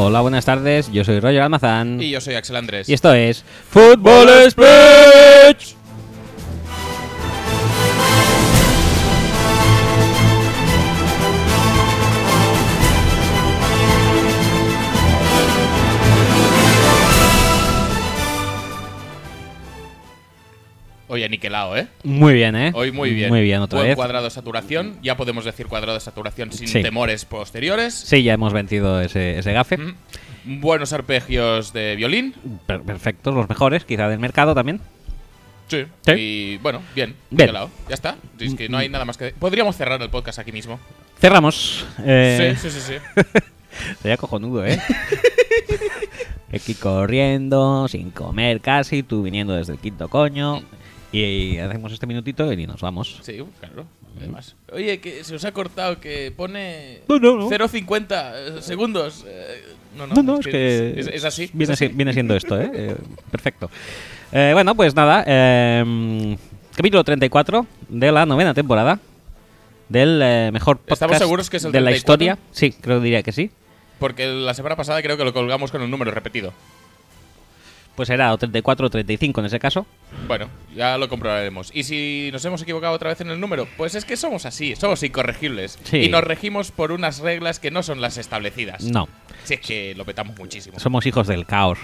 Hola, buenas tardes, yo soy Roger Almazán. Y yo soy Axel Andrés. Y esto es Fútbol Speech. Hoy aniquilado, ¿eh? Muy bien, ¿eh? Hoy muy bien. Muy bien, otra Buen vez. cuadrado de saturación. Ya podemos decir cuadrado de saturación sin Sí. temores posteriores. Sí, ya hemos vencido ese gafe. Buenos arpegios de violín. Perfectos, los mejores, quizá del mercado también. Sí. Sí. Y bueno, bien. Bien. Niquelado. Ya está. Es que no hay nada más que... Podríamos cerrar el podcast aquí mismo. Cerramos. Sí. Sería cojonudo, ¿eh? Aquí corriendo, sin comer casi, tú viniendo desde el quinto coño. Y hacemos este minutito y nos vamos. Sí, claro. Además. Oye, que se os ha cortado, que pone No. 0,50 segundos. No, es que es así. Viene, es así. viene siendo esto, ¿eh? Perfecto. Bueno, pues nada. Capítulo 34 de la 9ª temporada. Del mejor podcast ¿Estamos seguros que es el de la 34? historia. Sí, creo que diría que sí. Porque la semana pasada creo que lo colgamos con un número repetido. Pues era o 34 o 35 en ese caso. Bueno, ya lo comprobaremos. Y si nos hemos equivocado otra vez en el número, pues es que somos así, somos incorregibles. Sí. Y nos regimos por unas reglas que no son las establecidas. No, Si es que lo petamos muchísimo. somos hijos del caos.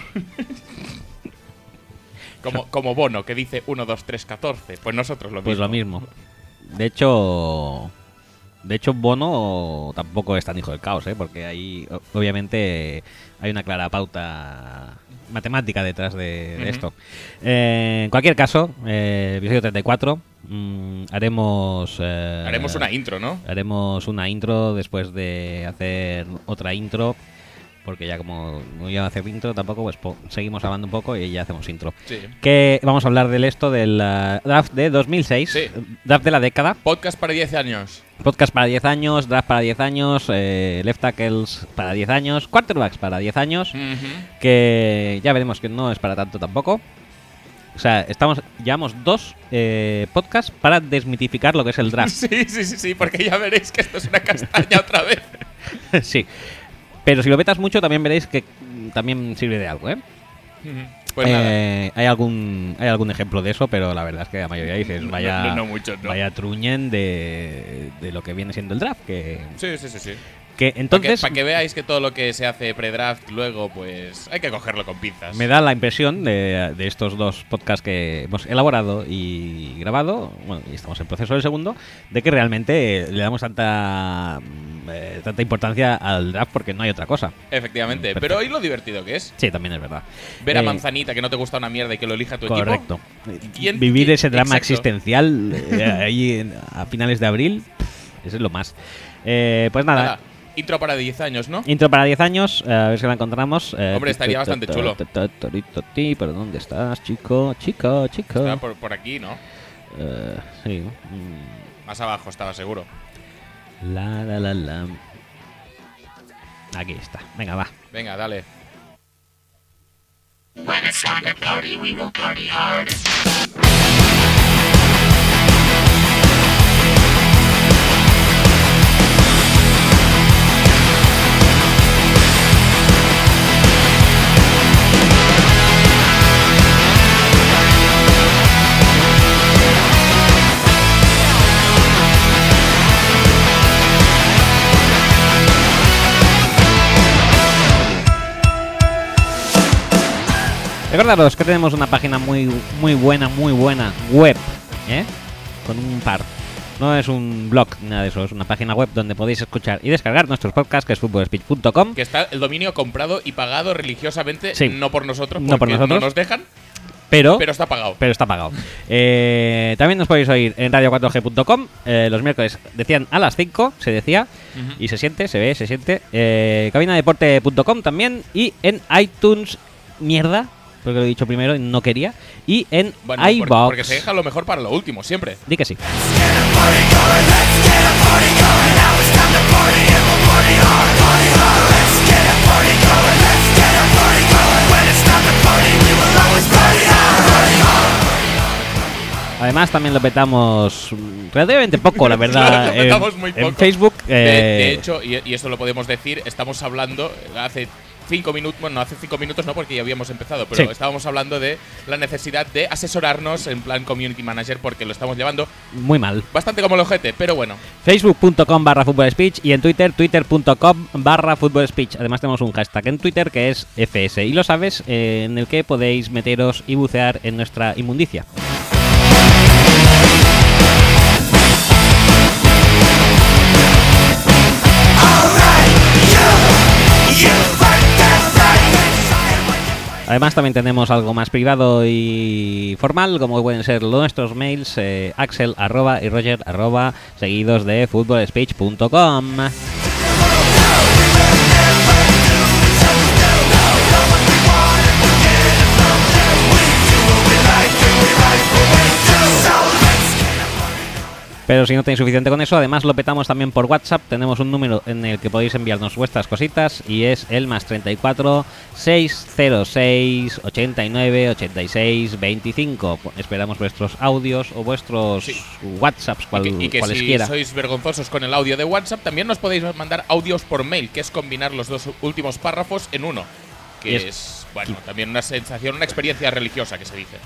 Como Bono, que dice 1, 2, 3, 14. Pues nosotros lo mismo. Pues lo mismo. De hecho, Bono tampoco es tan hijo del caos, ¿eh? Porque ahí, obviamente, hay una clara pauta matemática detrás de esto. En cualquier caso, episodio 34, haremos Haremos una intro, ¿no? haremos una intro después de hacer otra intro. Porque ya como no iba a hacer intro tampoco, pues seguimos hablando un poco y ya hacemos intro. Sí. Que vamos a hablar del draft de 2006, Sí. draft de la década, Podcast para 10 años. podcast para 10 años, draft para 10 años, left tackles para 10 años, quarterbacks para 10 años, que ya veremos que no es para tanto tampoco. O sea, llevamos 2 podcasts para desmitificar lo que es el draft. Sí, porque ya veréis que esto es una castaña otra vez. Sí. Pero si lo vetas mucho también veréis que también sirve de algo, ¿eh? Pues nada. Hay algún ejemplo de eso, pero la verdad es que la mayoría dices, vaya, No mucho, no. vaya truñen de lo que viene siendo el draft. Que Sí. entonces Para que veáis que todo lo que se hace pre-draft luego, pues hay que cogerlo con pinzas. me da la impresión de estos 2 podcasts que hemos elaborado y grabado, bueno, y estamos en proceso del segundo, de que realmente le damos tanta importancia al draft porque no hay otra cosa. Efectivamente, Perfecto. pero ¿y lo divertido que es? Sí, también es verdad. Ver a Manzanita que no te gusta una mierda y que lo elija tu Correcto. ¿Quién- Vivir quién- ese drama exacto. existencial ahí a finales de abril, eso es lo más. Pues nada, Nada, intro para 10 años, ¿no? intro para 10 años, a ver si la encontramos. Hombre, estaría bastante chulo. ¿Pero dónde estás, chico? Está por aquí, ¿no? Sí. Más abajo estaba seguro. La. Aquí está. Venga, va. Venga, dale. When it's time to party, we will party hard. Recordaros que tenemos una página muy buena web, ¿eh? Con un par. No es un blog, nada de eso, es una página web donde podéis escuchar y descargar nuestros podcasts, que es futbolspeech.com. Que está el dominio comprado y pagado religiosamente, Sí. no por nosotros, No por porque nosotros. no nos dejan, Pero pero está pagado. está pagado. También nos podéis oír en radio4g.com. Los miércoles decían a las 5, se decía. Y se siente, se ve, se siente. Cabinadeporte.com también. Y en iTunes, mierda, porque lo he dicho primero y no quería. Y en Bueno, iVoox. porque se deja lo mejor para lo último, siempre. Di que sí. Además también lo petamos relativamente poco, la verdad. Lo petamos muy en poco. Facebook. De hecho, y esto lo podemos decir, estamos hablando hace 5 minutos, bueno, hace 5 minutos no, porque ya habíamos empezado, pero Sí. estábamos hablando de la necesidad de asesorarnos en plan community manager, porque lo estamos llevando Muy mal. bastante como el ojete, pero bueno. Facebook.com/FootballSpeech y en Twitter, Twitter.com/FootballSpeech. Además tenemos un hashtag en Twitter que es FS. Y lo sabes, en el que podéis meteros y bucear en nuestra inmundicia. Además también tenemos algo más privado y formal, como pueden ser nuestros mails, Axel @ y Roger @ seguidos de footballspeech.com. Pero si no tenéis suficiente con eso, además lo petamos también por WhatsApp. Tenemos un número en el que podéis enviarnos vuestras cositas y es el +34 606 89 86 25. Esperamos vuestros audios o vuestros Sí. WhatsApps, Y que si cualesquiera. sois vergonzosos con el audio de WhatsApp, también nos podéis mandar audios por mail, que es combinar los dos últimos párrafos en uno. Que Y es, bueno, también una sensación, una experiencia religiosa que se dice.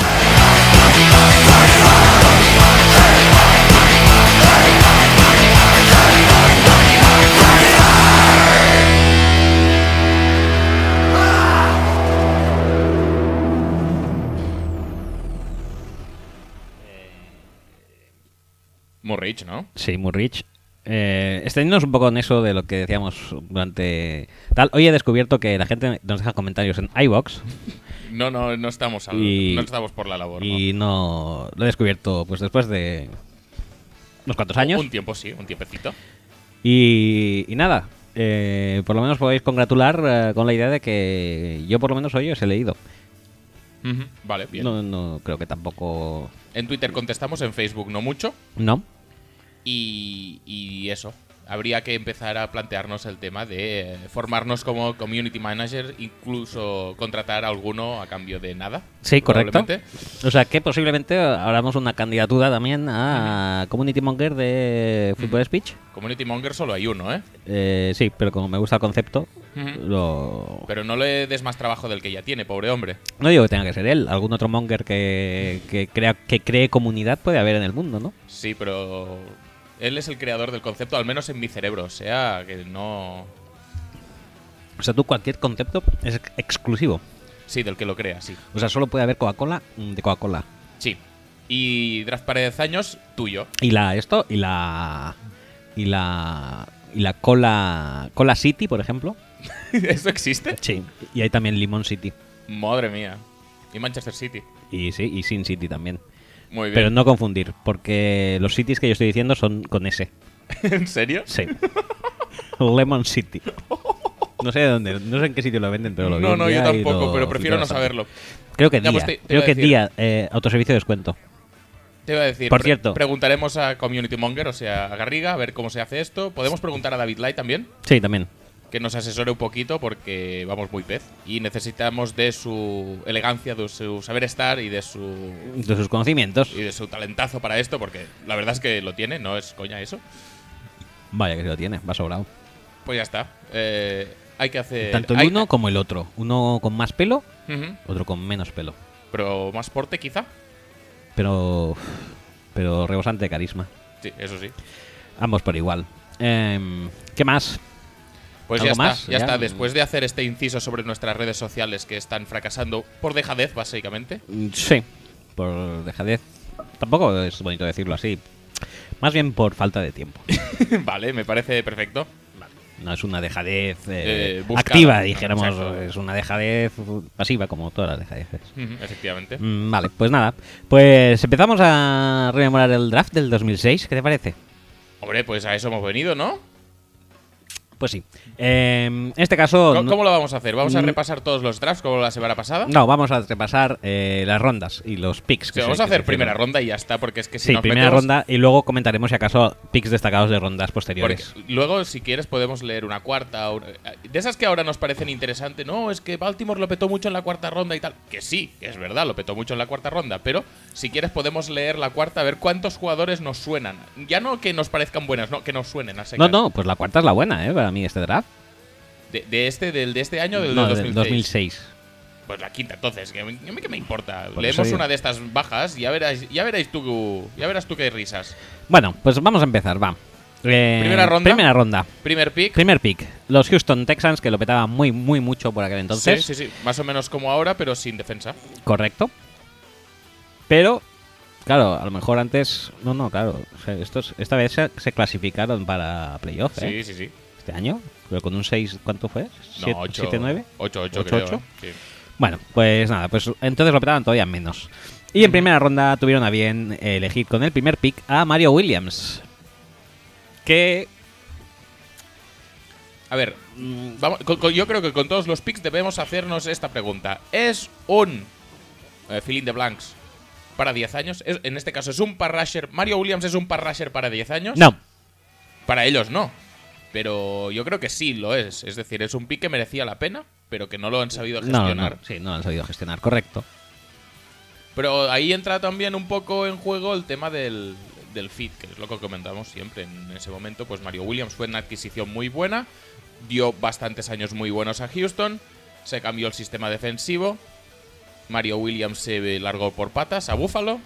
Muy rich, ¿no? Sí, muy rich. Extendiéndonos un poco en eso de lo que decíamos durante tal. Hoy he descubierto que la gente nos deja comentarios en iVoox No estamos Y- no estamos por la labor. y no lo he descubierto pues después de unos cuantos ¿no? años. Un tiempo, sí, un tiempecito. Y nada, por lo menos podéis congratular con la idea de que yo por lo menos hoy os he leído. Ujú, vale, bien. No creo que tampoco... En Twitter contestamos, en Facebook no mucho. No. Y eso. Habría que empezar a plantearnos el tema de formarnos como community manager, incluso contratar a alguno a cambio de nada. Sí, correcto. probablemente. O sea que posiblemente hablamos una candidatura también a Community Monger de Football Speech. Community monger solo hay uno, ¿eh? Sí, pero como me gusta el concepto, Ujú. lo... Pero no le des más trabajo del que ya tiene, pobre hombre. No digo que tenga que ser él. Algún otro monger que cree comunidad puede haber en el mundo, ¿no? Sí, pero él es el creador del concepto, al menos en mi cerebro. O sea, que no... O sea, tú cualquier concepto es exclusivo. Sí, del que lo crea, sí. O sea, solo puede haber Coca-Cola de Coca-Cola. Sí. Y Draft Paredes Años, tuyo. Y la Cola City, por ejemplo. ¿Eso existe? Sí. Y hay también Limón City. Madre mía. Y Manchester City. Y sí, y Sin City también. Muy bien. Pero no confundir, porque los cities que yo estoy diciendo son con S. ¿En serio? Sí. Lemon City. No sé de dónde, no sé en qué sitio lo venden, pero lo vi No, un no, yo día y tampoco, lo pero prefiero flipé no bastante. saberlo. Creo que Ya, día, pues te creo iba a que decir. día, autoservicio de descuento. Te iba a decir, Por cierto. preguntaremos a Community Monger, o sea, a Garriga, a ver cómo se hace esto. Podemos preguntar a David Light también, Sí, también. que nos asesore un poquito porque vamos muy pez. Y necesitamos de su elegancia, de su saber estar y de su conocimientos. talentazo para esto, porque la verdad es que lo tiene, no es coña eso. Vaya que se lo tiene, va sobrado. Pues ya está. Hay que hacer... Tanto el hay- uno como el otro. Uno con más pelo, Ujú. otro con menos pelo. Pero más porte quizá. Pero rebosante de carisma. Sí, eso sí. Ambos por igual. ¿Qué más? Pues ya ¿Algo está, más? ya ¿Ya? está. Después de hacer este inciso sobre nuestras redes sociales que están fracasando por dejadez, básicamente. Sí, por dejadez. Tampoco es bonito decirlo así. Más bien por falta de tiempo. Vale, me parece perfecto. No es una dejadez Buscada, activa, no, dijéramos. exacto. Es una dejadez pasiva, como todas las dejadeces. Ujú, efectivamente. Vale, pues nada. Pues empezamos a rememorar el draft del 2006. ¿Qué te parece? Hombre, pues a eso hemos venido, ¿no? Pues sí. En este caso... ¿Cómo lo vamos a hacer? ¿Vamos a Mm. repasar todos los drafts como la semana pasada? No, vamos a repasar las rondas y los picks. Sí, vamos a hacer primera ronda y ya está, porque es que si Sí, nos primera metemos- ronda y luego comentaremos si acaso picks destacados de rondas Porque posteriores. luego, si quieres, podemos leer una cuarta. De esas que ahora nos parecen interesantes. No, es que Baltimore lo petó mucho en la cuarta ronda y tal. Que sí, que es verdad, lo petó mucho en la cuarta ronda. Pero si quieres, podemos leer la cuarta, a ver cuántos jugadores nos suenan. Ya no que nos parezcan buenas, no, que nos suenan a secas. No, pues la cuarta es la buena, para mí, este draft. ¿Del de este año o del No, de del 2006? 2006. Pues la quinta, entonces, ¿qué me importa? Por Leemos eso digo. una de estas bajas y ya verás tú qué risas. Bueno, pues vamos a empezar, va. Primera ronda. Primera ronda. Primer pick. Primer pick. Los Houston Texans, que lo petaban muy, muy mucho por aquel entonces. Sí. Más o menos como ahora, pero sin defensa. Correcto. Pero, claro, a lo mejor antes... No, claro. O sea, esta vez se clasificaron para playoff, ¿eh? Sí. Este año. Pero con un 6, ¿cuánto fue? No, 8. 7-9. 8 creo. 8. Sí. Bueno, pues nada, pues entonces lo petaban todavía menos. Y en primera ronda tuvieron a bien elegir con el primer pick a Mario Williams. Que... A ver, yo creo que con todos los picks debemos hacernos esta pregunta. ¿Es un fill in the blanks para 10 años? En este caso, ¿es un pass rusher? ¿Mario Williams es un pass rusher para 10 años? No. Para ellos no. Pero yo creo que sí lo es. Es decir, es un pick que merecía la pena, pero que no lo han sabido gestionar. No lo han sabido gestionar, correcto. Pero ahí entra también un poco en juego el tema del fit, que es lo que comentamos siempre. En ese momento, pues Mario Williams fue una adquisición muy buena, dio bastantes años muy buenos a Houston, se cambió el sistema defensivo, Mario Williams se largó por patas a Buffalo,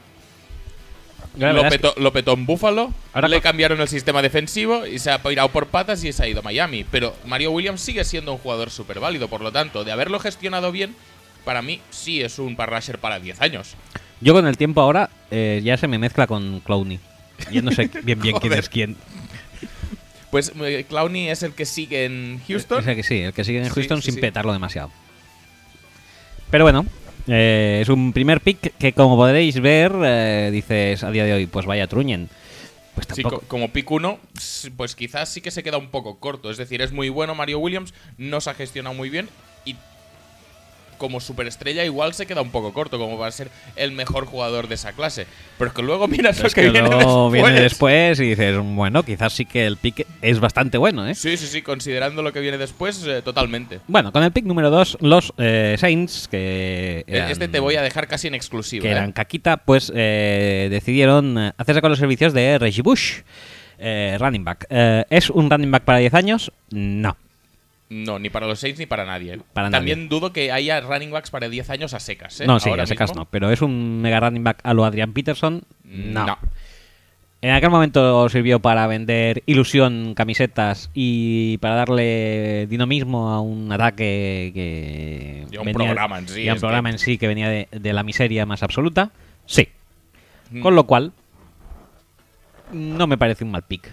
lo petó en Buffalo, Ahora le cambiaron el sistema defensivo y se ha pirado por patas y se ha ido a Miami. Pero Mario Williams sigue siendo un jugador súper válido, por lo tanto, de haberlo gestionado bien, para mí sí es un pass rusher para 10 años. Yo con el tiempo ahora ya se me mezcla con Clowney. Yo no sé bien quién Joder. es quién. Pues Clowney es el que sigue en Houston. O sea que sí, el que sigue en Sí, Houston sí, sin sí. petarlo demasiado. Pero bueno, es un primer pick que, como podréis ver, dices a día de hoy, pues vaya truñen. Pues Sí, tampoco. como pick 1, pues quizás sí que se queda un poco corto. Es decir, es muy bueno Mario Williams, no se ha gestionado muy bien y como superestrella igual se queda un poco corto, como va a ser el mejor jugador de esa clase. Pero es que luego miras lo Es que que viene luego después. viene después y dices, bueno, quizás sí que el pick es bastante bueno, ¿eh? Sí, considerando lo que viene después, totalmente. Bueno, con el pick número 2, los Saints, que eran, Este te voy a dejar casi en exclusiva. que eran caquita, pues decidieron hacerse con los servicios de Reggie Bush, running back. ¿Es un running back para 10 años? No. No, ni para los Saints ni para nadie. Para También nadie. dudo que haya running backs para 10 años a secas. No, sí, Ahora a secas mismo. no. Pero ¿es un mega running back a lo Adrian Peterson? No. En aquel momento sirvió para vender ilusión, camisetas y para darle dinamismo a un ataque que Y a un programa en sí, y a un es programa que- en sí que venía de la miseria más absoluta. Sí. Mm. Con lo cual, no me parece un mal pick.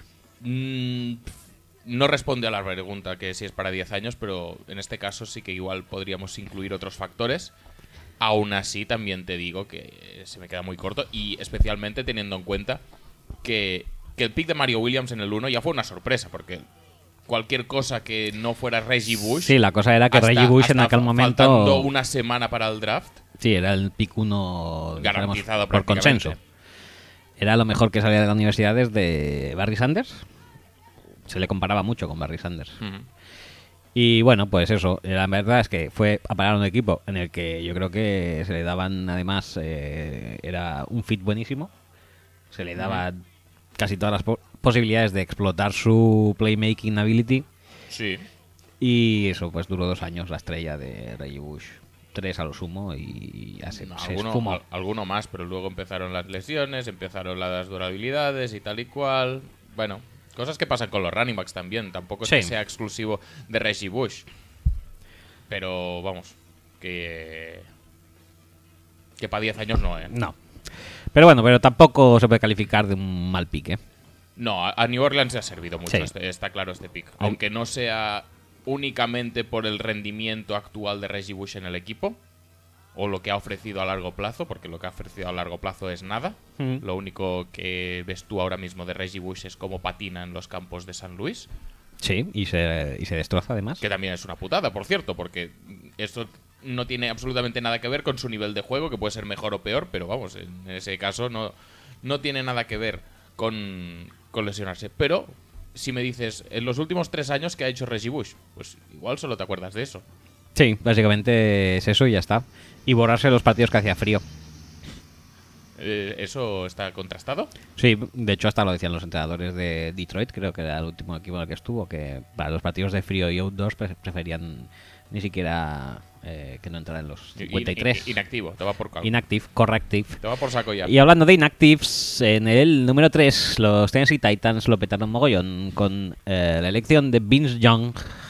No responde a la pregunta que si es para 10 años, pero en este caso sí que igual podríamos incluir otros factores. Aún así, también te digo que se me queda muy corto y especialmente teniendo en cuenta que el pick de Mario Williams en el 1 ya fue una sorpresa, porque cualquier cosa que no fuera Reggie Bush... Sí, la cosa era que hasta- Reggie Bush en hasta aquel momento... faltando una semana para el draft, Sí, era el pick 1 garantizado por prácticamente. consenso. Era lo mejor que salía de la universidad desde Barry Sanders. Se le comparaba mucho con Barry Sanders. Ujú. Y bueno, pues eso, la verdad es que fue a parar a un equipo en el que yo creo que se le daban, además, era un fit buenísimo. Se le daba casi todas las posibilidades de explotar su playmaking ability. Sí. Y eso, pues duró 2 años la estrella de Reggie Bush. 3 a lo sumo y ya se esfumó. Alguno más, pero luego empezaron las lesiones, empezaron las durabilidades y tal y cual. Bueno, cosas que pasan con los running backs también. Tampoco es Sí. que sea exclusivo de Reggie Bush. Pero vamos, que para 10 años no, ¿eh? No. Pero bueno, pero tampoco se puede calificar de un mal pique. No, a New Orleans le ha servido mucho, Sí. está claro este pick. Aunque no sea únicamente por el rendimiento actual de Reggie Bush en el equipo, o lo que ha ofrecido a largo plazo, porque lo que ha ofrecido a largo plazo es nada. Lo único que ves tú ahora mismo de Reggie Bush es cómo patina en los campos de San Luis, Sí, y se destroza además. que también es una putada, por cierto, porque esto no tiene absolutamente nada que ver con su nivel de juego, que puede ser mejor o peor, pero vamos, en ese caso no tiene nada que ver con lesionarse. Pero si me dices, en los últimos 3 años, ¿qué ha hecho Reggie Bush? Pues igual solo te acuerdas de eso. Sí, básicamente es eso y ya está. Y borrarse los partidos que hacía frío. ¿Eso está contrastado? Sí, de hecho hasta lo decían los entrenadores de Detroit, creo que era el último equipo en el que estuvo, que para los partidos de frío y outdoors preferían ni siquiera que no entrara en los 53. Inactivo, te va por calco. Inactive, corrective. Te va por saco ya. Y hablando de inactives, en el número 3 los Tennessee Titans lo petaron mogollón con la elección de Vince Young,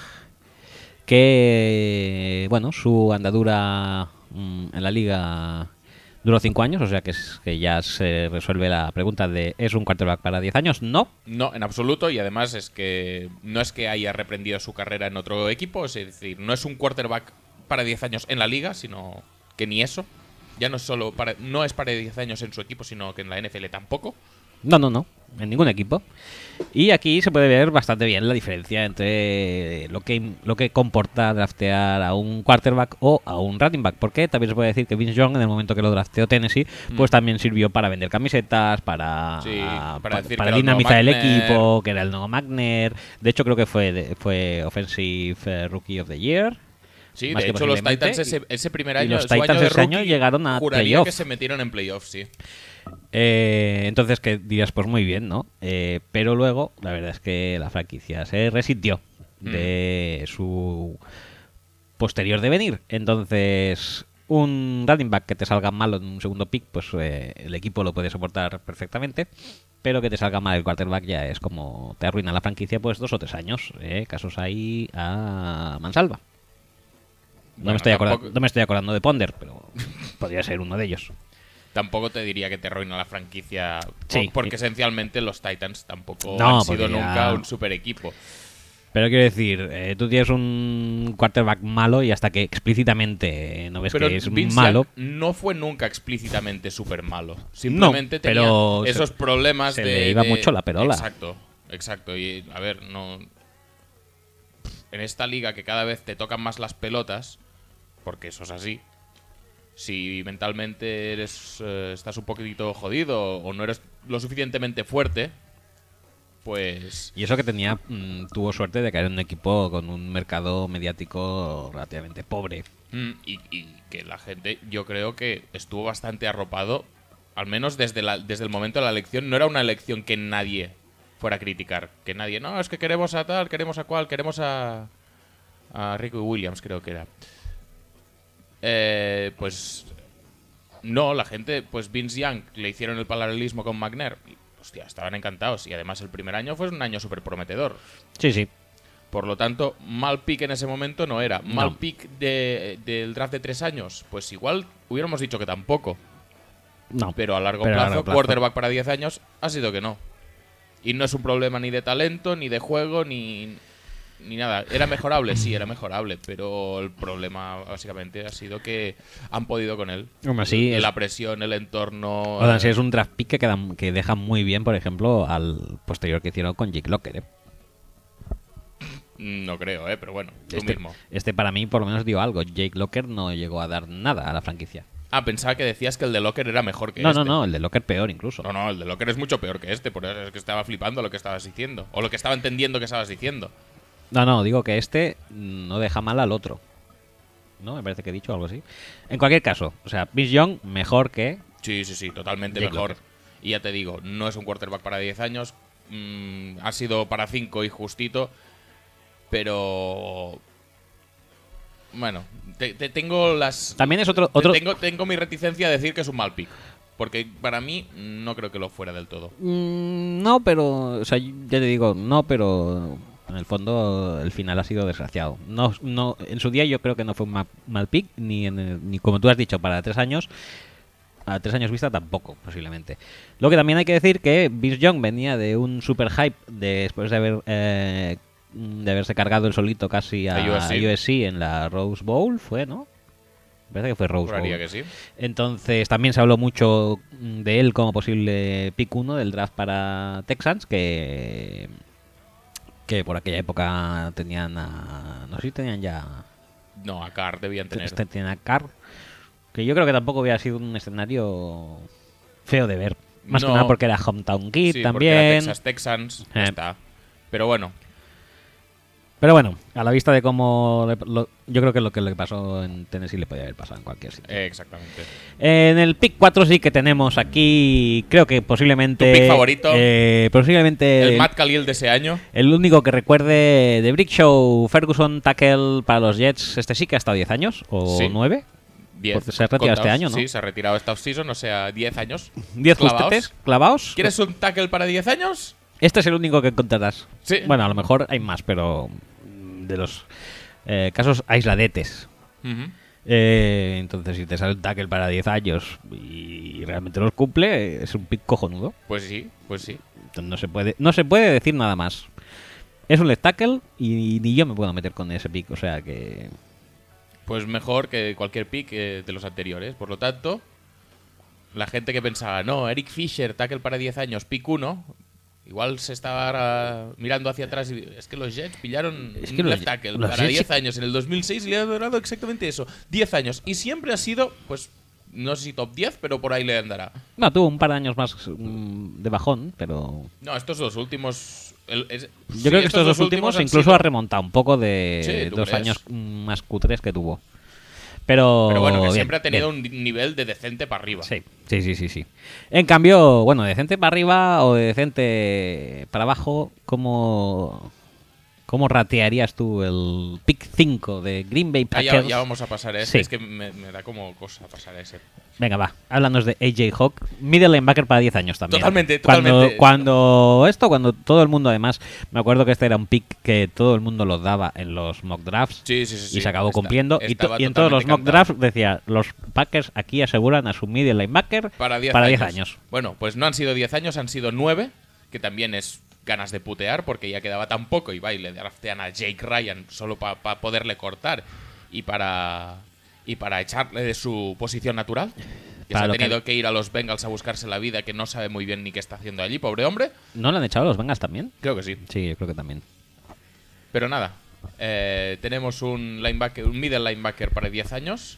que, bueno, su andadura en la liga duró 5 años, o sea que ya se resuelve la pregunta de ¿es un quarterback para 10 años? No. No, en absoluto, y además es que no es que haya reprendido su carrera en otro equipo, es decir, no es un quarterback para 10 años en la liga, sino que ni eso. Ya no es solo no es para 10 años en su equipo, sino que en la NFL tampoco. No, en ningún equipo. Y aquí se puede ver bastante bien la diferencia entre lo que comporta draftear a un quarterback o a un running back. Porque también se puede decir que Vince Young, en el momento que lo drafteó Tennessee, pues también sirvió para vender camisetas, para decir que era el dinamizar el nuevo Magner. equipo, que era el nuevo Magner. De hecho, creo que fue Offensive Rookie of the Year. Sí, Más de que hecho los posiblemente. Titans ese primer Y año, los su año Titans de ese año rookie, llegaron a juraría playoff. que se metieron en playoffs, sí. Entonces, que dirías, pues muy bien, ¿no? Pero luego, la verdad es que la franquicia se resintió de su posterior devenir. Entonces, un running back que te salga malo en un segundo pick, pues el equipo lo puede soportar perfectamente. Pero que te salga mal el quarterback ya es como te arruina la franquicia, pues 2 o 3 años. Casos ahí a mansalva. No me estoy acordando de Ponder, pero podría ser uno de ellos. Tampoco te diría que te arruina la franquicia, Sí. porque esencialmente los Titans tampoco No, han sido porque ya- nunca un super equipo. Pero quiero decir, tú tienes un quarterback malo y hasta que explícitamente no ves Pero que es Vince malo, Young no fue nunca explícitamente súper malo. Simplemente tenía pero esos problemas se de... le iba mucho la perola. Exacto. Y a ver, no... En esta liga que cada vez te tocan más las pelotas, porque eso es así, si mentalmente estás un poquitito jodido o no eres lo suficientemente fuerte, pues... y eso que tuvo suerte de caer en un equipo con un mercado mediático relativamente pobre. Y que la gente, yo creo que estuvo bastante arropado, al menos desde el momento de la elección. No era una elección que nadie fuera a criticar. Que nadie, no, es que queremos a tal, queremos a cual, queremos a Ricky Williams, creo que era. Pues no, la gente, pues Vince Young le hicieron el paralelismo con McNair. Y, hostia, estaban encantados. Y además el primer año fue un año súper prometedor. Sí. Por lo tanto, mal pick en ese momento no era. Mal No. pick del draft de 3 años, pues igual hubiéramos dicho que tampoco. No. Pero a largo Pero a plazo, largo plazo. quarterback para 10 años, ha sido que no. Y no es un problema ni de talento, ni de juego, ni nada. ¿Era mejorable? Sí, era mejorable. Pero el problema, básicamente, ha sido que han podido con él. Aún así, La presión, el entorno... o sea, sí es un draft pick que deja muy bien, por ejemplo, al posterior que hicieron con Jake Locker. No creo, pero bueno, tú mismo. Este para mí por lo menos dio algo. Jake Locker no llegó a dar nada a la franquicia. Ah, pensaba que decías que el de Locker era mejor que No, este. no, el de Locker peor incluso. No, el de Locker es mucho peor que este, por eso es que estaba flipando lo que estabas diciendo. O lo que estaba entendiendo que estabas diciendo. No, digo que este no deja mal al otro. ¿No? Me parece que he dicho algo así. En cualquier caso, o sea, Vince Young mejor que... Sí, totalmente Jake mejor. Locker. Y ya te digo, no es un quarterback para 10 años. Ha sido para 5 y justito. Pero... Bueno, tengo las... También es otro... Tengo mi reticencia a decir que es un mal pick. Porque para mí no creo que lo fuera del todo. No, pero... O sea, ya te digo, no, pero... En el fondo, el final ha sido desgraciado. No, en su día yo creo que no fue un mal pick, ni como tú has dicho, para 3 años. A 3 años vista tampoco, posiblemente. Lo que también hay que decir que Vince Young venía de un super hype después de haberse cargado el solito casi a USC en la Rose Bowl, fue, ¿no? Me parece que fue Rose Bowl. Juraría que sí. Entonces también se habló mucho de él como posible pick 1 del draft para Texans, que por aquella época tenían no sé si tenían ya... No, a Carr debían tener. Tenían a Carr, que yo creo que tampoco hubiera sido un escenario feo de ver. Más que No. nada porque era Hometown Kid Sí, porque también. era Texas Texans, ya está. Pero bueno, Pero bueno, a la vista de cómo... yo creo que lo que le pasó en Tennessee le podía haber pasado en cualquier sitio. Exactamente. En el pick 4 sí que tenemos aquí, creo que posiblemente... ¿Tu pick favorito? Posiblemente... El Matt Khalil de ese año. El único que recuerde de Brick Show, Ferguson, tackle para los Jets. Este sí que ha estado 10 años, o Sí. 9. 10. Porque se ha retirado este año, ¿no? Sí, se ha retirado esta offseason, o sea, 10 años. 10 clavaos. justetes, clavaos. ¿Quieres un tackle para 10 años? Este es el único que encontrarás. Sí. Bueno, a lo mejor hay más, pero de los casos aisladetes. Ujú. Entonces, si te sale un tackle para 10 años y realmente los cumple, es un pick cojonudo. Pues sí, pues sí. Entonces no se puede decir nada más. Es un left tackle y ni yo me puedo meter con ese pick, o sea que... Pues mejor que cualquier pick de los anteriores. Por lo tanto, la gente que pensaba, no, Eric Fisher, tackle para 10 años, pick 1, igual se estaba mirando hacia atrás y es que los Jets pillaron Es que un los left tackle los para Jets- 10 años. En el 2006 le han dado exactamente eso, 10 años. Y siempre ha sido, pues, no sé si top 10, pero por ahí le andará. No, tuvo un par de años más de bajón, pero... No, estos dos últimos... Yo creo que estos dos últimos han incluso sido- ha remontado un poco de Sí, ¿tú 2 crees? años más cutres que tuvo. Pero Pero bueno, que bien, siempre ha tenido bien. un nivel de decente para arriba. Sí. En cambio, bueno, de decente para arriba o de decente para abajo, ¿cómo ratearías tú el pick 5 de Green Bay Ah, Packers? ya vamos a pasar a ese. Sí. Es que me da como cosa pasar a ese. Venga, va. Háblanos de AJ Hawk. Middle linebacker para 10 años también. Totalmente. Cuando todo el mundo, además, me acuerdo que este era un pick que todo el mundo los daba en los mock drafts. Sí. Y se acabó cumpliendo. Estaba Y en todos los mock totalmente drafts decía, los Packers aquí aseguran a su middle linebacker para 10 años. Bueno, pues no han sido 10 años, han sido 9, que también es ganas de putear porque ya quedaba tan poco y va y le draftean a Jake Ryan solo para poderle cortar y para echarle de su posición natural. Que Para se ha lo que- tenido que ir a los Bengals a buscarse la vida, que no sabe muy bien ni qué está haciendo allí, pobre hombre. ¿No lo han echado los Bengals también? Creo que sí. Sí, yo creo que también. Pero nada, tenemos un middle linebacker para 10 años.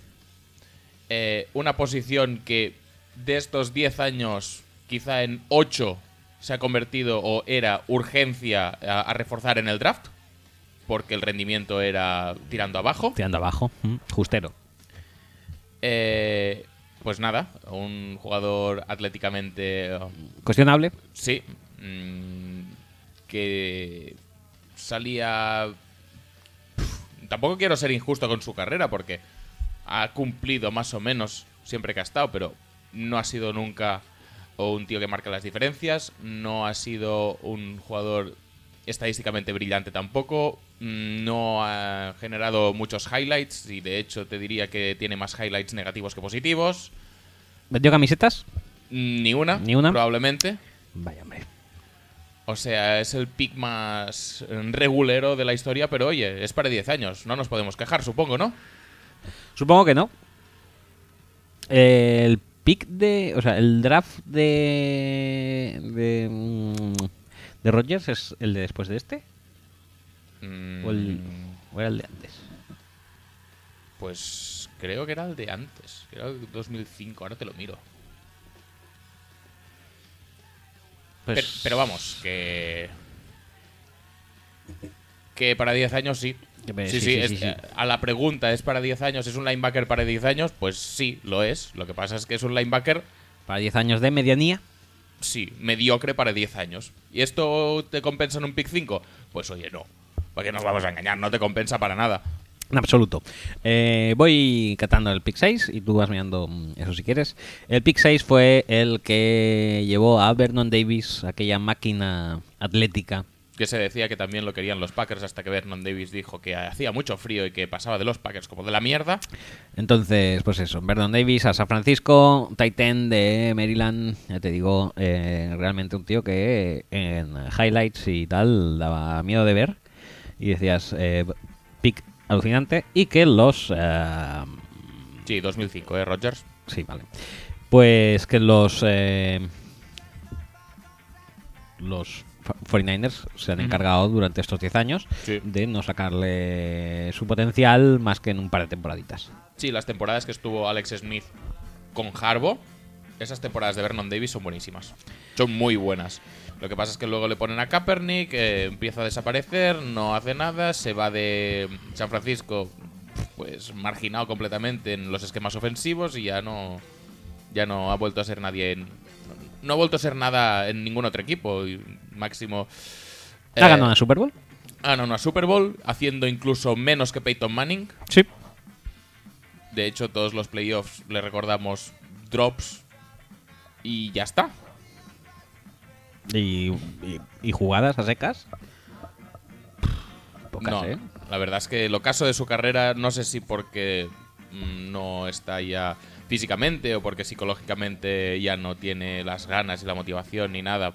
Una posición que de estos 10 años, quizá en 8 se ha convertido o era urgencia a reforzar en el draft, porque el rendimiento era tirando abajo. Tirando abajo. Justero. Pues nada, un jugador atléticamente... Cuestionable. Sí, que salía... Tampoco quiero ser injusto con su carrera porque ha cumplido más o menos siempre que ha estado, pero no ha sido nunca un tío que marca las diferencias, no ha sido un jugador estadísticamente brillante tampoco, no ha generado muchos highlights y de hecho te diría que tiene más highlights negativos que positivos. ¿Vendió camisetas? Ni una, ¿Ni una? probablemente. Vaya, hombre. O sea, es el pick más regulero de la historia, pero oye, es para 10 años. No nos podemos quejar, supongo, ¿no? Supongo que no. El pick de... O sea, el draft de Rodgers es el de después de este. ¿O era el de antes? Pues creo que era el de antes. Que era el 2005, ahora te lo miro. Pues- Pero vamos, que para 10 años sí. Sí. A la pregunta, ¿es para 10 años? ¿Es un linebacker para 10 años? Pues sí, lo es. Lo que pasa es que es un linebacker, Para 10 años de medianía. sí, mediocre para 10 años. ¿Y esto te compensa en un pick 5? Pues oye, no. Porque nos vamos a engañar, no te compensa para nada. En absoluto. Voy catando el pick 6 y tú vas mirando eso si quieres. El pick 6 fue el que llevó a Vernon Davis, aquella máquina atlética. Que se decía que también lo querían los Packers hasta que Vernon Davis dijo que hacía mucho frío y que pasaba de los Packers como de la mierda. Entonces, pues eso, Vernon Davis a San Francisco, tight end de Maryland, ya te digo, realmente un tío que en highlights y tal daba miedo de ver. Y decías, pick alucinante. Y que los... Sí, 2005, Rodgers? sí, vale. Pues que los 49ers se han encargado durante estos 10 años Sí. de no sacarle su potencial más que en un par de temporaditas. Sí, las temporadas que estuvo Alex Smith con Harbaugh, esas temporadas de Vernon Davis son buenísimas. Son muy buenas. Lo que pasa es que luego le ponen a Kaepernick, empieza a desaparecer, no hace nada, se va de San Francisco, pues marginado completamente en los esquemas ofensivos y ya no ha vuelto a ser nadie no ha vuelto a ser nada en ningún otro equipo. Y máximo ¿Ha ganado una Super Bowl? Ha ganado una Super Bowl, haciendo incluso menos que Peyton Manning. Sí. De hecho, todos los playoffs le recordamos drops y ya está. ¿Y jugadas a secas? Pocas, No, ¿eh? la verdad es que el ocaso de su carrera, no sé si porque no está ya físicamente o porque psicológicamente ya no tiene las ganas y la motivación ni nada,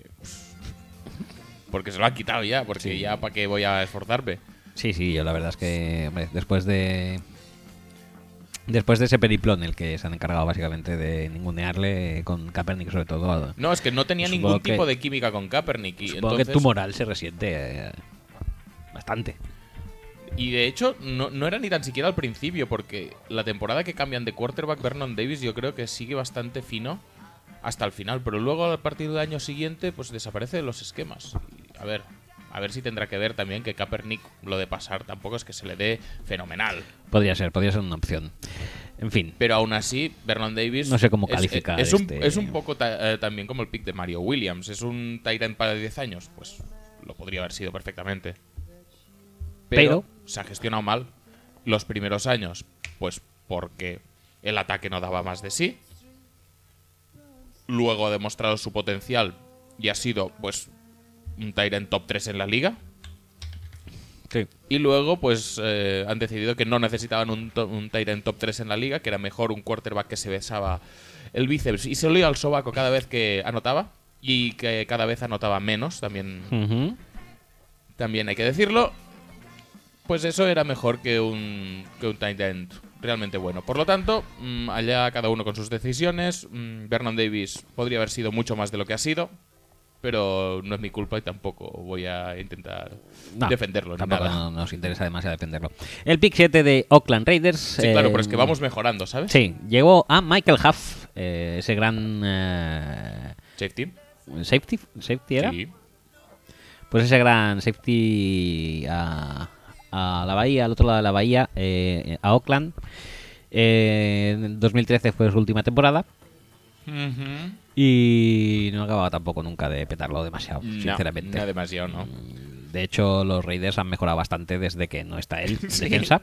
porque se lo han quitado ya, porque Sí. ya para qué voy a esforzarme. Sí, yo la verdad es que, hombre, después de ese periplo en el que se han encargado básicamente de ningunearle con Kaepernick sobre todo, No, es que no tenía Supongo ningún que- tipo de química con Kaepernick. Y supongo entonces, que tu moral se resiente bastante. Y de hecho, no era ni tan siquiera al principio, porque la temporada que cambian de quarterback, Vernon Davis, yo creo que sigue bastante fino hasta el final. Pero luego, al partir del año siguiente, pues desaparece de los esquemas. Y, a ver si tendrá que ver también que Kaepernick, lo de pasar, tampoco es que se le dé fenomenal. Podría ser una opción. En fin, Pero aún así, Vernon Davis. No sé cómo calificar Es este- un poco también como el pick de Mario Williams. ¿Es un tight end para 10 años? Pues lo podría haber sido perfectamente. Pero se ha gestionado mal los primeros años, pues porque el ataque no daba más de sí. Luego ha demostrado su potencial y ha sido, pues, un tight end top 3 en la liga. sí. Y luego, pues, han decidido que no necesitaban un tight end top 3 en la liga, que era mejor un quarterback que se besaba el bíceps y se lo iba al sobaco cada vez que anotaba. Y que cada vez anotaba menos, Ujú. también hay que decirlo. Pues eso era mejor que un tight end realmente bueno. Por lo tanto, allá cada uno con sus decisiones. Vernon Davis podría haber sido mucho más de lo que ha sido, pero no es mi culpa y tampoco voy a intentar No, defenderlo ni tampoco nada. nos interesa demasiado defenderlo. El pick 7 de Oakland Raiders. Sí, claro, pero es que vamos mejorando, ¿sabes? Sí, llegó a Michael Huff, ese gran Safety. safety era. Sí. Pues ese gran safety a la bahía, al otro lado de la bahía, a Oakland. En 2013 fue su última temporada y no acababa tampoco nunca de petarlo demasiado, sinceramente. No demasiado, ¿no? De hecho, los Raiders han mejorado bastante desde que no está él en defensa.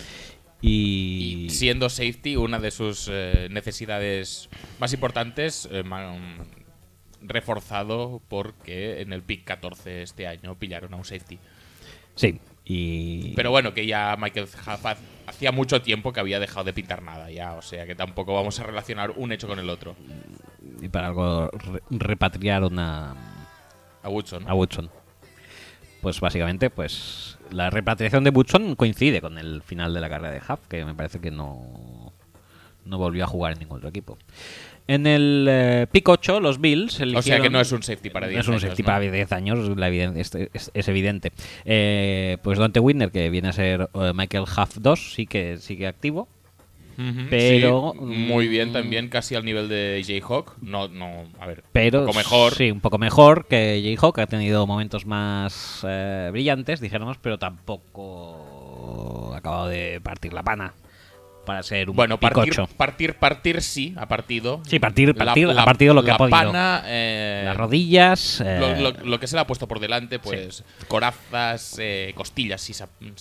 Y Siendo safety una de sus necesidades más importantes, reforzado porque en el pick 14 este año pillaron a un safety. sí, y Pero bueno, que ya Michael Huff hacía mucho tiempo que había dejado de pintar nada ya, o sea que tampoco vamos a relacionar un hecho con el otro. y para algo repatriaron A Woodson. a Woodson. Pues básicamente, pues la repatriación de Woodson coincide con el final de la carrera de Huff, que me parece que no volvió a jugar en ningún otro equipo. En el pick 8, los Bills eligieron... O sea que no es un safety para 10 No es un años, safety ¿no? para 10 años, es evidente. Pues Dante Whitner, que viene a ser Michael Huff 2, sí que sigue activo. Ujú, Pero, sí, muy bien también, casi al nivel de Jayhawk. No, a ver, Pero un poco mejor. Sí, un poco mejor que Jayhawk, ha tenido momentos más brillantes, dijéramos, pero tampoco ha acabado de partir la pana para ser un Bueno, pick 8. partir sí, ha partido. Sí, partir, ha partido lo que la ha podido. pana, Las rodillas. lo que se le ha puesto por delante, pues corazas, costillas, si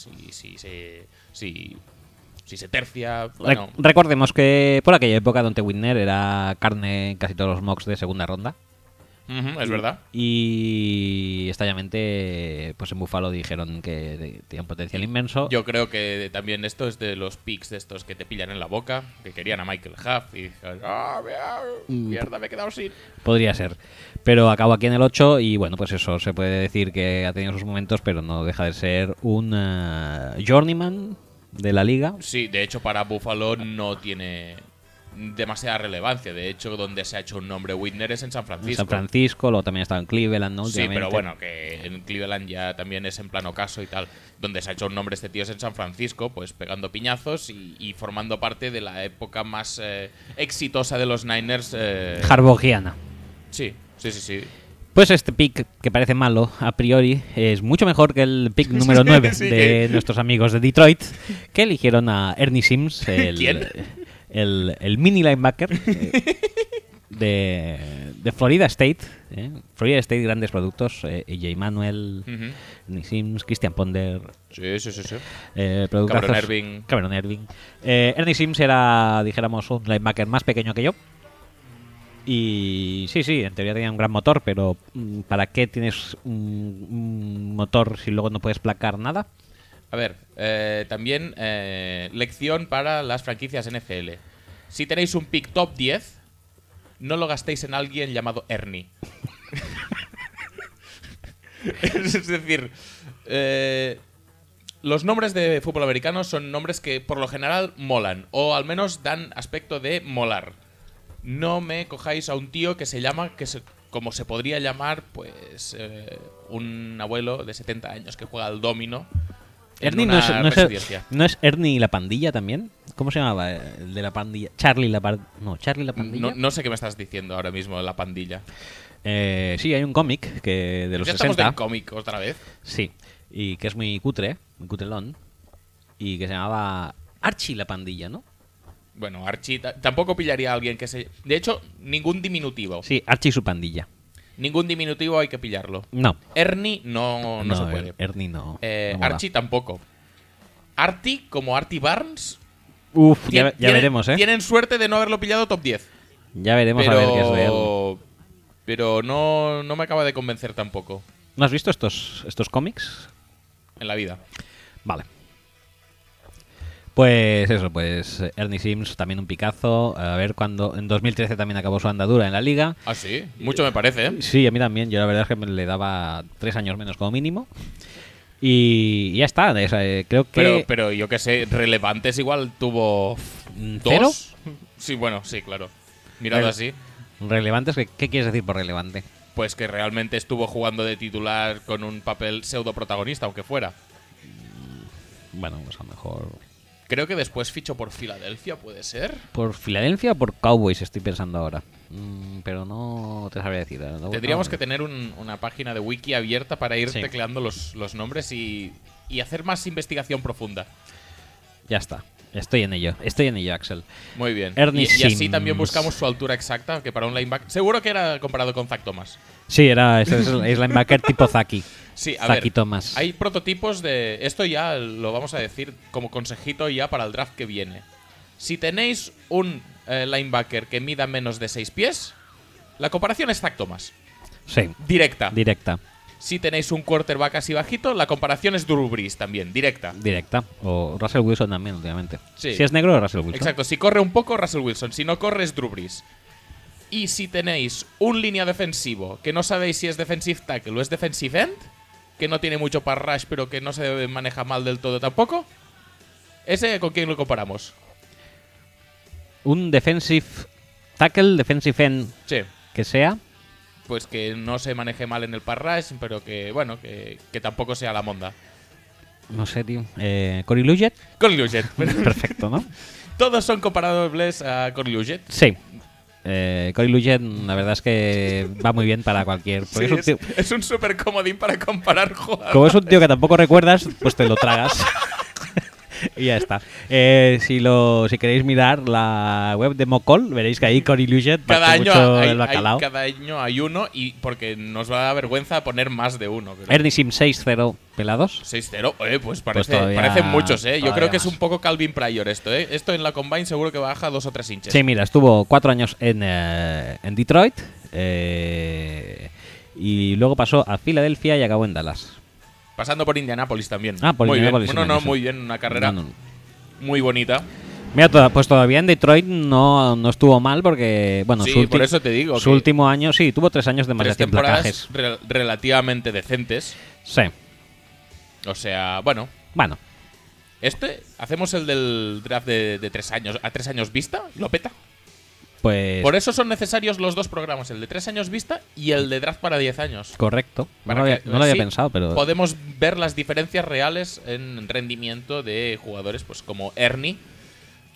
se tercia. Bueno, Recordemos que por aquella época Dante Whitner era carne en casi todos los mocks de segunda ronda. es verdad. Y extrañamente, pues en Buffalo dijeron que tenía un potencial inmenso. Yo creo que también esto es de los picks de estos que te pillan en la boca, que querían a Michael Huff y dijeron, mierda, me he quedado sin. Podría ser. Pero acabó aquí en el 8 y bueno, pues eso, se puede decir que ha tenido sus momentos, pero no deja de ser un journeyman de la liga. Sí, de hecho para Buffalo no tiene demasiada relevancia. De hecho, donde se ha hecho un nombre Whitner es en San En Francisco. San Francisco, luego también ha estado en Cleveland, ¿no? Sí, pero Últimamente. bueno, que en Cleveland ya también es en plano caso y tal. Donde se ha hecho un nombre este tío es en San Francisco, pues pegando piñazos y formando parte de la época más exitosa de los Niners. Harbaughiana. Sí. Pues este pick, que parece malo a priori, es mucho mejor que el pick número 9 Sí, de nuestros amigos de Detroit, que eligieron a Ernie Sims, ¿Quién? el mini linebacker de Florida State. Florida State, grandes productos. AJ Manuel, Ujú. Ernie Sims, Christian Ponder. Sí, sí, sí, sí. Productazos. Cameron Erving. Cameron Erving. Ernie Sims era, dijéramos, un linebacker más pequeño que yo. Y sí, en teoría tenía un gran motor, pero ¿para qué tienes un motor si luego no puedes placar nada? A ver, también lección para las franquicias NFL. Si tenéis un pick top 10, no lo gastéis en alguien llamado Ernie. Es decir, los nombres de fútbol americano son nombres que por lo general molan, o al menos dan aspecto de molar. No me cojáis a un tío que se llama, como se podría llamar, pues un abuelo de 70 años que juega al domino. En Ernie una residencia. ¿no es Ernie la pandilla también? ¿Cómo se llamaba el de la pandilla? Charlie la pandilla. No sé qué me estás diciendo ahora mismo de la pandilla. Sí, hay un cómic que de los Ya 60. estamos en cómic otra vez. Sí, y que es muy cutre, muy cutrelón, y que se llamaba Archie la pandilla, ¿no? Bueno, Archie tampoco pillaría a alguien que se... De hecho, ningún diminutivo. Sí, Archie y su pandilla. Ningún diminutivo hay que pillarlo. No, Ernie no se puede. Ernie no. no mola. Archie tampoco. Artie, como Artie Barnes, Uf, ya tienen- veremos, ¿eh? Tienen suerte de no haberlo pillado top 10. Ya veremos a ver qué es de él. Pero no me acaba de convencer tampoco ¿No has visto estos cómics? en la vida. Vale. Pues eso, pues Ernie Sims, también un picazo. A ver cuando en 2013 también acabó su andadura en la liga. Ah, sí. Mucho me parece, ¿eh? Sí, a mí también. Yo la verdad es que le daba 3 años menos como mínimo. Y ya está. Creo que... Pero yo que sé, relevantes igual tuvo ¿Cero? 2. Sí, bueno, sí, claro. Mirado Rele- así, Relevantes, ¿qué quieres decir por relevante? pues que realmente estuvo jugando de titular con un papel pseudo protagonista, aunque fuera. Bueno, pues a lo mejor... Creo que después fichó por Filadelfia, ¿puede ser? ¿Por Filadelfia o por Cowboys estoy pensando ahora? Pero no te sabría decir. Tendríamos que tener una página de wiki abierta para ir Sí. tecleando los nombres y hacer más investigación profunda. Ya está. Estoy en ello, Axel. Muy bien. Ernie Y así Sims. también buscamos su altura exacta, que para un linebacker... Seguro que era comparado con Zach Thomas. Sí, es linebacker tipo Zaki. Sí, a Zaki ver, Thomas. hay prototipos de... Esto ya lo vamos a decir como consejito ya para el draft que viene. Si tenéis un linebacker que mida menos de 6 pies, la comparación es Zach Thomas. Sí, Directa. directa. Si tenéis un quarterback así bajito, la comparación es Drew Brees también, directa. Directa. O Russell Wilson también, últimamente. Sí. Si es negro, Russell Wilson. Exacto, si corre un poco, Russell Wilson. Si no corre, es Drew Brees. Y si tenéis un línea defensivo que no sabéis si es defensive tackle o es defensive end, que no tiene mucho pass rush, pero que no se maneja mal del todo tampoco, ¿ese con quién lo comparamos? Un defensive tackle, defensive end Sí, que sea. pues que no se maneje mal en el pass rush, pero que, bueno, que tampoco sea la monda. No sé, tío. Corey Luget. Con Luget. Perfecto, ¿no? Todos son comparables a Corey Luget. Sí. Corey Luget, la verdad es que va muy bien para cualquier. Porque Sí, es un tío- es un super comodín para comparar jugadores. como es un tío que tampoco recuerdas, pues te lo tragas. Y ya está. Si queréis mirar la web de Mocol, veréis que ahí Corey Luget Cada parte año, mucho hay, del bacalao. cada año hay uno y porque nos va a dar vergüenza poner más de uno. Pero Ernie Sims 6-0 pelados. 6-0, pues Pues parece, todavía- parecen muchos, Yo todavía creo que es más. un poco Calvin Pryor esto, Esto en la Combine seguro que baja 2 o 3 inches. Sí, mira, estuvo 4 años en Detroit. Y luego pasó a Filadelfia y acabó en Dallas. Pasando por Indianapolis también. Ah, por muy Indianapolis bien. Bueno, también, sí. muy bien, una carrera No, no. muy bonita. Mira, pues todavía en Detroit no estuvo mal porque, bueno, Sí, su, por eso te digo su que último año, sí, tuvo 3 años de 3 masaje en temporadas placajes. relativamente decentes. Sí, O sea, bueno. bueno, ¿Hacemos el del draft de 3 años a 3 años vista? ¿Lo peta? pues Por eso son necesarios los dos programas, el de 3 años vista y el de draft para 10 años. correcto. No Para lo había, que no lo había así pensado, pero podemos ver las diferencias reales en rendimiento de jugadores pues como Ernie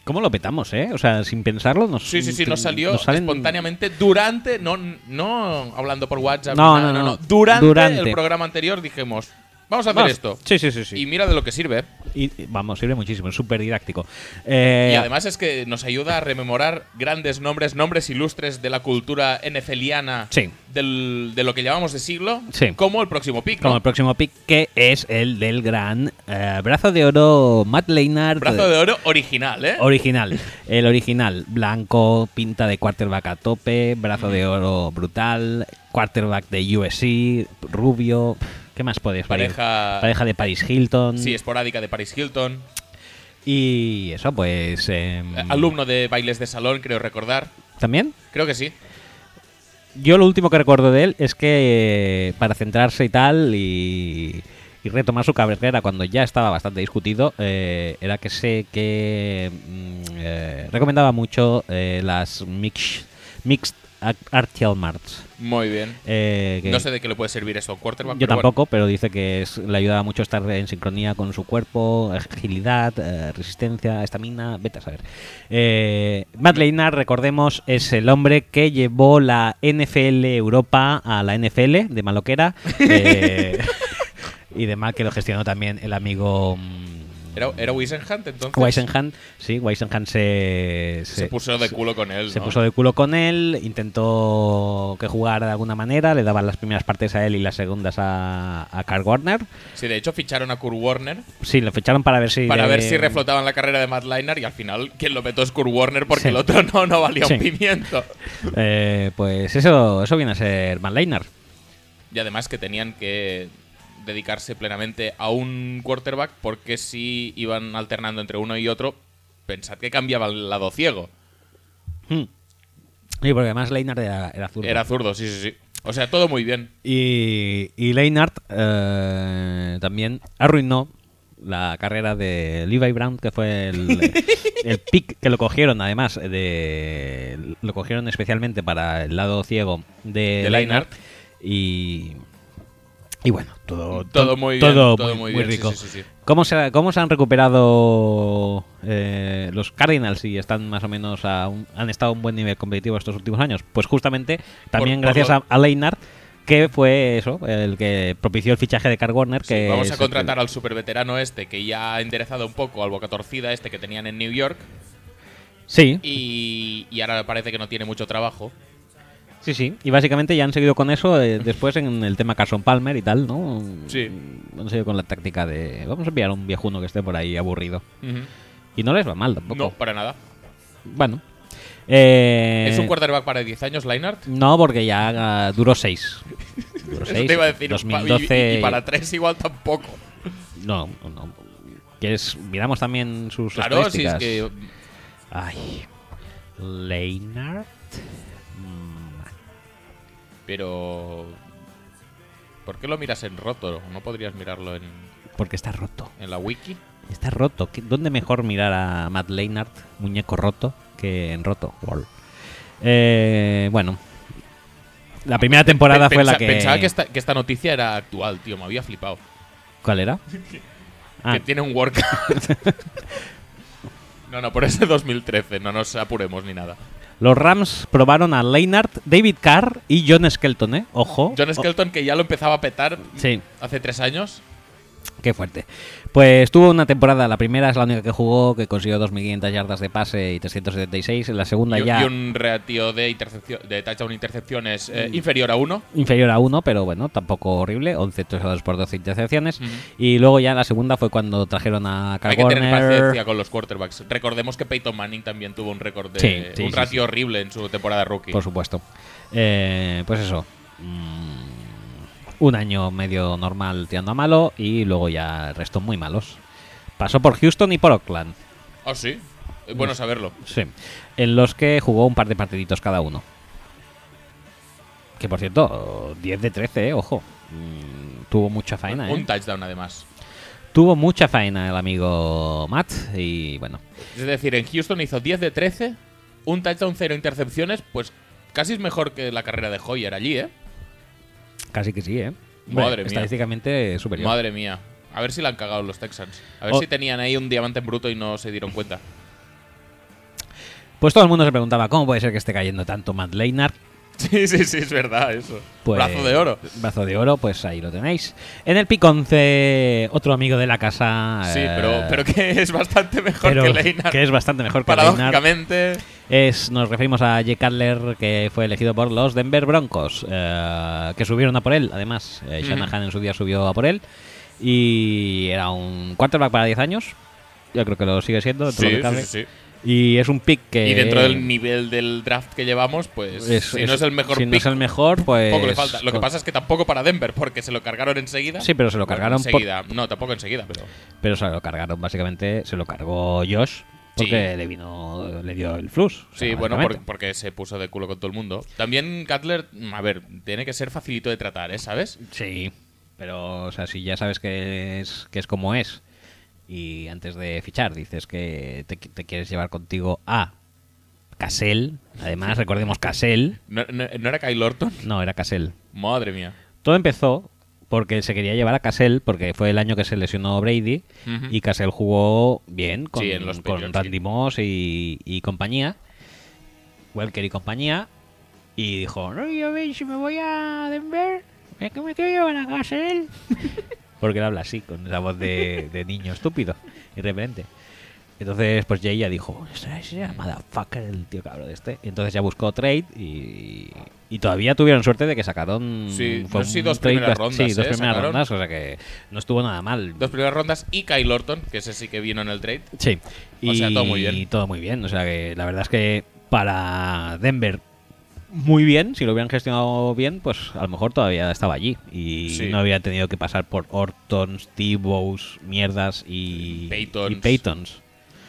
¿Cómo lo petamos, eh? O sea, sin pensarlo nos... Sí, nos salió nos salen- espontáneamente durante, no hablando por WhatsApp, No, ni nada, no. Durante el programa anterior dijimos, vamos a hacer Vamos. esto. Sí. Y mira de lo que sirve. Y vamos, sirve muchísimo, es súper didáctico. Y además es que nos ayuda a rememorar grandes nombres ilustres de la cultura NFLiana Sí. de lo que llamamos de siglo, Sí. como el próximo pick, Como ¿no? el próximo pick, que es el del gran brazo de oro Matt Leinart. Brazo de oro original, ¿eh? Original. El original, blanco, pinta de quarterback a tope, brazo de oro brutal, quarterback de USC, rubio. ¿Qué más puedes pedir? Pareja de Paris Hilton. Sí, esporádica de Paris Hilton. Y eso, pues. Alumno de bailes de salón, creo recordar. ¿También? Creo que sí. Yo lo último que recuerdo de él es que para centrarse y tal y retomar su carrera cuando ya estaba bastante discutido, era que sé que recomendaba mucho las Mixed Artial Marts. Muy bien. Que No sé de qué le puede servir esto a un quarterback. yo pero tampoco, pero dice que le ayudaba mucho a estar en sincronía con su cuerpo, agilidad, resistencia, estamina, vete a saber. Matt Leinart, recordemos, es el hombre que llevó la NFL Europa a la NFL, de maloquera, y de mal que lo gestionó también el amigo ¿Era Whisenhunt entonces? Whisenhunt. Sí, Whisenhunt se puso de culo con él, Se ¿no? puso de culo con él, intentó que jugara de alguna manera, le daban las primeras partes a él y las segundas a Carl Warner. Sí, de hecho ficharon a Kurt Warner Sí, lo ficharon para ver si... para ver si reflotaban la carrera de Matt Leinart y al final quien lo petó es Kurt Warner porque Sí. el otro no valía Sí. un pimiento. Pues eso viene a ser Matt Leinart. Y además que tenían que dedicarse plenamente a un quarterback porque si iban alternando entre uno y otro, pensad que cambiaba el lado ciego. Sí, porque además Leinart era zurdo. Era zurdo, sí. O sea, todo muy bien. Y Leinart también arruinó la carrera de Levi Brown, que fue el pick que lo cogieron, además, lo cogieron especialmente para el lado ciego de Leinart. Y bueno, todo muy bien. Todo muy bien, rico. Sí. ¿Cómo se han recuperado los Cardinals y están más o menos han estado a un buen nivel competitivo estos últimos años? Pues justamente también Por gracias a Leinart, que fue eso, el que propició el fichaje de Carl Warner. Sí, Que vamos a contratar al superveterano este que ya ha enderezado un poco al boca torcida este que tenían en New York Sí, y ahora parece que no tiene mucho trabajo. sí. Y básicamente ya han seguido con eso después en el tema Carson Palmer y tal, ¿no? Sí. Han seguido con la táctica de vamos a enviar a un viejuno que esté por ahí aburrido. Ujú. Y no les va mal tampoco. No, para nada. Bueno. ¿Es un quarterback para 10 años, Leinart? No, porque ya duró 6. Duró Eso 6. te iba a decir, 2012. y para 3 igual tampoco. No. ¿Quieres? Miramos también sus Claro, si es estadísticas. que Ay. Leinart. Pero ¿por qué lo miras en roto? ¿No podrías mirarlo Porque está roto. en la wiki? Está roto. ¿Dónde mejor mirar a Matt Leinart, muñeco roto, que en roto? Lol. Bueno. La primera temporada fue la que... Pensaba que esta noticia era actual, tío. Me había flipado. ¿Cuál era? Que tiene un workout. No, por ese 2013. No nos apuremos ni nada. Los Rams probaron a Leinart, David Carr y John Skelton, ¿eh? Ojo. John Skelton, que ya lo empezaba a petar Sí. hace 3 años. Qué fuerte. Pues tuvo una temporada, la primera es la única que jugó, que consiguió 2.500 yardas de pase y 376. En la segunda Y ya un ratio de touchdown intercepciones inferior a 1. inferior a 1, pero bueno, tampoco horrible. 11 touchdowns por 12 intercepciones. Ujú. Y luego ya en la segunda fue cuando trajeron a Carl Hay que tener Warner. paciencia con los quarterbacks. Recordemos que Peyton Manning también tuvo un récord de Sí, un sí, ratio sí. horrible en su temporada rookie. Por supuesto. Pues eso. Un año medio normal tirando a malo y luego ya el resto muy malos. Pasó por Houston y por Oakland. Ah, sí. Es bueno saberlo. Sí. En los que jugó un par de partiditos cada uno. Que por cierto, 10 de 13, ojo. Tuvo mucha faena, Un touchdown, además. Tuvo mucha faena el amigo Matt y bueno. Es decir, en Houston hizo 10 de 13, un touchdown, 0 intercepciones. Pues casi es mejor que la carrera de Hoyer allí, ¿eh? Casi que sí, ¿eh? Madre mía. Estadísticamente superior. Madre mía. A ver si la han cagado los Texans. A ver Oh. si tenían ahí un diamante en bruto y no se dieron cuenta. Pues todo el mundo se preguntaba cómo puede ser que esté cayendo tanto Matt Leinart. Sí, es verdad eso. Pues, Brazo de oro. Brazo de oro, pues ahí lo tenéis. En el pick 11, otro amigo de la casa. Sí, pero que es bastante mejor pero que Leinart. que es bastante mejor que Leinart. Paradójicamente. Nos referimos a Jay Cutler, que fue elegido por los Denver Broncos, que subieron a por él. Además, Shanahan en su día subió a por él. Y era un quarterback para 10 años. Yo creo que lo sigue siendo, dentro de lo que cabe. Sí. Y es un pick que. Y dentro del nivel del draft que llevamos, pues si no es el mejor si pick, no es el mejor, pues. poco le falta. Lo que pasa es que tampoco para Denver, porque se lo cargaron enseguida. Sí, pero se lo Bueno, cargaron enseguida. No, tampoco enseguida, pero se lo cargaron, básicamente. Se lo cargó Josh. Porque le dio el flux. O sea, Sí, bueno, básicamente. porque se puso de culo con todo el mundo. También Cutler, a ver, tiene que ser facilito de tratar, ¿sabes? Sí, pero, o sea, si ya sabes que es como es, y antes de fichar dices que te quieres llevar contigo a Cassell, además, recordemos Cassell, ¿No era Kyle Orton? no, era Cassell. Madre mía. Todo empezó porque se quería llevar a Cassell, porque fue el año que se lesionó Brady, Ujú. y Cassell jugó bien con, Sí, en los con Patriots, Randy sí. Moss y compañía, Welker y compañía, y dijo, no, yo veis si me voy a Denver, es que me quiero llevar a Cassell. Porque él habla así, con esa voz de niño estúpido, irreverente. Entonces, pues Jay ya dijo, ese motherfucker, el tío cabrón de este. Y entonces ya buscó trade y todavía tuvieron suerte de que sacaron. Sí, fue no sé si un dos trade primeras bast- rondas, Sí, dos primeras sacaron. rondas, o sea que no estuvo nada mal. Dos primeras rondas y Kyle Orton, que ese sí que vino en el trade. Sí. O sea, todo muy bien. Y todo muy bien. O sea que la verdad es que para Denver, muy bien. Si lo hubieran gestionado bien, pues a lo mejor todavía estaba allí. Y Sí. no había tenido que pasar por Ortons, T-Bows, mierdas y Paytons.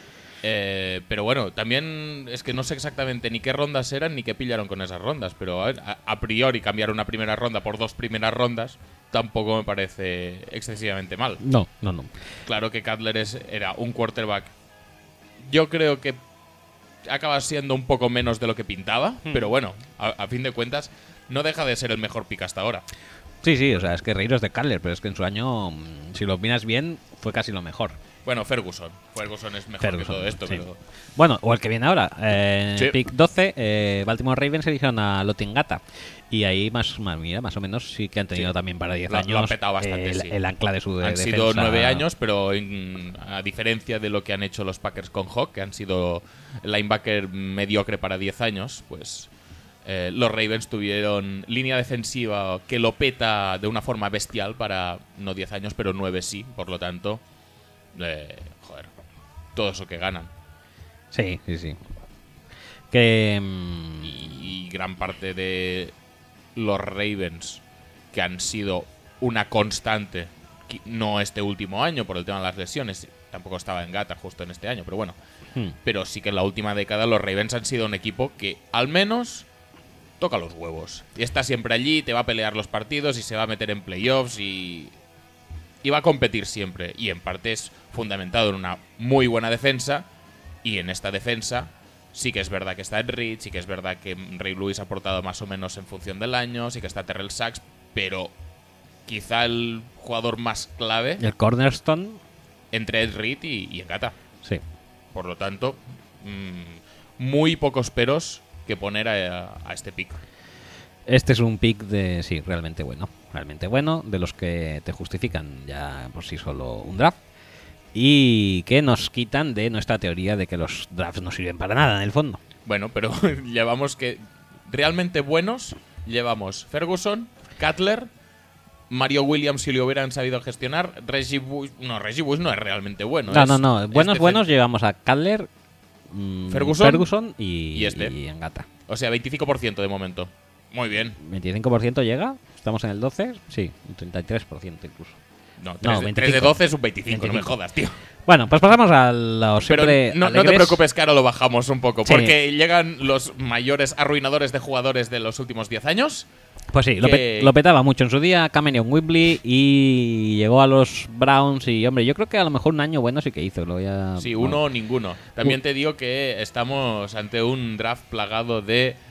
Pero bueno, también es que no sé exactamente ni qué rondas eran ni qué pillaron con esas rondas. Pero a ver, a priori cambiar una primera ronda por dos primeras rondas tampoco me parece excesivamente mal. No. Claro que Cutler era un quarterback. Yo creo que acaba siendo un poco menos de lo que pintaba. Pero bueno, a fin de cuentas, no deja de ser el mejor pick hasta ahora. Sí, o sea, es que reíros de Cutler, pero es que en su año, si lo miras bien, fue casi lo mejor. Bueno, Ferguson. Ferguson es mejor que todo esto, sí. pero. Bueno, o el que viene ahora. Sí. Pick 12, Baltimore Ravens eligieron a Lotingata. Y ahí, más o menos, sí que han tenido Sí. también para 10 Lo años han petado bastante, sí. el ancla de su Han defensa. sido 9 años, pero a diferencia de lo que han hecho los Packers con Hawk, que han sido linebacker mediocre para 10 años, pues los Ravens tuvieron línea defensiva que lo peta de una forma bestial para no 10 años, pero 9 sí. Por lo tanto, joder, todo eso que ganan. Sí. Que. Y gran parte de los Ravens, que han sido una constante, no este último año por el tema de las lesiones, tampoco estaba en gata justo en este año, pero bueno, pero sí que en la última década los Ravens han sido un equipo que al menos toca los huevos y está siempre allí, te va a pelear los partidos y se va a meter en playoffs y va a competir siempre, y en parte es fundamentado en una muy buena defensa. Y en esta defensa sí que es verdad que está Ed Reed, sí que es verdad que Ray Lewis ha aportado más o menos en función del año, sí que está Terrell Sachs, pero quizá el jugador más clave El cornerstone. entre Ed Reed y Ngata. Sí. Por lo tanto, muy pocos peros que poner a este pick. Este es un pick realmente bueno, de los que te justifican ya por sí solo un draft y que nos quitan de nuestra teoría de que los drafts no sirven para nada en el fondo. Bueno, pero llevamos que realmente buenos, llevamos Ferguson, Cutler, Mario Williams si lo hubieran sabido gestionar, Reggie Bush no es realmente bueno. No. Buenos llevamos a Cutler, Ferguson y este. y Ngata. O sea, 25% de momento. Muy bien. 25% llega, estamos en el 12, sí, un 33% incluso. No, No, 3 de 12 es un 25, no me 25. jodas, tío. Bueno, pues pasamos a los Pero siempre no te alegres. preocupes que ahora lo bajamos un poco, Sí. porque llegan los mayores arruinadores de jugadores de los últimos 10 años. Pues sí, que- lo petaba mucho en su día Cameron Wibley y llegó a los Browns y, hombre, yo creo que a lo mejor un año bueno sí que hizo. Sí, uno o ninguno. También te digo que estamos ante un draft plagado de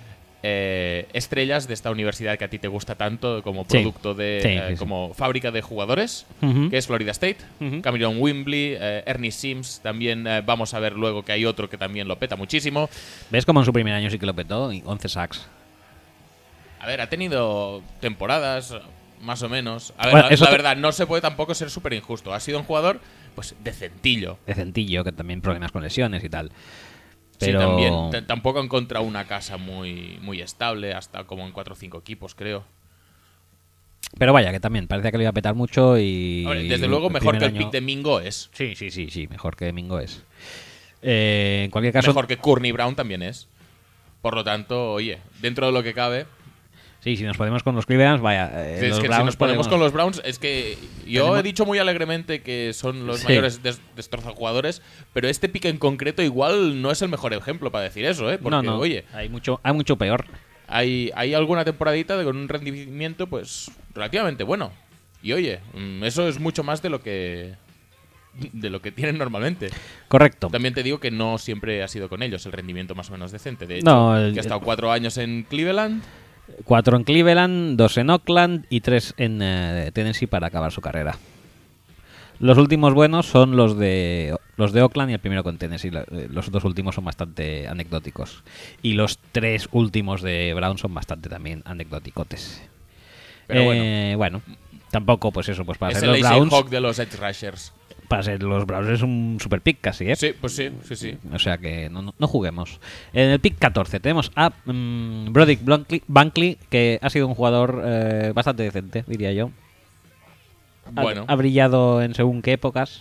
estrellas de esta universidad que a ti te gusta tanto como Sí. producto de Sí, sí. como fábrica de jugadores, Ujú. que es Florida State. Ujú. Cameron Wimbley, Ernie Sims, también vamos a ver luego que hay otro que también lo peta muchísimo. ¿Ves cómo en su primer año sí que lo petó? Y 11 sacks. A ver, ha tenido temporadas, más o menos. A ver, Bueno, eso la te- verdad, no se puede tampoco ser súper injusto. Ha sido un jugador, pues, decentillo. Decentillo, que también problemas con lesiones y tal. Sí, Pero también. Tampoco ha encontrado una casa muy estable, hasta como en 4 o 5 equipos, creo. Pero vaya, que también parecía que lo iba a petar mucho y... A ver, desde luego, mejor que el primer pick de Mingo es. Sí, sí, sí, sí, mejor que Mingo es. En cualquier caso... Mejor que Courtney Brown también es. Por lo tanto, oye, dentro de lo que cabe. Sí, si nos ponemos con los Clevelands, vaya... Es los que si Browns nos ponemos podemos- con los Browns, es que yo Tenemos- he dicho muy alegremente que son los Sí. mayores destrozajugadores, pero este pick en concreto igual no es el mejor ejemplo para decir eso, ¿eh? Porque, no, no, oye, hay mucho peor. hay alguna temporadita con un rendimiento, pues, relativamente bueno. Y oye, eso es mucho más de lo que tienen normalmente. Correcto. También te digo que no siempre ha sido con ellos el rendimiento más o menos decente. De hecho, No, que ha estado 4 años en Cleveland. 4 en Cleveland, 2 en Oakland y 3 en Tennessee para acabar su carrera. Los últimos buenos son los de Oakland y el primero con Tennessee. Los dos últimos son bastante anecdóticos. Y los 3 últimos de Brown son bastante también anecdoticotes. Pero bueno, tampoco, pues eso, pues para Es ser el los Lazy Browns. Hawk de los Edge Rushers. Para ser los Browns es un super pick casi, ¿eh? Sí, pues sí, sí, sí. O sea que no juguemos. En el pick 14 tenemos a Broderick Bunkley, que ha sido un jugador bastante decente, diría yo. Bueno. Ha brillado en según qué épocas.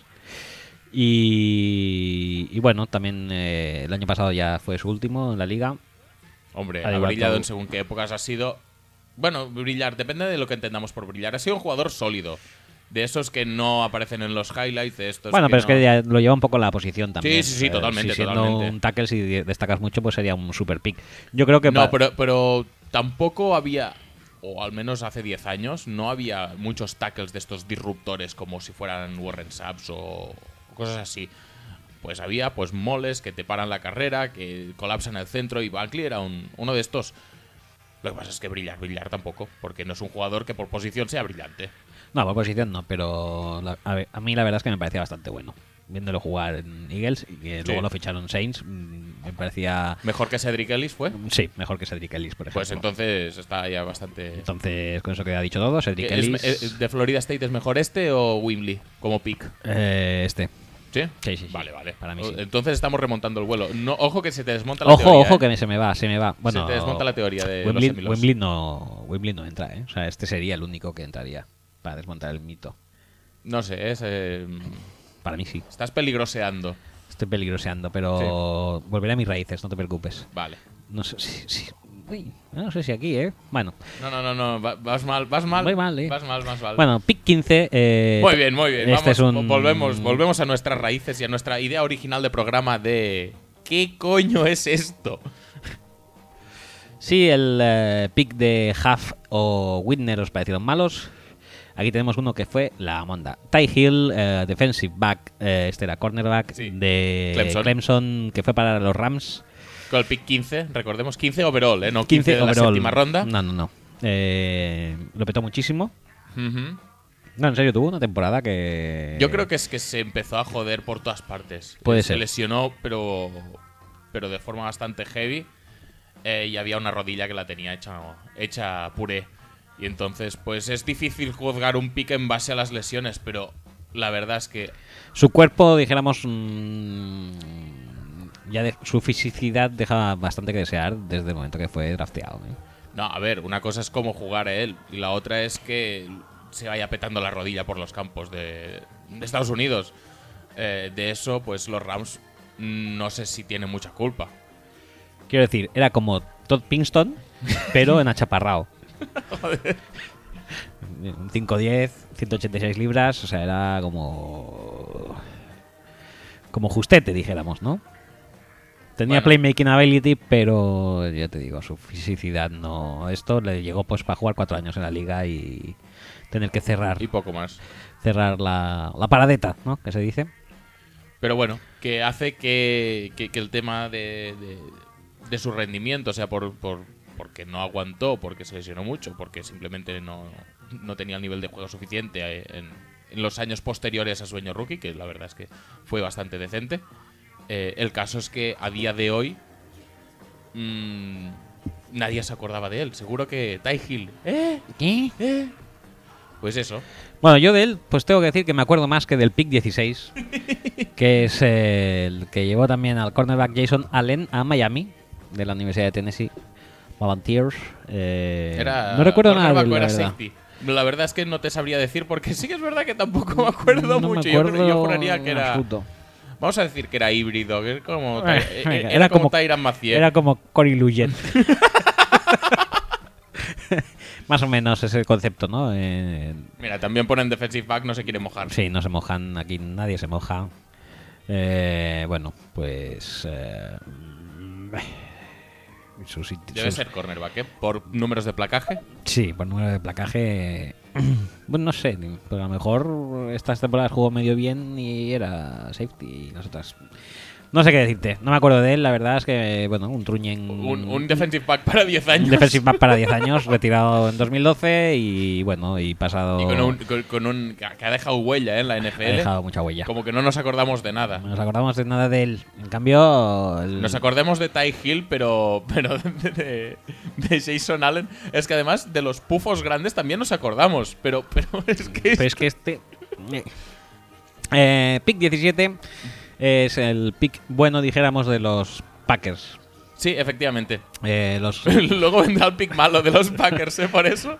Y bueno, también el año pasado ya fue su último en la liga. Hombre, Al ha igual brillado que- en según qué épocas ha sido. Bueno, brillar, depende de lo que entendamos por brillar. Ha sido un jugador sólido. De esos que no aparecen en los highlights, de estos. Bueno, pero es no- que ya lo lleva un poco la posición también. Sí, sí, sí, totalmente, Si siendo totalmente. un tackle, si destacas mucho, pues sería un super pick. Yo creo que No, pero tampoco había, o al menos hace 10 años, no había muchos tackles de estos disruptores como si fueran Warren Saps o cosas así. Pues había pues moles que te paran la carrera, que colapsan el centro, y Bunkley era uno de estos. Lo que pasa es que brillar tampoco, porque no es un jugador que por posición sea brillante. No, por posición no, pero a mí la verdad es que me parecía bastante bueno. Viéndolo jugar en Eagles y que luego lo ficharon Saints, me parecía... Mejor que Cedric Ellis fue. Sí, mejor que Cedric Ellis, por ejemplo. Pues entonces está ya bastante. Entonces, con eso queda dicho todo, Cedric ¿Es- Ellis... ¿De Florida State es mejor este o Wimbley como pick? Este. ¿Sí? Sí, sí, sí. Vale, vale. Para mí sí. Entonces estamos remontando el vuelo. No, ojo que se te desmonta la Ojo, teoría. ojo, ¿eh? que se me va. Bueno, se te desmonta la teoría de Wembley, los Semilos. Wembley no entra, ¿eh? O sea, este sería el único que entraría para desmontar el mito. No sé, Para mí sí. estás peligroseando. Estoy peligroseando, pero volveré a mis raíces, no te preocupes. Vale. No sé si... Uy, no sé si aquí, ¿eh? Bueno, No. Vas mal, vas mal. Voy mal, ¿eh? Vas mal. bueno, pick 15... Muy bien, muy bien. Este Vamos, es un... volvemos a nuestras raíces y a nuestra idea original de programa de ¿qué coño es esto? Sí, el pick de Huff o Whitner os parecieron malos. Aquí tenemos uno que fue la monda. Ty Hill, defensive back, este era cornerback Sí. de Clemson. Clemson, que fue para los Rams. Con el pick 15, recordemos 15 overall, ¿eh? No 15 de la overall. séptima ronda. No. Lo petó muchísimo. Ujú. No, en serio, tuvo una temporada que... Yo creo que es que se empezó a joder por todas partes. Puede Se ser. lesionó, pero de forma bastante heavy. Y había una rodilla que la tenía hecha puré. Y entonces, pues es difícil juzgar un pick en base a las lesiones, pero la verdad es que Su cuerpo, dijéramos, su fisicidad deja bastante que desear desde el momento que fue drafteado, ¿eh? no, a ver, una cosa es cómo jugar a él y la otra es que se vaya petando la rodilla por los campos de Estados Unidos. De eso, pues los Rams no sé si tienen mucha culpa. Quiero decir, era como Todd Pinkston, pero en achaparrao. Un 5'10", 186 libras, o sea, era como justete, dijéramos, ¿no? Tenía Bueno. playmaking ability, pero ya te digo, su fisicidad no... Esto le llegó pues para jugar 4 años en la liga y tener que cerrar Y poco más. la paradeta, ¿no? Que se dice. Pero bueno, que hace que el tema de su rendimiento, o sea, por porque no aguantó, porque se lesionó mucho, porque simplemente no tenía el nivel de juego suficiente en los años posteriores a su año rookie, que la verdad es que fue bastante decente. El caso es que a día de hoy nadie se acordaba de él. Seguro que Ty Hill. ¿Qué? Pues eso. Bueno, yo de él, pues tengo que decir que me acuerdo más que del pick 16, que es el que llevó también al cornerback Jason Allen a Miami, de la Universidad de Tennessee, Volunteers. Era no recuerdo nada cornerback de o él, la era verdad. safety. La verdad es que no te sabría decir, porque sí que es verdad que tampoco me acuerdo No me mucho. acuerdo Yo juraría que en era. absoluto. Vamos a decir que era híbrido, que era como, Venga, era como Tyrann Mathieu. Era como Cory Luget. Más o menos es el concepto, ¿no? Mira, también ponen defensive back, no se quiere mojar. Sí, no se mojan, aquí nadie se moja. Bueno, pues... Debe ser cornerback, ¿eh? Por números de placaje. Sí, por número de placaje... Bueno, no sé, pero a lo mejor estas temporadas jugó medio bien y era safety y las otras... No sé qué decirte, no me acuerdo de él, la verdad es que, bueno, un truñen... Un defensive back para 10 años. Un defensive back para 10 años, retirado en 2012 y, bueno, y pasado... Y con un que ha dejado huella en la NFL. Ha dejado mucha huella. Como que no nos acordamos de nada. No nos acordamos de nada de él. En cambio... Nos acordemos de Ty Hill, pero de Jason Allen. Es que además de los pufos grandes también nos acordamos. Pero es que... Pero es que este... pick 17 es el pick bueno, dijéramos, de los Packers. Sí, efectivamente. Los Luego vendrá el pick malo de los Packers, ¿eh? Por eso.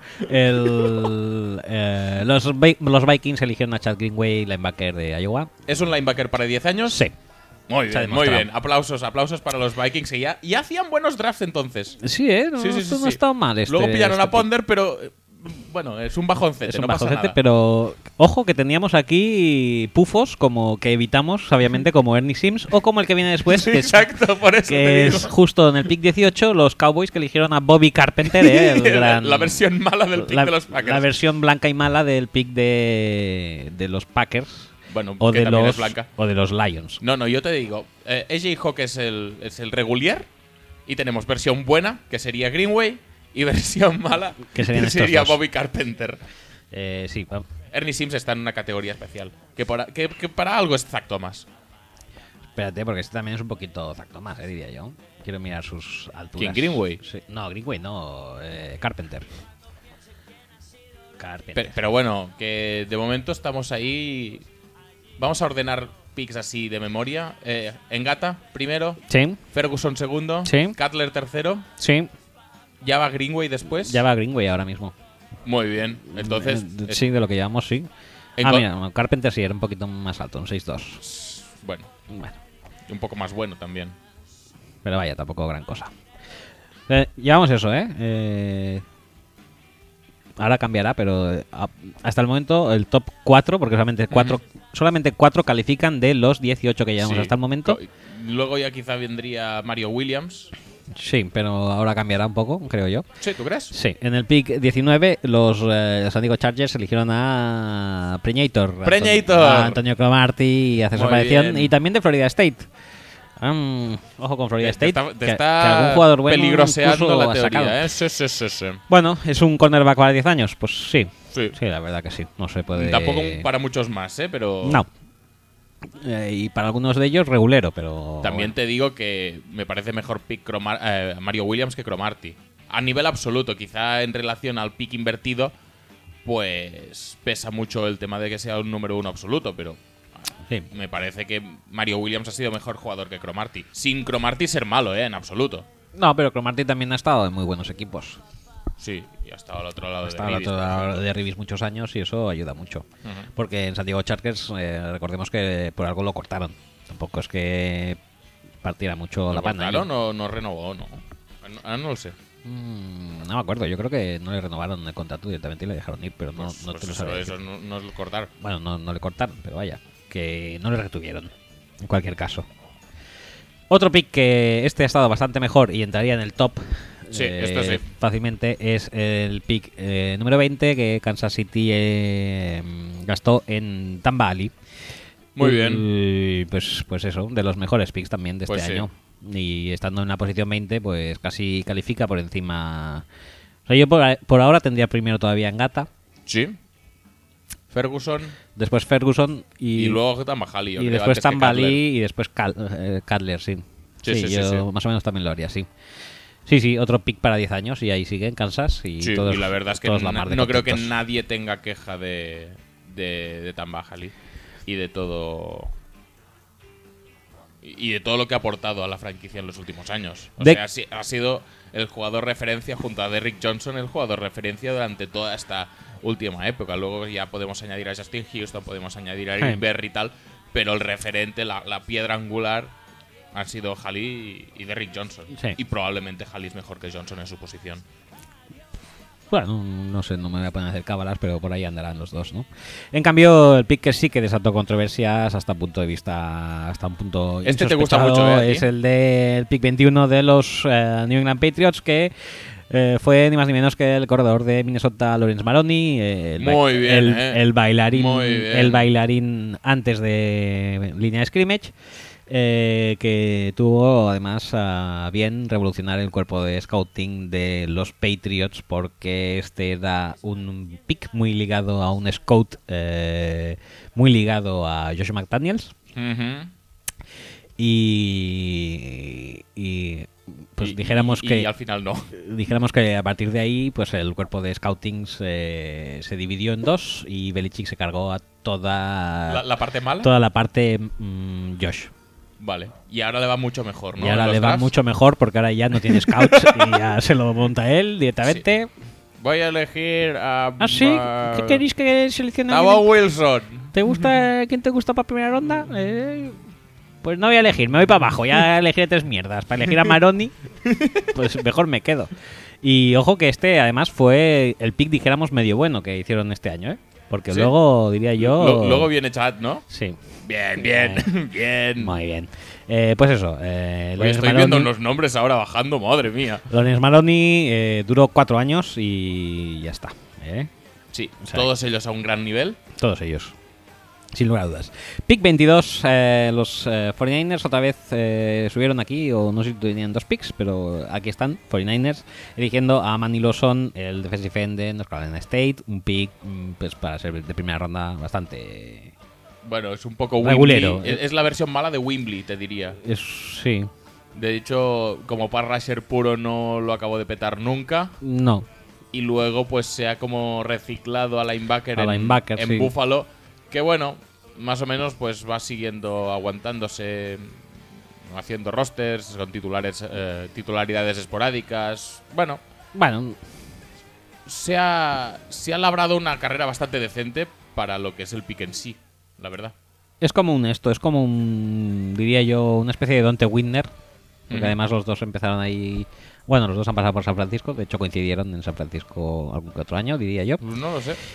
los Vikings eligieron a Chad Greenway, linebacker de Iowa. ¿Es un linebacker para 10 años? Sí. Muy Se ha bien, muy demostrado. bien. Aplausos para los Vikings. Y ya hacían buenos drafts entonces. Sí, no, Sí. no ha estado mal. Luego pillaron a pick. Ponder, pero bueno, es un bajoncete, Es un no pasa bajoncete, nada. pero ojo que teníamos aquí pufos como que evitamos, sabiamente, como Ernie Sims o como el que viene después, Sí, que es, exacto, por eso te que digo. es justo en el pick 18, los Cowboys que eligieron a Bobby Carpenter, el gran- La versión mala del pick de los Packers. La versión blanca y mala del pick de los Packers Bueno, o que de también los es blanca. o de los Lions. No, yo te digo, AJ Hawk es el regular y tenemos versión buena, que sería Greenway, y versión mala, Que serían estos sería dos. Bobby Carpenter. Sí, Ernie Sims está en una categoría especial, que para algo es Zach Thomas. espérate, porque este también es un poquito zacto más, diría yo. Quiero mirar sus alturas. ¿Quién, Greenway? Sí. No, Greenway no, Carpenter. Pero bueno, que de momento estamos ahí. Vamos a ordenar picks así de memoria. Engata primero, Sí, Ferguson segundo, Sí. Cutler tercero, sí. ya va Greenway después. Ya va Greenway ahora mismo. Muy bien, entonces Sí, de lo que llevamos, sí. En Ah, co- mira, Carpenter sí, era un poquito más alto, un 6'2". bueno, Bueno, y un poco más bueno también. pero vaya, tampoco gran cosa. Llevamos eso, ¿eh? Ahora cambiará, pero hasta el momento el top 4, porque solamente 4 califican de los 18 que llevamos Sí. hasta el momento. Luego ya quizá vendría Mario Williams. Sí, pero ahora cambiará un poco, creo yo. Sí, ¿tú crees? Sí, en el pick 19 los San Diego Chargers eligieron a Preñator. Preñator. A Antonio Cromartie hace su Muy aparición. bien. Y también de Florida State. Ojo con Florida State. Te que está algún jugador bueno peligroseando incluso la ha sacado. teoría, ¿eh? Sí. Bueno, ¿es un cornerback para 10 años? Pues sí. Sí. Sí, la verdad que sí. No se puede... Tampoco para muchos más, ¿eh? Pero No. Y para algunos de ellos regulero, pero... también te digo que me parece mejor pick Mario Williams que Cromartie. A nivel absoluto, quizá en relación al pick invertido, pues pesa mucho el tema de que sea un número 1 absoluto, pero Sí. me parece que Mario Williams ha sido mejor jugador que Cromartie. Sin Cromartie ser malo, en absoluto. No, pero Cromartie también ha estado en muy buenos equipos. Sí, y ha estado al otro lado Ha estado al de Rivas, otro por lado ejemplo. de Rivas muchos años y eso ayuda mucho. Ujú. Porque en San Diego Chargers, recordemos que por algo lo cortaron. Tampoco es que partiera mucho la pana. Claro, no renovó, no. No lo sé. No me acuerdo, yo creo que no le renovaron el contrato directamente y le dejaron ir, pero no, Pues- no pues te lo eso, sabía eso decir. no es cortar. Bueno, no le cortaron, pero vaya, que no le retuvieron, en cualquier caso. Otro pick que este ha estado bastante mejor y entraría en el top Sí, esto sí. fácilmente es el pick número 20 que Kansas City gastó en Tamba Ali. Muy bien. Y pues eso, de los mejores picks también de Pues este sí. año. Y estando en la posición 20, pues casi califica por encima. O sea, yo por ahora tendría primero todavía en Gata, Sí. Ferguson después Ferguson y luego Tambajali. yo y creo, después antes que Cutler. Tambali y después Cutler, sí. Sí, Yo sí. más o menos también lo haría, sí. Sí, otro pick para 10 años y ahí sigue en Kansas. Y, Sí, todos, y la verdad es que todos la mar de no creo que contentos. nadie tenga queja de Tambajali y de todo. Y de todo lo que ha aportado a la franquicia en los últimos años. O De- sea, ha sido el jugador referencia junto a Derrick Johnson, el jugador referencia durante toda esta última época. Luego ya podemos añadir a Justin Houston, podemos añadir a Eric Berry y tal, pero el referente, la piedra angular, han sido Hali y Derrick Johnson. Sí. Y probablemente Hali es mejor que Johnson en su posición. Bueno, no sé, no me voy a poner a hacer cábalas, pero por ahí andarán los dos, ¿no? En cambio, el pick que sí que desató controversias hasta un punto de vista, hasta un punto Este te gusta insospechado, mucho, ¿eh? a ti? es el del pick 21 de los New England Patriots, que fue ni más ni menos que el corredor de Minnesota, Lawrence Maroney, Muy bien, el bailarín, Muy bien. el bailarín antes de línea de scrimmage. Que tuvo además a bien revolucionar el cuerpo de scouting de los Patriots, porque este era un pick muy ligado a un scout muy ligado a Josh McDaniels Ujú. y pues dijéramos y que al final no. dijéramos que a partir de ahí pues el cuerpo de scouting se dividió en dos y Belichick se cargó a toda La parte mala. toda la parte Josh. Vale. Y ahora le va mucho mejor, ¿no? Y ahora En los le va drafts. mucho mejor porque ahora ya no tiene scouts y ya se lo monta él directamente. Voy a elegir a. ¿Ah, sí? ¿Qué queréis que seleccione? a Tavo alguien? Wilson. ¿Te gusta? ¿Quién te gusta para primera ronda? Pues no voy a elegir, me voy para abajo. Ya elegiré tres mierdas. Para elegir a Maroni, pues mejor me quedo. Y ojo que este además fue el pick, dijéramos, medio bueno que hicieron este año, ¿eh? Porque ¿Sí? luego diría yo... Luego viene Chad, ¿no? Sí, Bien, bien. muy bien. Pues eso. Oye, Lawrence estoy viendo Maroney- unos nombres ahora bajando, madre mía. Lawrence Maroney duró 4 años y ya está. Sí, O sea, todos ellos a un gran nivel. Todos ellos. Sin lugar a dudas. Pick 22, los 49ers otra vez subieron aquí, o no sé si tenían 2 picks, pero aquí están, 49ers, eligiendo a Manny Lawson, el defensive end de North Carolina State, un pick pues para ser de primera ronda bastante... Bueno, es un poco Regulero. Wembley. Es la versión mala de Wembley, te diría. Sí, De hecho, como pass rusher puro no lo acabo de petar nunca. no. Y luego pues se ha como reciclado a linebacker, en sí. Buffalo. Que bueno, más o menos pues va siguiendo aguantándose, haciendo rosters con titularidades esporádicas. Bueno, Bueno, se ha labrado una carrera bastante decente para lo que es el pick en sí, la verdad. es como un, diría yo, una especie de Dante Whitner, porque Ujú. además los dos empezaron ahí... Bueno, los dos han pasado por San Francisco, de hecho coincidieron en San Francisco algún que otro año, diría yo. Pues no lo sé.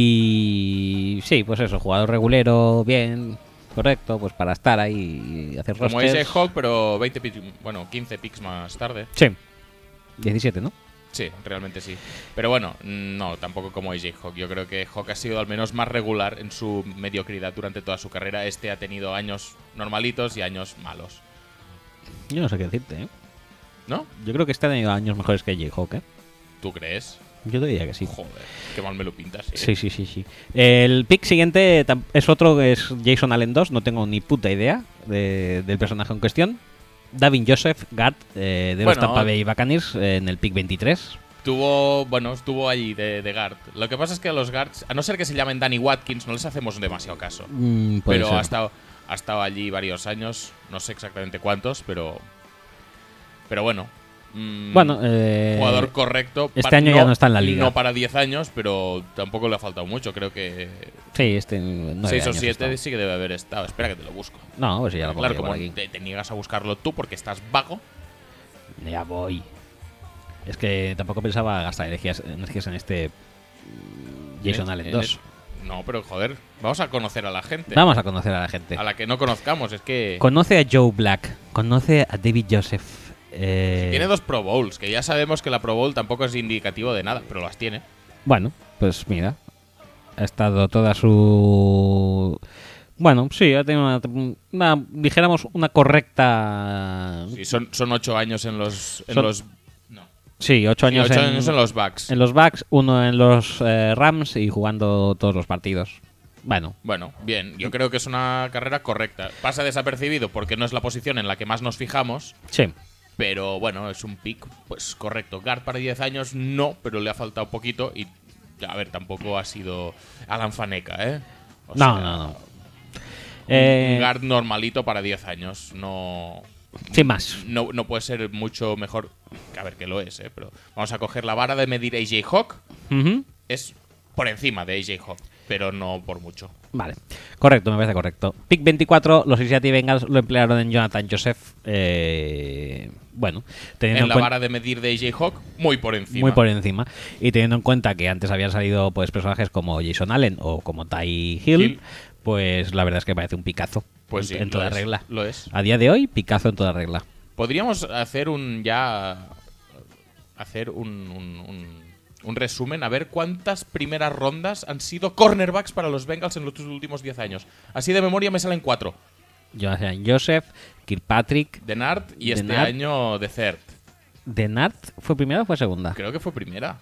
Y sí, pues eso, jugador regulero, bien, correcto, pues para estar ahí y hacer Como rosters. AJ Hawk, pero 15 picks más tarde. Sí, 17, ¿no? Sí, realmente sí. Pero bueno, no, tampoco como AJ Hawk. Yo creo que Hawk ha sido al menos más regular en su mediocridad durante toda su carrera. Este ha tenido años normalitos y años malos. Yo no sé qué decirte, ¿eh? ¿No? Yo creo que este ha tenido años mejores que J-Hawk, ¿eh? ¿Tú crees? Yo te diría que sí. Joder, qué mal me lo pintas. Sí. El pick siguiente es otro, que es Jason Allen 2, no tengo ni puta idea del personaje en cuestión. Davin Joseph, guard de los Bueno, Tampa Bay Buccaneers en el pick 23. Estuvo allí de guard. Lo que pasa es que a los guards, a no ser que se llamen Danny Watkins, no les hacemos demasiado caso. Puede Pero ser. ha estado allí varios años, no sé exactamente cuántos, pero bueno. Bueno, Jugador correcto. este año ya no está en la liga. No para 10 años, pero tampoco le ha faltado mucho. Creo que sí, este 9 6 o años 7 está. sí que debe haber estado. Espera que te lo busco. No, pues ya lo Claro, pondré como por aquí. te niegas a buscarlo tú porque estás vago. Ya voy. Es que tampoco pensaba gastar energías en este Jason Allen 2. No, pero joder, vamos a conocer a la gente. Vamos a conocer a la gente. A la que no conozcamos, es que Conoce a Joe Black, conoce a David Joseph. tiene 2 Pro Bowls, que ya sabemos que la Pro Bowl tampoco es indicativo de nada, pero las tiene. Bueno, pues mira, ha estado toda su Bueno, sí, ha tenido dijéramos, una correcta... Sí, son 8 años en los... No. Sí, 8 Sí, años, 8 años en los Bucks. en los Bucks, 1 en los Rams y jugando todos los partidos. Bueno, Bueno, bien, yo creo que es una carrera correcta. Pasa desapercibido porque no es la posición en la que más nos fijamos, sí. pero bueno, es un pick pues correcto. Guard para 10 años no, pero le ha faltado poquito y a ver, tampoco ha sido Alan Faneca, ¿eh? O No, sea, no, no. Un guard normalito para 10 años, no Sin más. no puede ser mucho mejor, a ver que lo es, pero vamos a coger la vara de medir AJ Hawk, Ujú. es por encima de AJ Hawk, pero no por mucho. Vale, correcto, me parece correcto. Pick 24, los Cincinnati Bengals lo emplearon en Jonathan Joseph. Bueno, teniendo En la cuen- vara de medir de AJ Hawk, muy por encima. muy por encima. Y teniendo en cuenta que antes habían salido pues personajes como Jason Allen o como Ty Hill, pues la verdad es que parece un picazo Pues sí, en lo toda es, regla. lo es. A día de hoy, picazo en toda regla. Podríamos hacer un resumen, a ver cuántas primeras rondas han sido cornerbacks para los Bengals en los últimos 10 años. Así de memoria me salen 4. Jonathan Joseph, Kirkpatrick, Denard y este Denard. año de Third. ¿Denard fue primera o fue segunda? Creo que fue primera.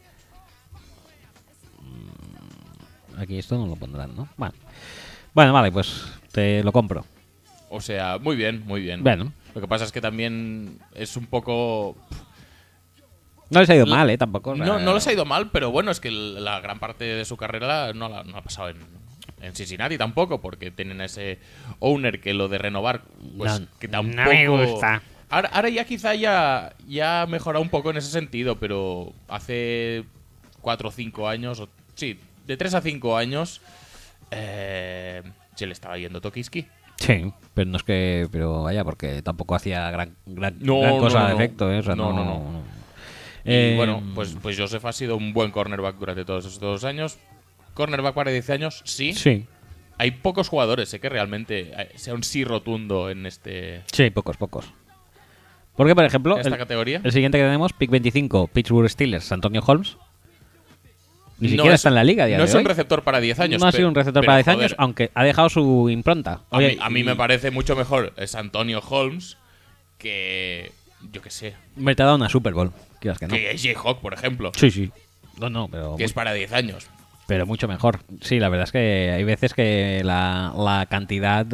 Aquí esto no lo pondrán, ¿no? Bueno, vale, pues te lo compro. O sea, muy bien, muy bien. Bueno, Lo que pasa es que también es un poco... no les ha ido mal, tampoco. O sea, No les ha ido mal, pero bueno, es que la gran parte de su carrera no ha pasado en Cincinnati tampoco, porque tienen ese owner que lo de renovar, pues No, que tampoco... no me gusta. Ahora ya quizá ya ha mejorado un poco en ese sentido, pero hace 4 o 5 años, sí, de 3 a 5 años, se le estaba yendo Tokiski. Sí, pero no es que. Pero vaya, porque tampoco hacía gran No, cosa no, de no. efecto, ¿eh? O sea, No. Y bueno, pues Joseph ha sido un buen cornerback durante todos estos años. Cornerback para 10 años, sí. Sí, Hay pocos jugadores, que realmente sea un sí rotundo en sí, pocos. Porque, por ejemplo, esta categoría. el siguiente que tenemos, pick 25, Pittsburgh Steelers, Antonio Holmes. Ni No siquiera es- está en la liga a día No de es un hoy. receptor para 10 años. No ha sido un receptor pero, para 10 joder, años, aunque ha dejado su impronta. Oye, a mí me parece mucho mejor es Antonio Holmes que, yo qué sé, Me te ha dado una Super Bowl. Quieras que no. que J-Hawk, por ejemplo, Sí. No, pero. que es para 10 años. Pero mucho mejor. Sí, la verdad es que hay veces que la cantidad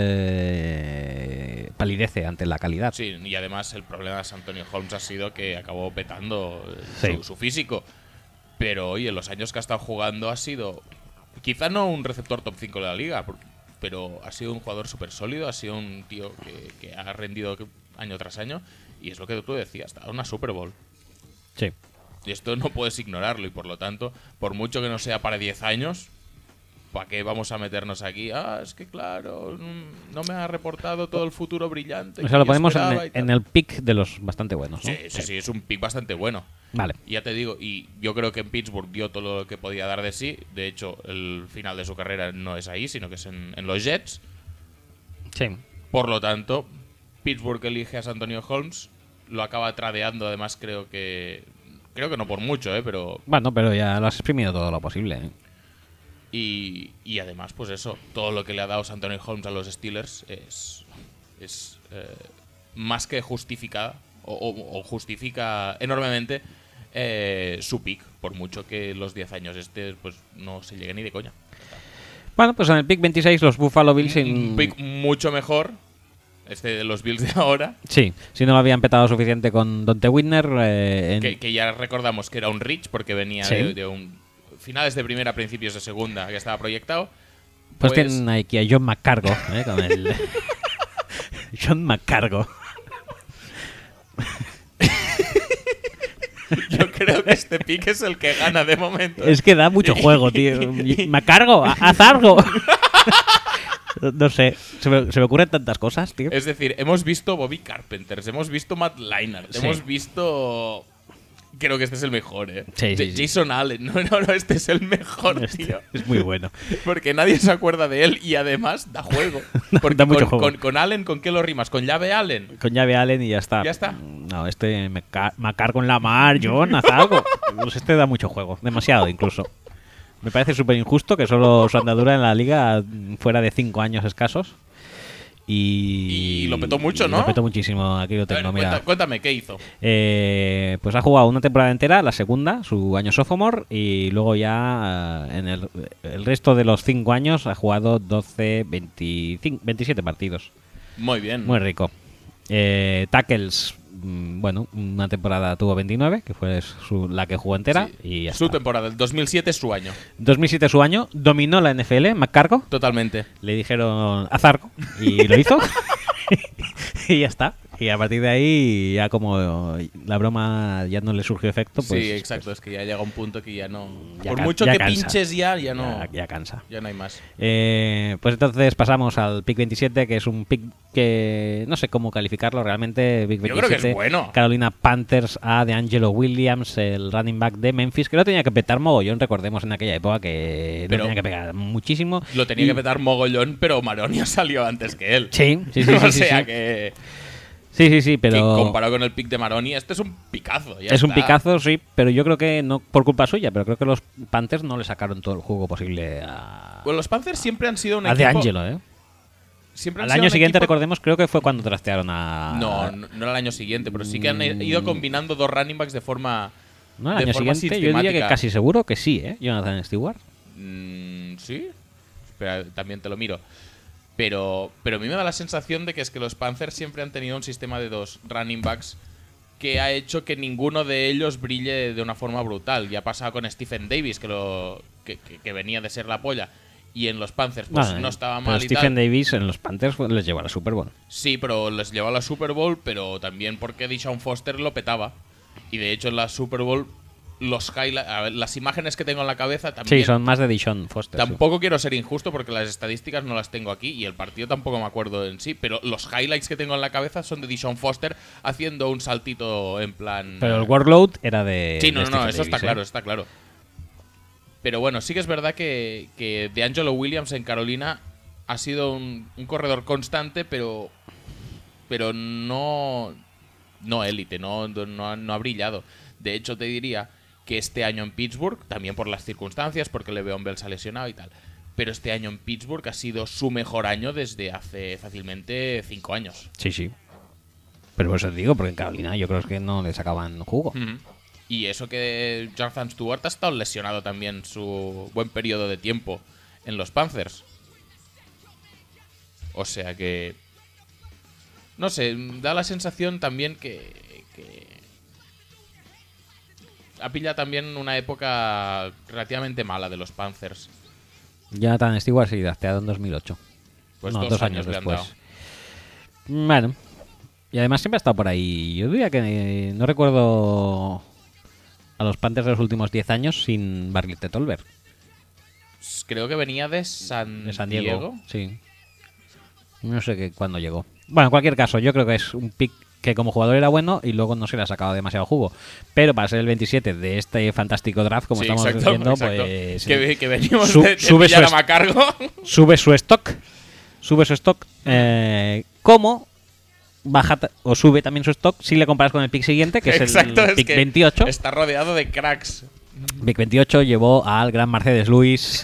palidece ante la calidad. Sí, y además el problema de Antonio Holmes ha sido que acabó petando Sí. su físico. Pero oye, los años que ha estado jugando ha sido, quizá no un receptor top 5 de la liga, pero ha sido un jugador súper sólido, ha sido un tío que ha rendido año tras año. Y es lo que tú decías, está una Super Bowl. Sí. Y esto no puedes ignorarlo y por lo tanto, por mucho que no sea para 10 años, ¿para qué vamos a meternos aquí? Es que claro, no me ha reportado todo el futuro brillante. O que sea, lo yo ponemos esperaba y tal. en el pick de los bastante buenos, ¿no? Sí, es un pick bastante bueno. Vale. Y ya te digo, y yo creo que en Pittsburgh dio todo lo que podía dar de sí. De hecho, el final de su carrera no es ahí, sino que es en los Jets. Sí. Por lo tanto, Pittsburgh elige a Antonio Holmes, lo acaba tradeando, además creo que no por mucho, pero Bueno, pero ya lo has exprimido todo lo posible, ¿eh? y además pues eso, todo lo que le ha dado Antonio Holmes a los Steelers es más que justificada o justifica enormemente su pick, por mucho que los 10 años pues no se llegue ni de coña. Bueno, pues en el pick 26 los Buffalo Bills Un pick mucho mejor, de los Bills de ahora, Sí, si no lo habían petado suficiente con Dante Whitner que ya recordamos que era un Rich porque venía Sí. de un finales de primera, principios de segunda, que estaba proyectado. pues tienen aquí a John McCargo, con el John McCargo. Yo creo que este pick es el que gana de momento. Es que da mucho juego, tío. McCargo, haz algo. No sé, se me ocurren tantas cosas, tío. Es decir, hemos visto Bobby Carpenters, hemos visto Matt Leinart, Sí. hemos visto... Creo que este es el mejor, ¿eh? Sí, sí, sí. Jason Allen. No, este es el mejor, tío. Es muy bueno. Porque nadie se acuerda de él y además da juego. Porque Da mucho juego. Con Allen, ¿con qué lo rimas? ¿Con llave Allen? Con llave Allen y ya está. Ya está. No, este me cargo en la mar, John, haz algo. Pues este da mucho juego, demasiado incluso. Me parece súper injusto que solo su andadura en la liga fuera de 5 años escasos. Y lo petó mucho, ¿no? Lo petó muchísimo, aquí lo A ver, tengo, mira. cuéntame, ¿qué hizo? Pues ha jugado una temporada entera, la segunda, su año sophomore, y luego ya en el resto de los 5 años ha jugado 12, 25, 27 partidos. Muy bien. Muy rico. Tackles, bueno, una temporada tuvo 29, que fue la que jugó entera, Sí. y ya Su está. temporada, el 2007 es su año. 2007 su año, dominó la NFL, McCargo. Totalmente. Le dijeron azargo y lo hizo. Y ya está. Y a partir de ahí, ya como la broma ya no le surgió efecto, pues. Sí, exacto. Es que ya llega un punto que ya no. Ya Por can- mucho ya que cansa. pinches ya no. Ya cansa. Ya no hay más. Pues entonces pasamos al pick 27, que es un pick que no sé cómo calificarlo realmente. Pick 27, Yo creo que es bueno. Carolina Panthers a DeAngelo Williams, el running back de Memphis, que lo tenía que petar mogollón, recordemos en aquella época que Pero lo tenía que pegar muchísimo. Lo tenía Y- que petar mogollón, pero Maronia salió antes que él. Sí, sí, sí. O sí, sí, sea sí. que Sí, pero. comparado con el pick de Maronia, este es un picazo. Ya Es un está. picazo, sí, pero yo creo que no por culpa suya, pero creo que los Panthers no le sacaron todo el juego posible a, Bueno, los Panthers siempre han sido un a equipo. DeAngelo, ¿eh? Siempre han Al sido año un siguiente, equipo- recordemos, creo que fue cuando trastearon a. No era el año siguiente, pero sí que han ido combinando dos running backs de forma. No, el de año forma siguiente, yo diría que sistemática. casi seguro que sí, ¿eh? Jonathan Stewart. ¿Sí? Espera, también te lo miro. Pero a mí me da la sensación de que es que los Panthers siempre han tenido un sistema de dos running backs que ha hecho que ninguno de ellos brille de una forma brutal. Ya ha pasado con Stephen Davis, que venía de ser la polla. Y en los Panthers pues Vale, no estaba pero mal y Stephen tal. Davis en los Panthers les llevó a la Super Bowl. Sí, pero les llevó a la Super Bowl, pero también porque Deshaun Foster lo petaba. Y de hecho en la Super Bowl las imágenes que tengo en la cabeza también. Sí, son más de Deshaun Foster. sí. Tampoco quiero ser injusto porque las estadísticas no las tengo aquí y el partido tampoco me acuerdo en sí, pero los highlights que tengo en la cabeza son de Deshaun Foster haciendo un saltito en plan. Pero el workload era de. Sí, de no, Stephen eso está Davis, ¿eh? claro, está claro. Pero bueno, sí que es verdad que DeAngelo Williams en Carolina ha sido un corredor constante, pero no élite, no ha brillado. De hecho, te diría que este año en Pittsburgh, también por las circunstancias, porque Le'Veon Bell se ha lesionado y tal, pero este año en Pittsburgh ha sido su mejor año desde hace fácilmente 5 años. Sí. Pero por eso te digo, porque en Carolina yo creo que no le sacaban jugo. Ujú. Y eso que Jonathan Stewart ha estado lesionado también su buen periodo de tiempo en los Panthers. O sea que. No sé, da la sensación también que ha pillado también una época relativamente mala de los Panthers. Jonathan Stewart sí, drafteado en 2008. Pues no, 2 años le han después. dado. Bueno. Y además siempre ha estado por ahí. Yo diría que no recuerdo a los Panthers de los últimos 10 años sin Bartlett Tolbert. Creo que venía de San, De San Diego. Sí. No sé cuándo llegó. Bueno, en cualquier caso, yo creo que es un pick que como jugador era bueno y luego no se le ha sacado demasiado jugo. Pero para ser el 27 de este fantástico draft, como Sí, estamos exacto, diciendo, exacto. pues. Que venimos Sube de su pillar a est- Macargo. Sube su stock. Como baja o sube también su stock si le comparas con el pick siguiente, que es Exacto, el es pick que 28. Está rodeado de cracks. Pick 28 llevó al gran Mercedes Lewis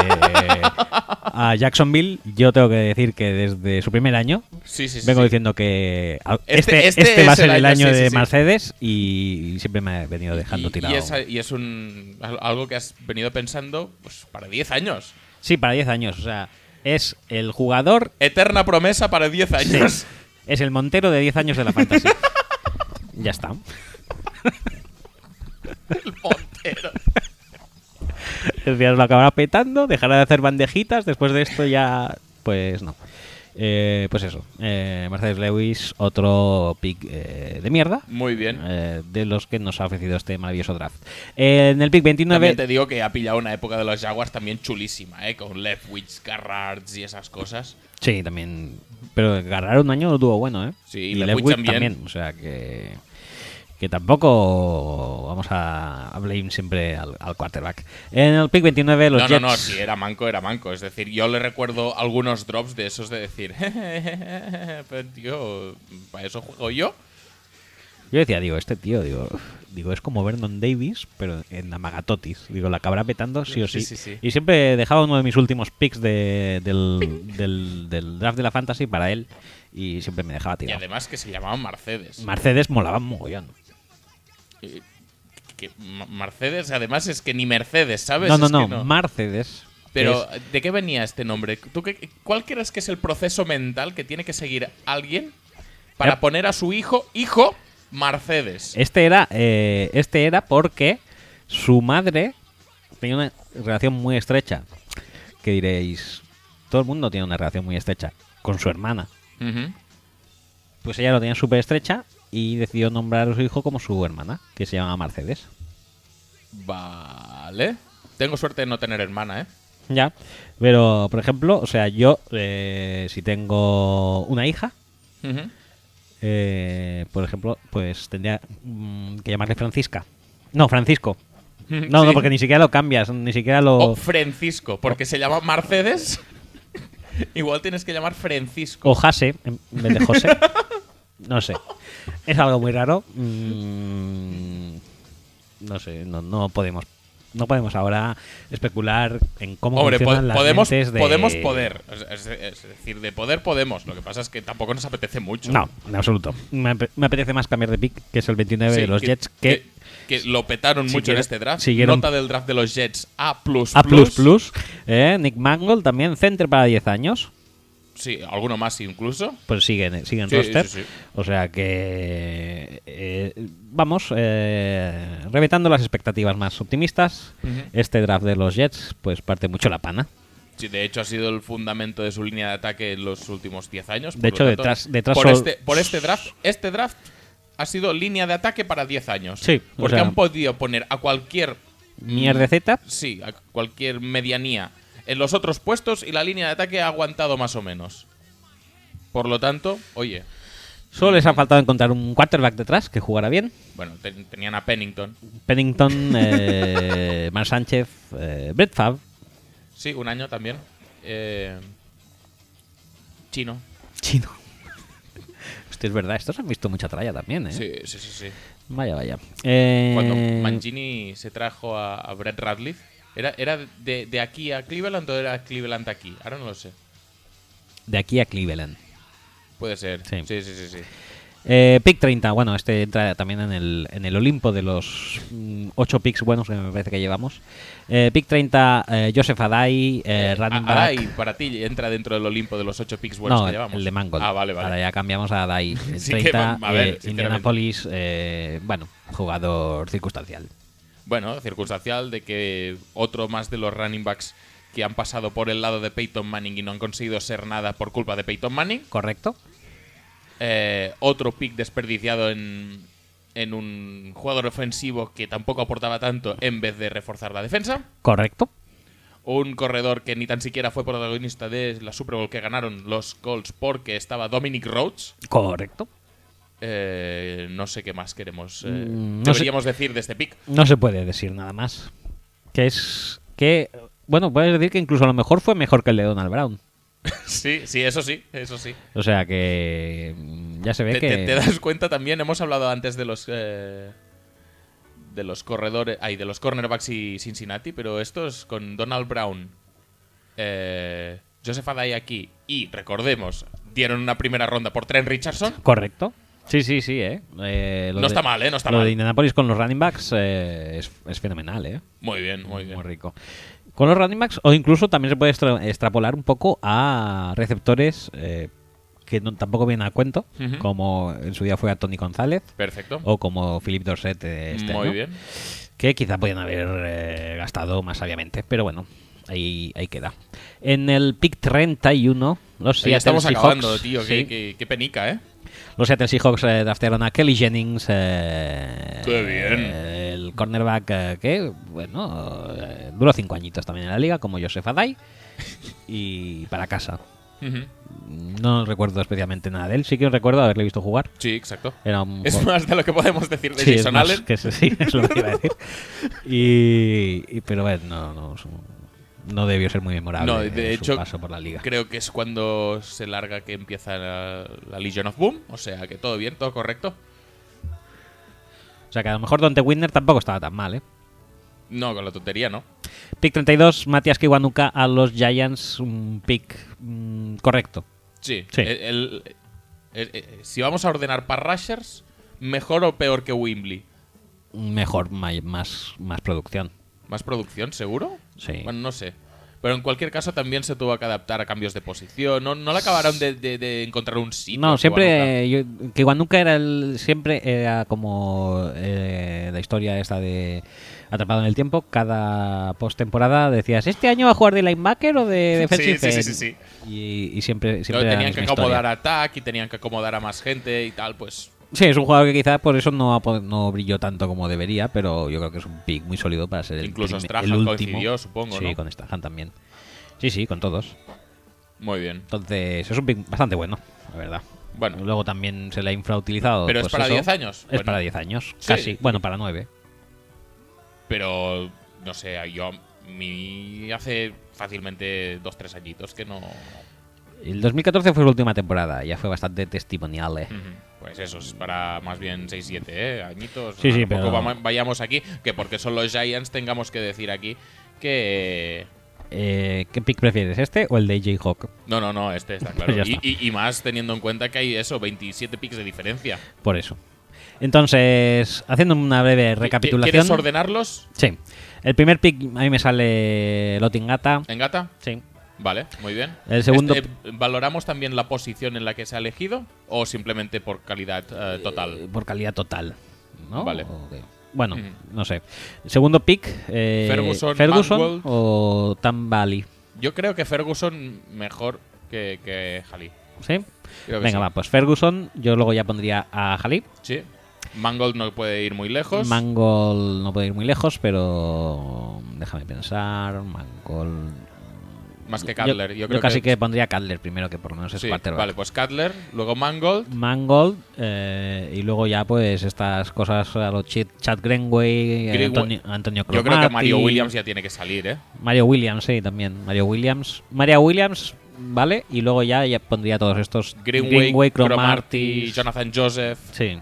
a Jacksonville. Yo tengo que decir que desde su primer año Sí. vengo sí. diciendo que Este este va a es ser el el año, año sí, de sí. Mercedes y siempre me ha venido dejando tirado. Y es algo que has venido pensando pues, para 10 años. Sí, para 10 años. O sea, es el jugador, Eterna promesa para 10 años. es el Montero de 10 años de la fantasy. Ya está. El Montero. El día lo acabará petando, dejará de hacer bandejitas. Después de esto ya, pues no. Pues eso. Mercedes Lewis, otro pick de mierda. Muy bien. De los que nos ha ofrecido este maravilloso draft. En el pick 29. También te digo que ha pillado una época de los Jaguars también chulísima, con Leftwich, Garrards y esas cosas. Sí, también. Pero Garrar un año lo tuvo bueno, ¿eh? Sí, y Leftwich Leftwich también. O sea que tampoco vamos a blame siempre al quarterback. En el pick 29 los Jets. No, si era manco, era manco. Es decir, yo le recuerdo algunos drops de esos de decir, pero tío, ¿para eso juego yo? Yo decía, digo, este tío, digo, es como Vernon Davis, pero en Amagatotis. Digo, la acabará petando sí o sí. Sí. Y siempre dejaba uno de mis últimos picks del draft de la Fantasy para él. Y siempre me dejaba Y tirado. además que se llamaban Mercedes. Mercedes molaban mogollón. Mercedes, además es que ni Mercedes, ¿sabes? No, Es que Mercedes. Pero, ¿de qué venía este nombre? ¿Cuál crees que es el proceso mental que tiene que seguir alguien para poner a su hijo Mercedes? Este era porque su madre tenía una relación muy estrecha. Que diréis, todo el mundo tiene una relación muy estrecha con su hermana. Ujú. Pues ella lo tenía súper estrecha y decidió nombrar a su hijo como su hermana, que se llama Mercedes. Vale. Tengo suerte de no tener hermana, ¿eh? Ya, pero por ejemplo, o sea, yo si tengo una hija, Ujú. por ejemplo, pues tendría que llamarle Francisca. No, Francisco. No, Sí. no, porque ni siquiera lo cambias, ni siquiera lo... O Francisco, porque se llama Mercedes. Igual tienes que llamar Francisco. O Jase, en vez de José. No sé. Es algo muy raro. No sé, no podemos ahora especular en cómo Hombre, funcionan las mentes de... podemos poder. Es decir, de poder podemos. Lo que pasa es que tampoco nos apetece mucho. No, en absoluto. Me apetece más cambiar de pick, que es el 29 Sí, de los Jets, que que lo petaron mucho en Siguieron- este draft. siguieron- Nota del draft de los Jets A++. A++. Nick Mangold también, center para 10 años. Sí, alguno más incluso. Pues siguen Sí, roster. sí, sí. O sea que vamos reventando las expectativas más optimistas. Ujú. Este draft de los Jets pues parte mucho la pana. Sí, de hecho ha sido el fundamento de su línea de ataque en los últimos 10 años. De por lo hecho, tanto, detrás por este draft ha sido línea de ataque para 10 años. Sí, o Porque sea- han podido poner a cualquier Mierdeceta. Sí, a cualquier medianía en los otros puestos y la línea de ataque ha aguantado más o menos. Por lo tanto, oye, Solo les ha faltado encontrar un quarterback detrás que jugara bien. bueno, tenían a Pennington. Pennington, Mar Sánchez, Brett Favre. Sí, un año también. Chino. Chino. Hostia, es verdad, estos han visto mucha tralla también, ¿eh? Sí. Vaya. Cuando Mangini se trajo a Brett Ratliff, ¿era de aquí a Cleveland o era Cleveland aquí? Ahora no lo sé. De aquí a Cleveland. Puede ser. Sí. Sí. Pick 30, bueno, este entra también en el Olimpo de los 8 picks buenos que me parece que llevamos. Pick 30, Joseph Adai, running back. Adai, para ti, entra dentro del Olimpo de los 8 picks buenos No, que llevamos. el de Mangold. Ah, vale. Ahora ya cambiamos a Adai. El Sí que 30, a ver, sinceramente. Indianapolis, bueno, jugador circunstancial. Bueno, circunstancial de que otro más de los running backs que han pasado por el lado de Peyton Manning y no han conseguido ser nada por culpa de Peyton Manning. ¿Correcto? Otro pick desperdiciado en un jugador ofensivo que tampoco aportaba tanto en vez de reforzar la defensa. Correcto. Un corredor que ni tan siquiera fue protagonista de la Super Bowl que ganaron los Colts porque estaba Dominic Rhodes. Correcto. No sé qué más queremos. No deberíamos decir de este pick. No se puede decir nada más. Bueno, puedes decir que incluso a lo mejor fue mejor que el de Donald Brown. Sí, eso sí. O sea que ya se ve que... ¿Te das cuenta también? Hemos hablado antes de los corredores, de los cornerbacks y Cincinnati, pero estos con Donald Brown, Joseph Adai aquí y, recordemos, dieron una primera ronda por Trent Richardson. Correcto. Sí, ¿eh? No está mal, ¿eh? No está lo mal. de Indianapolis con los running backs es fenomenal, ¿eh? Muy bien. Muy rico. Con los running backs, o incluso también se puede extrapolar un poco a receptores que tampoco vienen a cuento, Ujú. como en su día fue a Tony González, Perfecto. o como Philip Dorsett Muy año, bien. que quizá podían haber gastado más sabiamente, pero bueno, ahí queda. En el pick 31, los Ya Seattle estamos Seahawks, acabando, tío. sí, Qué penica, ¿eh? los Seattle Seahawks draftearon a Kelly Jennings. ¡Qué bien! El cornerback que, bueno, duró 5 añitos también en la liga, como Joseph Adai. Y para casa. Ujú. No recuerdo especialmente nada de él. Sí que recuerdo haberle visto jugar. Sí, exacto. Era un Es más de lo que podemos decir de Sí, es Jason más Allen. que sí, es lo que iba a decir. Pero bueno, no debió ser muy memorable No, de su hecho, paso por la liga. Creo que es cuando se larga que empieza la Legion of Boom. O sea que todo bien, todo correcto. O sea que a lo mejor Dante Whitner tampoco estaba tan mal, ¿eh? No, con la tontería, ¿no? Pick 32, Matías Kiwanuka a los Giants, un pick correcto. Sí. Sí. Si vamos a ordenar pass rushers, ¿mejor o peor que Wembley? Mejor, más producción. ¿Más producción, seguro? Sí. Bueno, no sé. Pero en cualquier caso también se tuvo que adaptar a cambios de posición. No le acabaron de encontrar un sitio. No, a siempre Kiwanuka siempre era como la historia esta de Atrapado en el Tiempo. Cada postemporada decías, ¿este año va a jugar de linebacker o de defensive end? Sí. Y siempre Pero era la tenían que misma acomodar historia. a Tack y tenían que acomodar a más gente y tal, pues... Sí, es un jugador que quizás por eso no brilló tanto como debería, pero yo creo que es un pick muy sólido para ser Incluso el Strahan último. coincidió, supongo, Sí, ¿no? con Strahan también. Sí, con todos. Muy bien. Entonces, es un pick bastante bueno, la verdad. Bueno. Luego también se le ha infrautilizado. ¿Pero pues es para eso. 10 años? Es Bueno, para 10 años, sí. casi. Bueno, para 9. Pero, no sé, hace fácilmente 2-3 añitos que no... El 2014 fue su última temporada, ya fue bastante testimonial. Ujú. Pues eso es para más bien 6-7 añitos. Sí, sí, Tampoco pero- vayamos aquí, que porque son los Giants tengamos que decir aquí que... ¿Qué pick prefieres, este o el de J-Hawk? No, este está claro. Ya está. Y más teniendo en cuenta que hay eso, 27 picks de diferencia. Por eso. Entonces, haciendo una breve recapitulación. ¿Quieres ordenarlos? Sí. El primer pick a mí me sale Lotingata. ¿En gata? Sí. Vale, muy bien. El segundo- ¿Valoramos también la posición en la que se ha elegido o simplemente por calidad total? Por calidad total. ¿No? Vale. ¿O qué? Bueno, Ujú. no sé. Segundo pick. Ferguson, Ferguson Mangold. o Tambali. Yo creo que Ferguson mejor que Jalí. ¿Sí? Creo que Venga, sí. va, pues Ferguson. Yo luego ya pondría a Jalí. Sí. Mangold no puede ir muy lejos. Mangold no puede ir muy lejos, pero déjame pensar. Mangold. Más que Cutler. Yo creo casi que pondría a Cutler primero, que por lo menos es sí. quarterback. Vale, pues Cutler, luego Mangold. Mangold y luego ya pues estas cosas a los Chad Greenway, Greenway. Antonio Yo creo que Cromartie. Mario Williams ya tiene que salir, ¿eh? Mario Williams, sí, también. Mario Williams, ¿vale? Y luego ya pondría todos estos Greenway, Cromartie, Cromartie, Jonathan Joseph, sí,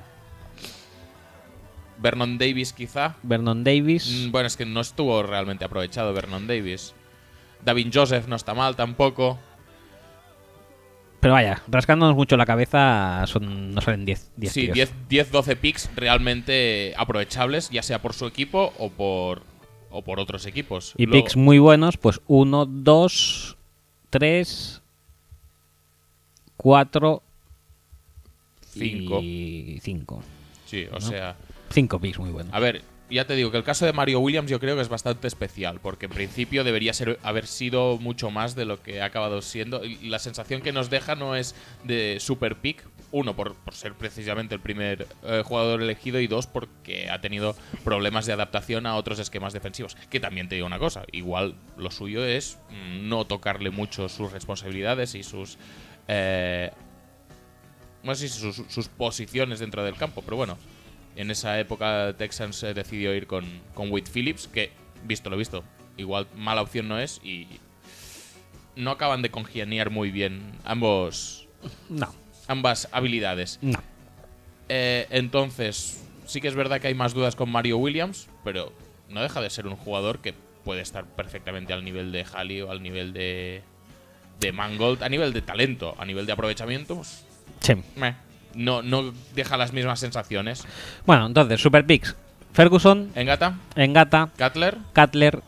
Vernon Davis quizá. Vernon Davis. Bueno, es que no estuvo realmente aprovechado Vernon Davis. Davin Joseph no está mal tampoco. Pero vaya, rascándonos mucho la cabeza, no salen 10 Sí, tíos. 10-12 picks realmente aprovechables, ya sea por su equipo o por otros equipos. Y Luego- picks muy buenos, pues 1, 2, 3, 4 Cinco. y 5. Sí, o ¿no? sea... 5 picks muy buenos. A ver, ya te digo que el caso de Mario Williams yo creo que es bastante especial, porque en principio debería haber sido mucho más de lo que ha acabado siendo. Y la sensación que nos deja no es de super pick. Uno, por ser precisamente el primer jugador elegido, y dos, porque ha tenido problemas de adaptación a otros esquemas defensivos. Que también te digo una cosa, igual lo suyo es no tocarle mucho sus responsabilidades y sus sus posiciones dentro del campo, pero bueno. En esa época Texans decidió ir con Wade Phillips, que, visto lo visto, igual mala opción no es, y no acaban de congeniar muy bien ambas habilidades. No. Entonces, sí que es verdad que hay más dudas con Mario Williams, pero no deja de ser un jugador que puede estar perfectamente al nivel de Halley o al nivel de Mangold, a nivel de talento, a nivel de aprovechamiento, pues, Sí. no deja las mismas sensaciones. Bueno, entonces, Super Picks. Ferguson, Engata, Engata, Cutler, Cutler,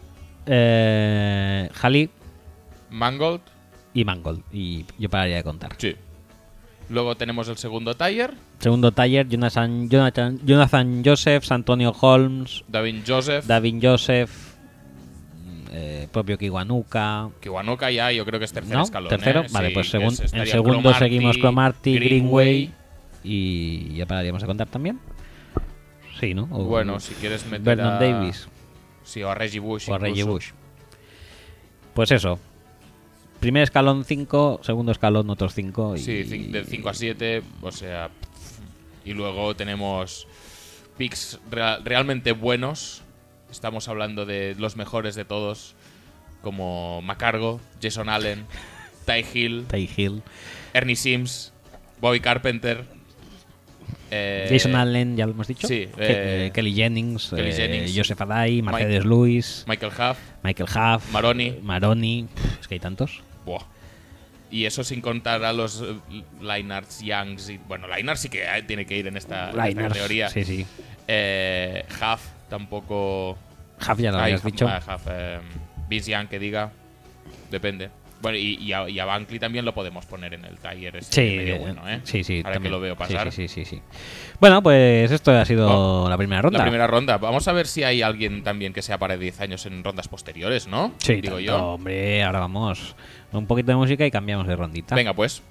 Jalí Mangold, y Mangold. Y yo pararía de contar. sí. Luego tenemos el segundo Tyer, Segundo Taller, Jonathan Joseph, Antonio Holmes, Davin Joseph, Davin Joseph, propio Kiwanuka. Kiwanuka ya yo creo que es tercer ¿No? escalón. ¿Tercero? Vale, Sí, pues que en estaría segundo Cromartie, seguimos Cromartie, Greenway. Y ya pararíamos de contar también. Sí, ¿no? O Bueno, si quieres meter Vernon a Davis Sí, o a Reggie Bush. o a Reggie incluso. Bush. Pues eso. Primer escalón 5, segundo escalón otros 5. Sí, del 5 a 7, o sea... Y luego tenemos picks realmente buenos. Estamos hablando de los mejores de todos, como McCargo, Jason Allen, Ty Hill, Ty Hill. Ernie Sims, Bobby Carpenter. Jason Allen, ya lo hemos dicho. Sí, Kelly Jennings, Jennings, Joseph Adai, Mercedes Lewis, Michael Huff, Maroni. Es que hay tantos. Buah. Y eso sin contar a los Leinarts, Youngs. Bueno, Leinart sí que tiene que ir en esta categoría. Sí. Huff tampoco. Huff ya lo habías dicho. Huff, Vince Young, que diga. Depende. Bueno, y a Bankley también lo podemos poner en el Tiger. Medio bueno, ¿eh? Sí, ahora también. que lo veo pasar. Sí. Bueno, pues esto ha sido la primera ronda. La primera ronda. Vamos a ver si hay alguien también que sea para 10 años en rondas posteriores, ¿no? Sí, digo tanto, yo. Hombre, ahora vamos un poquito de música y cambiamos de rondita. Venga, pues.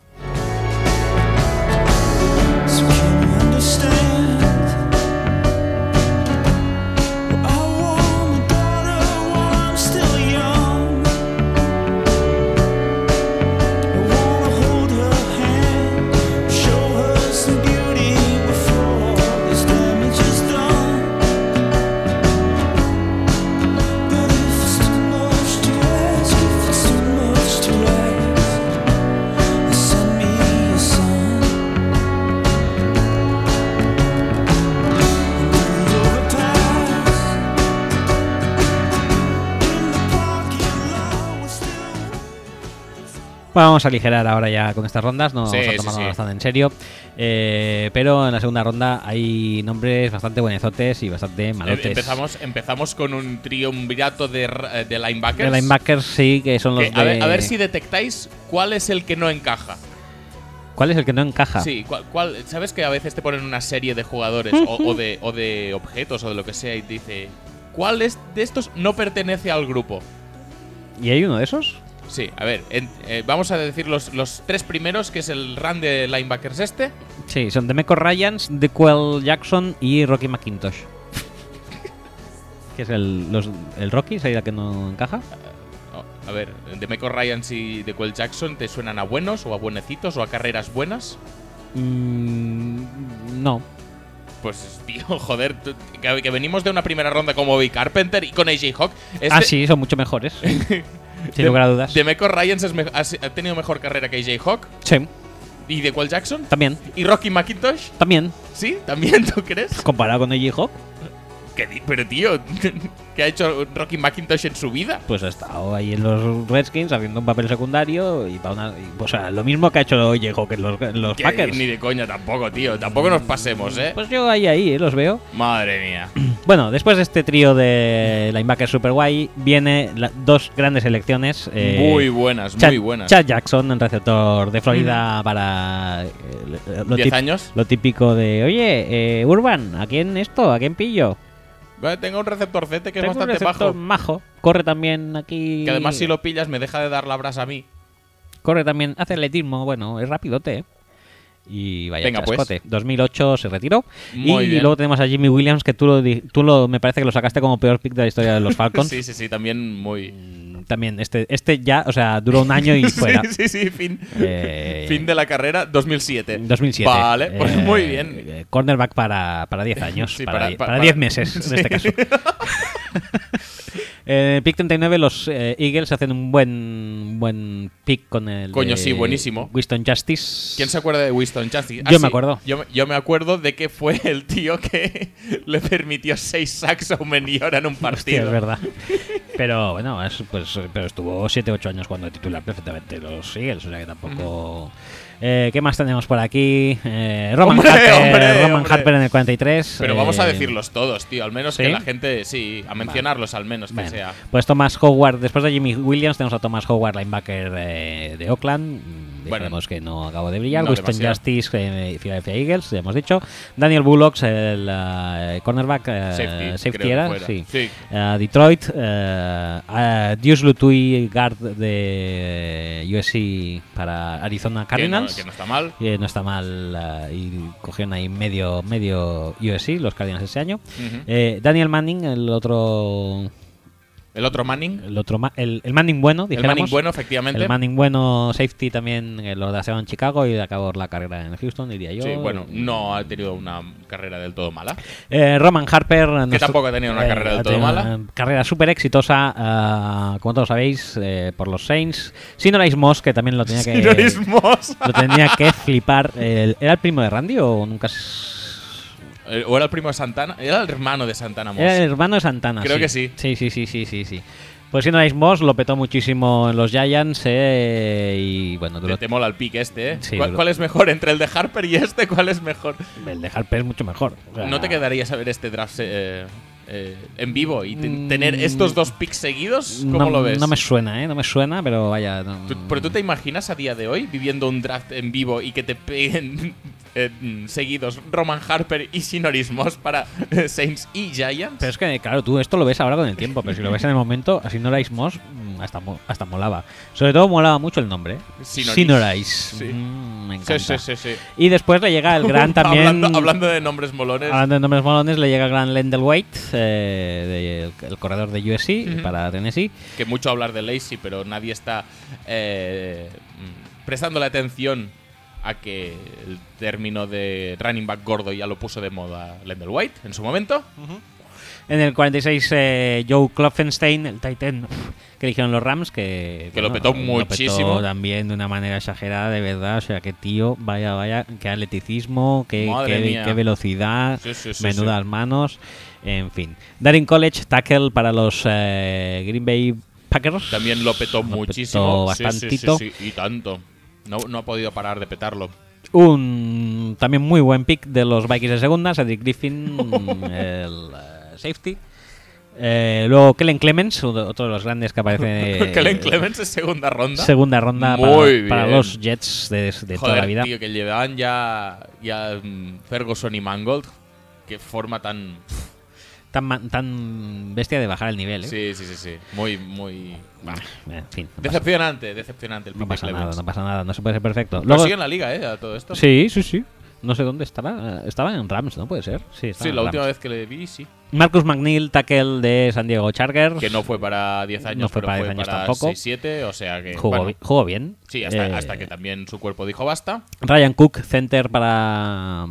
So can you understand? I want a daughter while I'm still young. I wanna hold her hand, show her some beauty before this damage is done. But if it's too much to ask, if it's too much to ask, send me a son. Bueno, vamos a aligerar ahora ya con estas rondas, no Sí, vamos a sí, tomarlo sí. bastante en serio. Pero en la segunda ronda hay nombres bastante buenezotes y bastante malotes. Empezamos con un triunvirato de linebackers. De linebackers, sí, que son los Que, de... a ver si detectáis cuál es el que no encaja. ¿Cuál es el que no encaja? Sí, ¿sabes que a veces te ponen una serie de jugadores o de objetos o de lo que sea y te dice cuál de estos no pertenece al grupo? ¿Y hay uno de esos? Sí, a ver, vamos a decir los tres primeros, que es el run de linebackers este. Sí, son Demeco Ryans, DeQuell Jackson y Rocky McIntosh. ¿Qué es el Rocky? ¿Sería el que no encaja? A ver, Demeco Ryans y DeQuell Jackson, ¿te suenan a buenos o a buenecitos o a carreras buenas? No. Pues, tío, joder, que venimos de una primera ronda con Bobby Carpenter y con AJ Hawk. Sí, son mucho mejores. Sin lugar a dudas. Demeco Ryans ha tenido mejor carrera que AJ Hawk. Sí, ¿Y DeQuell Jackson? también. ¿Y Rocky McIntosh? También. ¿Sí? ¿También tú crees? Comparado con AJ Hawk, Pero, tío, ¿qué ha hecho Rocky McIntosh en su vida? pues ha estado ahí en los Redskins haciendo un papel secundario o sea, lo mismo que ha hecho AJ Hawk en los Que Packers. Ni de coña tampoco, tío. Tampoco nos pasemos, ¿eh? Pues yo ahí, los veo. Madre mía. Bueno, después de este trío de linebackers super guay, viene dos grandes elecciones. Muy buenas, muy buenas. Chad Jackson, el receptor de Florida, para 10 años. lo típico de, oye, Urban, ¿a quién esto? ¿A quién pillo? Tengo un receptorcete que es Tengo un bastante receptor bajo. majo. Corre también aquí. Que además si lo pillas me deja de dar la brasa a mí. Corre también, hace atletismo, bueno, es rapidote, ¿eh? Y vaya Venga, pues. chascote. 2008 se retiró. Muy y bien. luego tenemos a Jimmy Williams, que me parece que lo sacaste como peor pick de la historia de los Falcons. Sí, también muy... También, este ya, o sea, duró un año y fuera. Sí, fin. Eh, Fin de la carrera, 2007. 2007. Vale, pues muy bien. Cornerback para 10 años. Sí, para 10 meses, en este caso. Pick 39, los Eagles hacen un buen pick con el. Coño, de sí, buenísimo. Winston Justice. ¿Quién se acuerda de Winston Justice? Yo me acuerdo. Yo me acuerdo de que fue el tío que le permitió 6 sacks a un Meniora en un Hostia, partido. es verdad. Pero bueno, pero estuvo 7-8 años cuando de titular perfectamente los Eagles, o sea que tampoco. ¿Qué más tenemos por aquí? Roman Harper en el 43. Pero vamos a decirlos todos, tío. Al menos ¿sí? que la gente, sí, a mencionarlos al menos, que Bueno, sea. pues Thomas Howard, después de Jimmy Williams, tenemos a Thomas Howard, linebacker de Oakland. Dijéramos que no acabo de brillar. No Winston demasiado. Justice, Philadelphia Eagles, ya hemos dicho. Daniel Bullocks, el cornerback, Safety creo era, que fuera. sí. Sí. Detroit. Deuce Lutui, guard de USC para Arizona Cardinals. Que no está mal. No está mal, y cogieron ahí medio USC, los Cardinals ese año. Ujú. Daniel Manning, el otro Manning. el Manning bueno, El dijéramos. Manning bueno, efectivamente. El Manning bueno, safety también, lo de en Chicago y de acabar la carrera en Houston, diría yo. Sí, bueno, no ha tenido una carrera del todo mala. Roman Harper, tampoco ha tenido una carrera del ha todo tenido mala. una carrera súper exitosa, como todos sabéis, por los Saints. Sinorais Moss, que también lo tenía que Sinoris Moss. lo tenía que flipar. ¿Era el primo de Randy o nunca? ¿O era el primo de Santana? Era el hermano de Santana Moss. Era el hermano de Santana. Creo sí. que sí. Sí. Pues Sinorais Moss lo petó muchísimo en los Giants y bueno, duró. Te mola el pick este, ¿eh? Sí, ¿Cuál es mejor entre el de Harper y este? ¿Cuál es mejor? El de Harper es mucho mejor. O sea, ¿No te quedaría saber este draft en vivo y tener estos dos picks seguidos? ¿Cómo lo ves? No me suena, no me suena, pero vaya. ¿Pero tú te imaginas a día de hoy viviendo un draft en vivo y que te peguen seguidos Roman Harper y Sinorais Moss para Saints y Giants? Pero es que, claro, tú esto lo ves ahora con el tiempo, pero si lo ves en el momento, así Sinorais Moss hasta molaba. Sobre todo molaba mucho el nombre. Sinorais. Sí. Me encanta. Sí. Y después le llega el gran también. Hablando de nombres molones. Hablando de nombres molones, le llega el gran Lendell White, el corredor de USC para Tennessee. Que mucho hablar de Lacey, pero nadie está prestándole atención a que el término de running back gordo ya lo puso de moda Lendell White en su momento. En el 46, Joe Klopfenstein, el tight end que eligieron los Rams, que lo petó muchísimo. Lo petó también de una manera exagerada, de verdad. O sea, que tío, vaya, qué atleticismo, qué velocidad, menudas manos, en fin. Darin College, tackle para los Green Bay Packers. También lo petó muchísimo. Bastantito. Sí, y tanto. No ha podido parar de petarlo. Un también muy buen pick de los Vikings de segunda, Cedric Griffin, el safety. Luego Kellen Clemens, otro de los grandes que aparece. Kellen Clemens es segunda ronda. Segunda ronda para los Jets de toda la vida. Tío, que llevaban ya Ferguson y Mangold. Qué forma tan bestia de bajar el nivel, ¿eh? Sí. Muy. En fin. Decepcionante el pick No pasa de nada, Clemens. no pasa nada, no se puede ser perfecto. Pero Luego, sigue en la liga, a todo esto. sí. No sé dónde estará. Estaba en Rams, ¿no? Puede ser. Sí, Sí, la última vez que le vi, sí. Marcus McNeil, tackle de San Diego Chargers. Que no fue para 10 años, No fue pero para fue 10 años para tampoco. 6-7, o sea que Jugó bien. Sí, hasta que también su cuerpo dijo basta. Ryan Cook, center para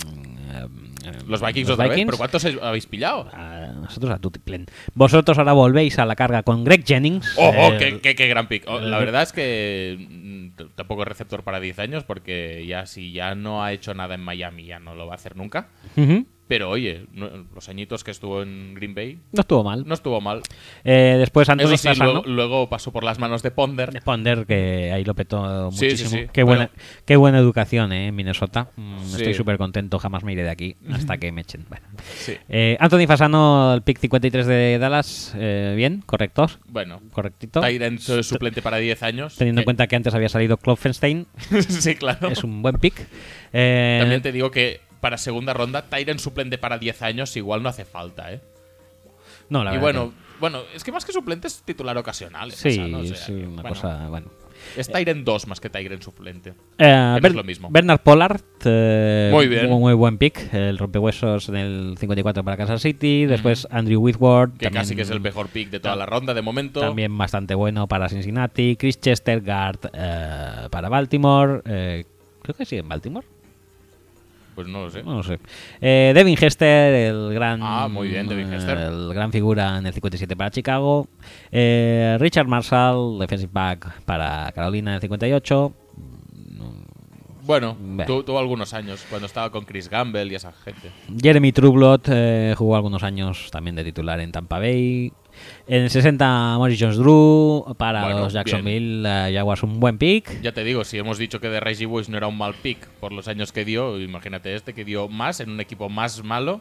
Los Vikings otra vez, ¿pero cuántos habéis pillado? Nosotros a Tutiplen. Vosotros ahora volvéis a la carga con Greg Jennings. ¡Qué gran pick! La verdad es que tampoco es receptor para 10 años porque si ya no ha hecho nada en Miami, ya no lo va a hacer nunca. Pero oye, los añitos que estuvo en Green Bay No estuvo mal. no estuvo mal. Después Anthony Eso sí, Fasano. luego pasó por las manos de Ponder. Ponder, que ahí lo petó Sí, muchísimo. sí. Qué buena educación, en Minnesota. Sí. Estoy súper contento, jamás me iré de aquí hasta que me echen. Bueno. Sí. Anthony Fasano, el pick 53 de Dallas, bien, correcto. Bueno, Correctito. Tyrant suplente para 10 años. Teniendo en cuenta que antes había salido Klopfenstein, Sí, claro. es un buen pick. También te digo que para segunda ronda, Tyrant suplente para 10 años igual no hace falta, ¿eh? No, la Y verdad bueno, es que más que suplente es titular ocasional. que sí, ¿no? O sea, sí, una bueno, cosa, bueno. Es Tyrant 2 más que Tyrant suplente. No es lo mismo. Bernard Pollard, Muy bien. muy buen pick, el rompehuesos en el 54 para Kansas City. Después Andrew Whitworth, Que también, casi que es el mejor pick de toda la ronda de momento. también bastante bueno para Cincinnati. Chris Chestergaard para Baltimore. Creo que sí, en Baltimore. Pues no lo sé. No lo sé. Devin Hester, el gran. Muy bien, Devin Hester. El gran figura en el 57 para Chicago. Richard Marshall, defensive back para Carolina en el 58. Bueno, Bueno. tuvo algunos años cuando estaba con Chris Gamble y esa gente. Jeremy Trublot jugó algunos años también de titular en Tampa Bay. En el 60, Maurice Jones-Drew para Bueno, los Jacksonville Jaguars, un buen pick. Ya te digo, si hemos dicho que de Reggie Bush no era un mal pick por los años que dio, imagínate este que dio más en un equipo más malo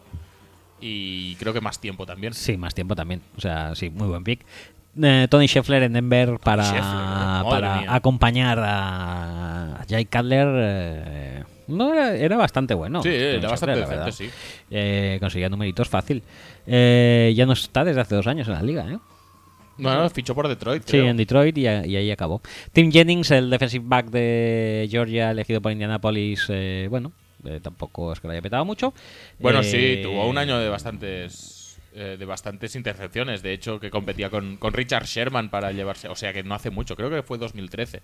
y creo que más tiempo también. Sí, más tiempo también. O sea, sí, muy buen pick. Tony Scheffler en Denver para mía. acompañar a Jay Cutler. No, era bastante bueno. Sí, Tony era bastante Scheffler, la decente, verdad. sí. Conseguía numeritos fácil. Ya no está desde hace 2 años en la liga, ¿eh? Bueno, fichó por Detroit, Sí, creo. en Detroit y ahí acabó. Tim Jennings, el defensive back de Georgia, elegido por Indianapolis, tampoco es que lo haya petado mucho. Bueno, sí, tuvo un año de bastantes intercepciones. De hecho, que competía con Richard Sherman para llevarse. O sea que no hace mucho, creo que fue 2013.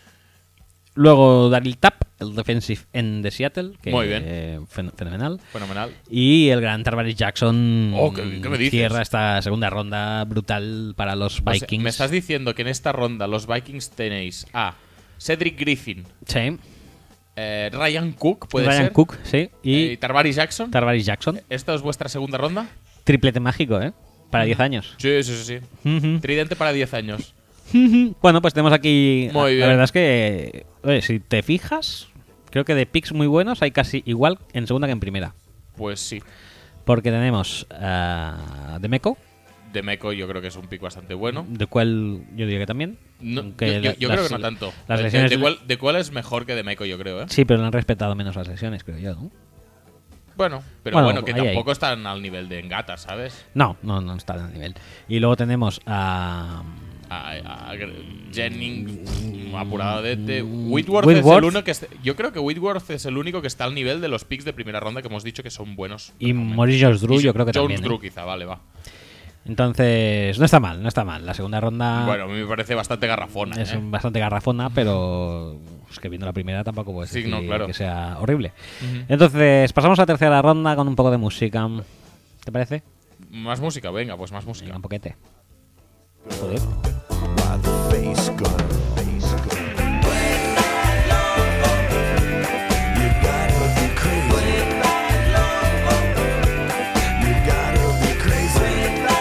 Luego Daryl Tapp, el defensive end de Seattle, que Muy bien. Fenomenal. Fenomenal. Y el gran Tarvaris Jackson ¿qué me dices? cierra esta segunda ronda brutal para los O sea, Vikings. me estás diciendo que en esta ronda los Vikings tenéis a Cedric Griffin, Sí. Ryan Cook, puede Ryan ser. Cook, sí. Y Y Tarvaris Jackson. Tarvaris Jackson. ¿Esta es vuestra segunda ronda? Triplete mágico, ¿eh? Para 10 años. Sí, sí, sí. Ujú. Tridente para 10 años. Bueno, pues tenemos aquí. Muy bien. La verdad es que, oye, si te fijas, creo que de picks muy buenos hay casi igual en segunda que en primera. Pues sí. Porque tenemos a Demeco, De Meko yo creo que es un pick bastante bueno. de cual yo diría que también. No, aunque yo las- creo que no tanto. Las lesiones. De cuál es mejor que de Meko, yo creo, ¿eh? Sí, pero le han respetado menos las lesiones, creo yo, ¿no? Bueno, pero Bueno, bueno, que ahí, ahí. tampoco están al nivel de Engata, ¿sabes? No está al nivel. Y luego tenemos a. A Jennings apurado de Whitworth es Whitworth. el uno que yo creo que Whitworth es el único que está al nivel de los picks de primera ronda que hemos dicho que son buenos. Y Maurice Jones-Drew, yo creo que Jones también. Drew ¿eh? quizá, vale, va. Entonces, no está mal. La segunda ronda Bueno, a mí me parece bastante garrafona. es ¿eh? bastante garrafona, pero es que viendo la primera tampoco puedes Sí, decir no, claro. que sea horrible. Ujú. Entonces, pasamos a la tercera ronda con un poco de música. ¿Te parece? Más música, venga, pues más Venga, música. un poquete. Joder. While the bass gun, bass gun. You gotta be crazy. You gotta be crazy.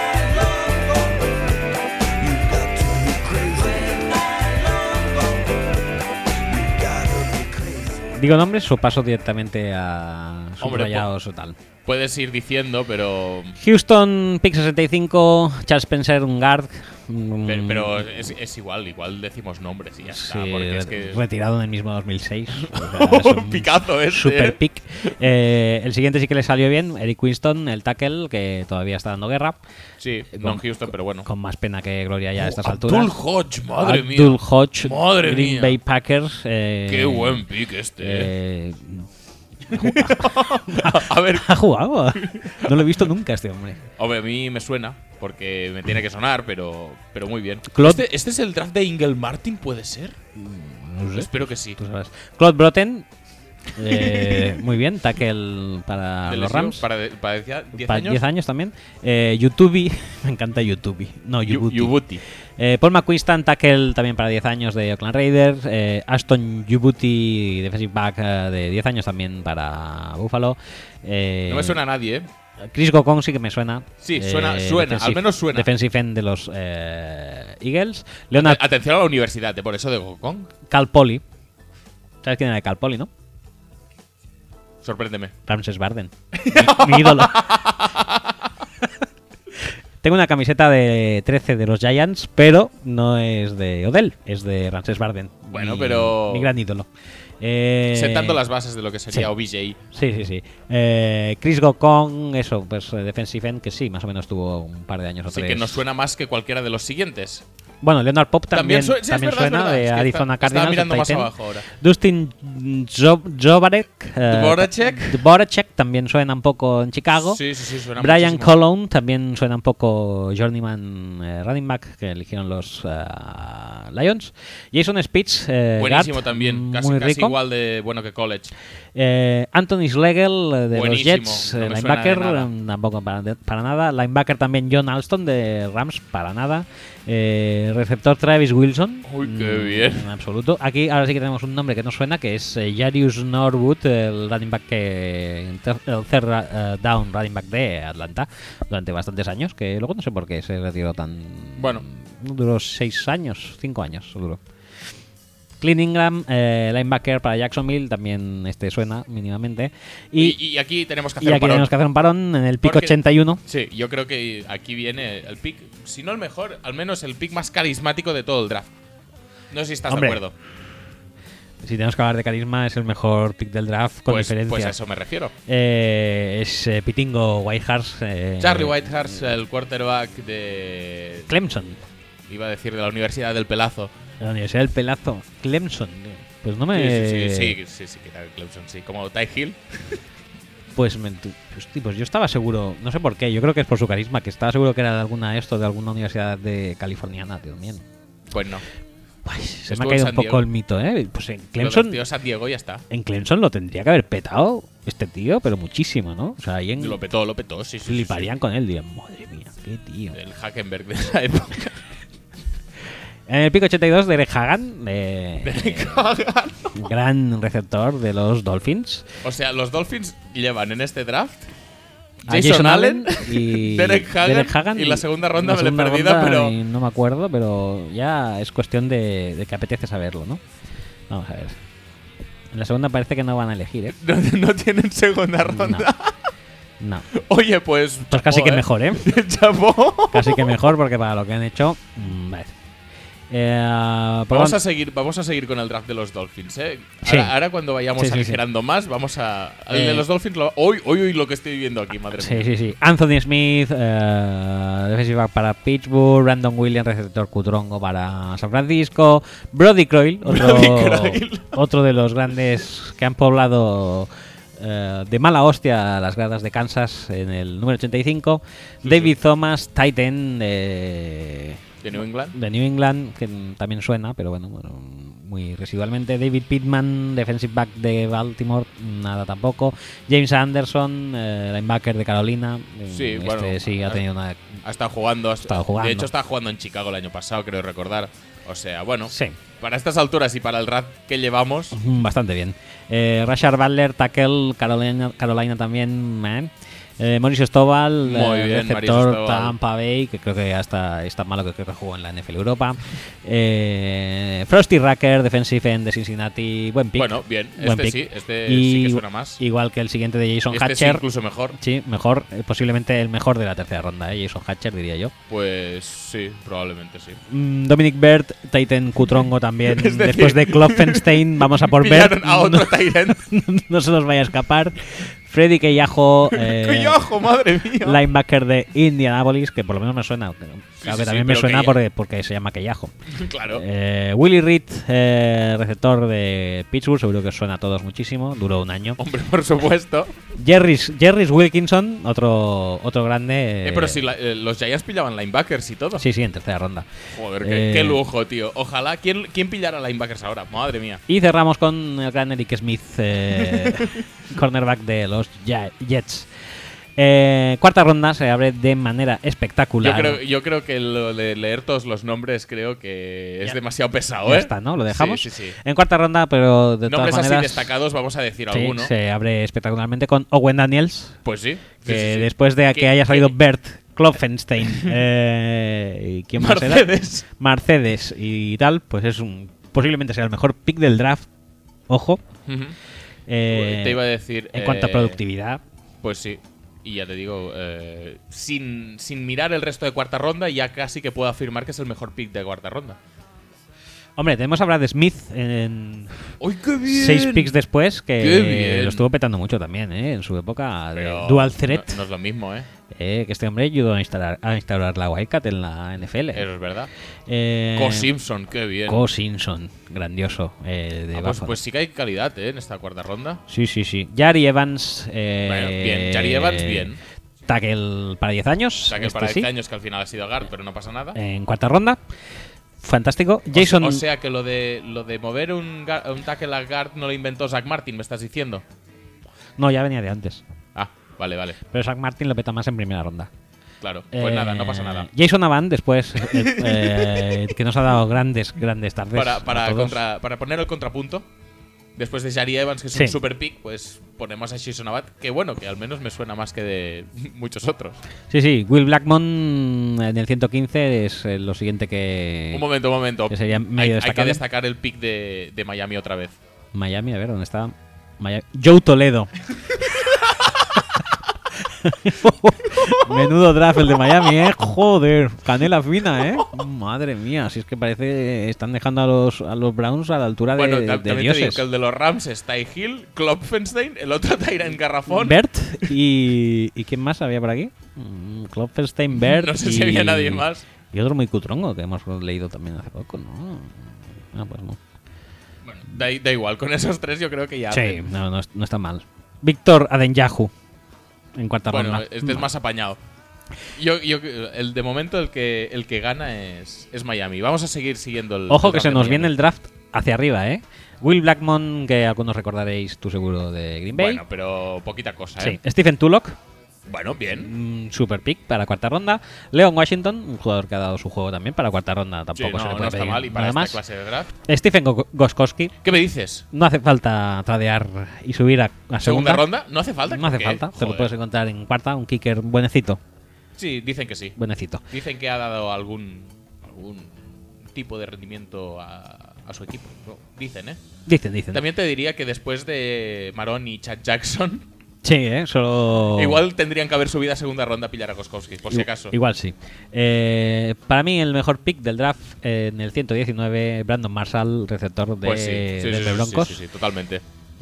You got to be crazy. You gotta be crazy. Digo nombres o paso directamente a Hombre, subrayados o tal. Puedes ir diciendo, pero Houston, pick 65, Charles Spencer, un guard. pero es igual decimos nombres y ya está. Sí, Porque es que retirado en el mismo 2006. O sea, es un picazo este. Super pick. El siguiente sí que le salió bien, Eric Winston, el tackle, que todavía está dando guerra. Sí, no en Houston, pero bueno. Con más pena que gloria ya a estas alturas. Abdul Hodge, madre mía. Abdul Hodge, Madre Green mía. Bay Packers. Qué buen pick este. A ver, ¿Ha jugado? No lo he visto nunca este hombre. hombre, a mí me suena porque me tiene que sonar, pero muy bien. Claude- ¿Este es el draft de Ingel Martin, puede ser? No sé. Espero que sí. Tú sabes. Claude Broten. Muy bien, tackle para ¿De los lesión? Rams. ¿Para 10 Para años? 10 años también. Yutubi, me encanta Yutubi. No, Yubuti. Yubuti. Paul McQuistan, tackle también para 10 años de Oakland Raiders. Aston Yubuti, defensive back de 10 años también para Buffalo. No me suena a nadie, ¿eh? Chris Gokong sí que me suena. Sí, suena, al menos suena. Defensive end de los Eagles. Leonard Atención a la universidad, por eso de Gokong. Cal Poly. ¿Sabes quién era Cal Poly, no? Sorpréndeme. Ramses Barden. Mi ídolo. Tengo una camiseta de 13 de los Giants, pero no es de Odell, es de Ramses Barden. Bueno, pero- Mi gran ídolo. Sentando las bases de lo que sería sí. OBJ. Sí. Chris Gokong, eso, pues defensive end, que sí, más o menos tuvo un par de años o Así tres. que nos suena más que cualquiera de los siguientes. Bueno, Leonard Pop también, sí, es también verdad, es suena, verdad. de Es que Arizona estaba Cardinals. mirando el más tight end. abajo ahora. Dustin Dvorak. Dvorak. También suena un poco en Chicago. Sí, suena Brian muchísimo. Colon también suena un poco journeyman running back que eligieron los Lions. Jason Spitz, Buenísimo guard, también. muy Casi rico. igual de bueno que college. Anthony Schlegel de Buenísimo, los Jets, no me linebacker, suena de nada. tampoco para nada. Linebacker también John Alston de Rams, para nada. Receptor Travis Wilson. Uy, qué bien. En absoluto. Aquí ahora sí que tenemos un nombre que nos suena, que es Jarius Norwood, el running back el third down running back de Atlanta durante bastantes años, que luego no sé por qué se retiró tan... Bueno. Duró 5 años duró. Clint Ingram, linebacker para Jacksonville, también suena mínimamente. Y aquí tenemos que hacer Y un aquí parón. tenemos que hacer un parón en el pick Porque- 81. Sí, yo creo que aquí viene el pick, si no el mejor, al menos el pick más carismático de todo el draft. No sé si estás Hombre, de acuerdo. Si tenemos que hablar de carisma, es el mejor pick del draft con Pues diferencia. a eso me refiero. Es Pitingo Whitehurst. Charlie Whitehurst, el quarterback de... Clemson. Iba a decir de la Universidad del Pelazo. De la Universidad del Pelazo. Clemson. Pues no me. Sí, que era el Clemson, sí. Como Ty Hill. Pues yo estaba seguro, no sé por qué, yo creo que es por su carisma, que estaba seguro que era de alguna universidad de californiana también. Pues no. Pues, se me Estuvo ha caído en un San poco Diego. el mito, ¿eh? Pues en Lo Clemson, drafteó San Diego y ya está. en Clemson lo tendría que haber petado este tío, pero muchísimo, ¿no? O sea, ahí Lo petó, sí. fliparían con él, dirían, madre mía, qué tío. El Hackenberg de esa época. En el pick 82, Derek Hagan, Derek Hagan. gran receptor de los Dolphins. O sea, los Dolphins llevan en este draft A Jason Allen y Derek Hagan, y la segunda ronda la me la he segunda perdido, ronda pero- y no me acuerdo, pero ya es cuestión de que apetece saberlo, ¿no? Vamos a ver. En la segunda parece que no van a elegir, ¿eh? No tienen segunda ronda. No. Oye, pues. Pues casi chapó, que mejor, ¿eh? Chapó. Casi que mejor porque para lo que han hecho, vale. Vamos a seguir con el draft de los Dolphins, ¿eh? Sí. Ahora cuando vayamos Sí, sí, aligerando más, vamos a. Al de los Dolphins. Hoy lo que estoy viendo aquí, madre Sí, mía. sí, sí. Anthony Smith, defensive back para Pittsburgh. Brandon Williams, receptor cutrongo para San Francisco. Brody Croyle, Brody Croyle. otro de los grandes que han poblado de mala hostia las gradas de Kansas en el número 85. David Thomas, tight end De New England. de New England, que también suena, pero bueno, muy residualmente. David Pittman, defensive back de Baltimore, nada tampoco. James Anderson, linebacker de Carolina. Sí, Este bueno, sí ha tenido una. Ha estado jugando. estado jugando. De hecho, estaba jugando en Chicago el año pasado, creo recordar. O sea, bueno. Sí, Para estas alturas y para el draft que llevamos. bastante bien. Rashard Butler, tackle, Carolina también. Mauricio Stovall, Muy bien, Mauricio receptor Stovall. Tampa Bay, que creo que hasta es tan malo que creo que jugó en la NFL Europa. Frosty Rucker, defensive end de Cincinnati, buen pick. Bueno, bien. Buen Este pick. sí, este Y- sí que suena más. Igual que el siguiente de Jason Este sí, Hatcher. incluso mejor. Sí, mejor, posiblemente el mejor de la tercera ronda, Jason Hatcher, diría yo. Pues sí, probablemente sí. Dominic Bird, Titan Cutrongo también. Es decir, Después de Klopfenstein, vamos a por Bird. Pillaron a otro Tyrant. No se nos vaya a escapar. Freddy Keyajo, ¡Qué ojo, madre mía! linebacker de Indianapolis, que por lo menos me suena. Claro sí, que sí, también me pero suena Keya- porque se llama Keyajo. Claro. Willie Reed, receptor de Pittsburgh, seguro que os suena a todos muchísimo. Duró un año. Hombre, por supuesto. Jerrys Wilkinson, otro grande. Pero si los Giants pillaban linebackers y todo. Sí, en tercera ronda. Joder, Eh, qué lujo, tío. Ojalá. ¿Quién pillara linebackers ahora? Madre mía. Y cerramos con el gran Eric Smith, cornerback de los Jets. Cuarta ronda se abre de manera espectacular. Yo creo que lo de leer todos los nombres creo que es Ya. demasiado pesado, Ya ¿eh? está, ¿no? Lo dejamos. Sí, sí, sí. En cuarta ronda, pero de Nombres todas así maneras. destacados, vamos a decir Sí, alguno. se abre espectacularmente con Owen Daniels, Pues sí. que Sí, sí, sí. después de que ¿Qué- haya salido qué- Bert Klopfenstein ¿y quién más era? Mercedes. Mercedes y tal, pues es posiblemente sea el mejor pick del draft. Ojo. Ujú. Eh, Te iba a decir. en cuanto a productividad. Pues sí. Y ya te digo, sin mirar el resto de cuarta ronda, ya casi que puedo afirmar que es el mejor pick de cuarta ronda. Hombre, tenemos a Brad Smith en ¡Ay, qué bien! 6 picks después, que ¡Qué bien! lo estuvo petando mucho también, en su época de Pero Dual Threat. No es lo mismo, ¿eh? Que este hombre ayudó a instaurar la Wildcat en la NFL. Eso es verdad. Eh, Co Simpson, qué bien. Co Simpson, grandioso. De Pues, Buffalo. pues sí que hay calidad, ¿eh? En esta cuarta ronda. Sí. Jari Evans. Bueno, bien. Jari Evans, bien. Tackle para 10 años. Tackle este para sí, 10 años, que al final ha sido guard, pero no pasa nada. En cuarta ronda. Fantástico. Jason. O sea que lo de mover un tackle a guard no lo inventó Zach Martin, ¿me estás diciendo? No, ya venía de antes. Ah, vale. Pero Zach Martin lo peta más en primera ronda. Claro. Pues nada, no pasa nada. Jason Avant, después, que nos ha dado grandes tardes. Para a todos. para poner el contrapunto, después de Jari Evans, que es Sí. un super pick, pues ponemos a Jason Abad, que bueno, que al menos me suena más que de muchos otros. Sí. Will Blackmon en el 115 es lo siguiente que. Un momento. que sería medio hay que destacable. destacar el pick de Miami otra vez. Miami, a ver, ¿dónde está? Miami. Joe Toledo. Menudo draft el de Miami, joder, canela fina, madre mía, si es que parece están dejando a los Browns a la altura Bueno, de también te digo dioses. que el de los Rams es Ty Hill, Klopfenstein, el otro Tyrant Garrafón. Bert y ¿quién más había por aquí? Klopfenstein, Bert No sé si había nadie más. Y otro muy cutrongo que hemos leído también hace poco, ¿no? Ah, pues no. Bueno, da igual, con esos tres yo creo que ya. Sí, hacen. no está mal. Víctor Adenyahu en cuarta Bueno, ronda. este es más apañado. El de momento el que gana es Miami. Vamos a seguir siguiendo el. Ojo el que draft se de nos Miami. viene el draft hacia arriba, Will Blackmon, que algunos recordaréis, tú seguro, de Green Bay. Bueno, pero poquita cosa, Sí. ¿eh? Stephen Tulloch, Bueno, bien. Super pick para cuarta ronda. Leon Washington, un jugador que ha dado su juego también para cuarta ronda. Sí, Tampoco se le no puede está pedir mal. Y para nada esta más. clase de draft. Stephen Gostkowski. ¿Qué me dices? No hace falta tradear y subir a ¿Segunda segunda. ronda? ¿No hace falta? No hace ¿Qué? falta. Te lo Joder. puedes encontrar en cuarta. Un kicker buenecito. Sí, dicen que sí. Buenecito. Dicen que ha dado algún tipo de rendimiento a su equipo. No, dicen, ¿eh? Dicen. También te diría que después de Marón y Chad Jackson, Sí, solo. igual tendrían que haber subido a segunda ronda a pillar a Gostkowski, por si acaso. Igual sí. Para mí, el mejor pick del draft en el 119, Brandon Marshall, receptor de Pues sí, Denver Broncos. sí, totalmente.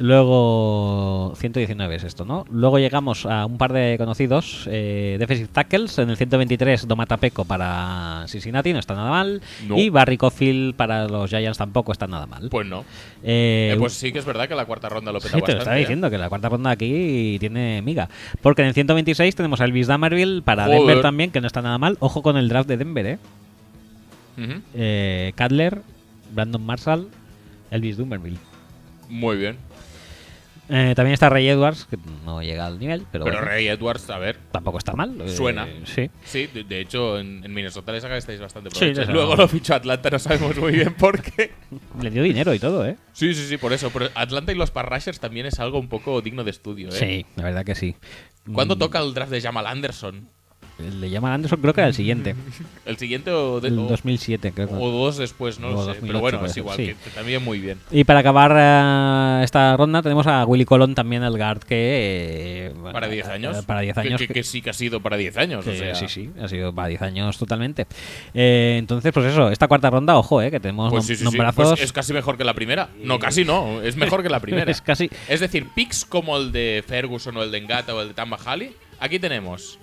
Luego, 119 es esto, ¿no? Luego llegamos a un par de conocidos, defensive tackles. En el 123, Domata Peko para Cincinnati, no está nada mal. No. Y Barry Cofield para los Giants tampoco está nada mal. Pues no. Pues Pues sí que es verdad que la cuarta ronda lo peta sí, te lo bastante. estaba diciendo, que la cuarta ronda aquí tiene miga. Porque en el 126 tenemos a Elvis Damerville para Joder. Denver también, que no está nada mal. Ojo con el draft de Denver, ¿eh? Ujú. Cutler, Brandon Marshall, Elvis Damerville. Muy bien. También está Ray Edwards, que no llega al nivel, pero, Pero bueno, Ray Edwards, a ver. tampoco está mal. Suena. Sí. Sí, de hecho, en Minnesota le sacáis bastante Sí, provecho. sí, Luego no. lo fichó Atlanta, no sabemos muy bien por qué. Le dio dinero y todo, ¿eh? Sí, por eso. Pero Atlanta y los Pass Rushers también es algo un poco digno de estudio, ¿eh? Sí, la verdad que sí. ¿Cuándo toca el draft de Jamal Anderson? Le llaman Anderson, creo que era el siguiente. ¿El siguiente o, El 2007, creo que. o dos después? No O lo sé. 2008 Pero bueno, puede es ser, igual, sí. que también muy bien. Y para acabar esta ronda tenemos a Willy Colon también, el guard, que... bueno, Para 10 años. Para 10 años. Que sí que ha sido para 10 años. que o sea, sí, ha sido para 10 años totalmente. Entonces, pues eso, esta cuarta ronda, ojo, que tenemos Pues sí. nombrazos. Pues es casi mejor que la primera. No, casi no. Es mejor que la primera. Es casi... Es decir, picks como el de Ferguson o el de Ngata o el de Tamba Hali. Aquí tenemos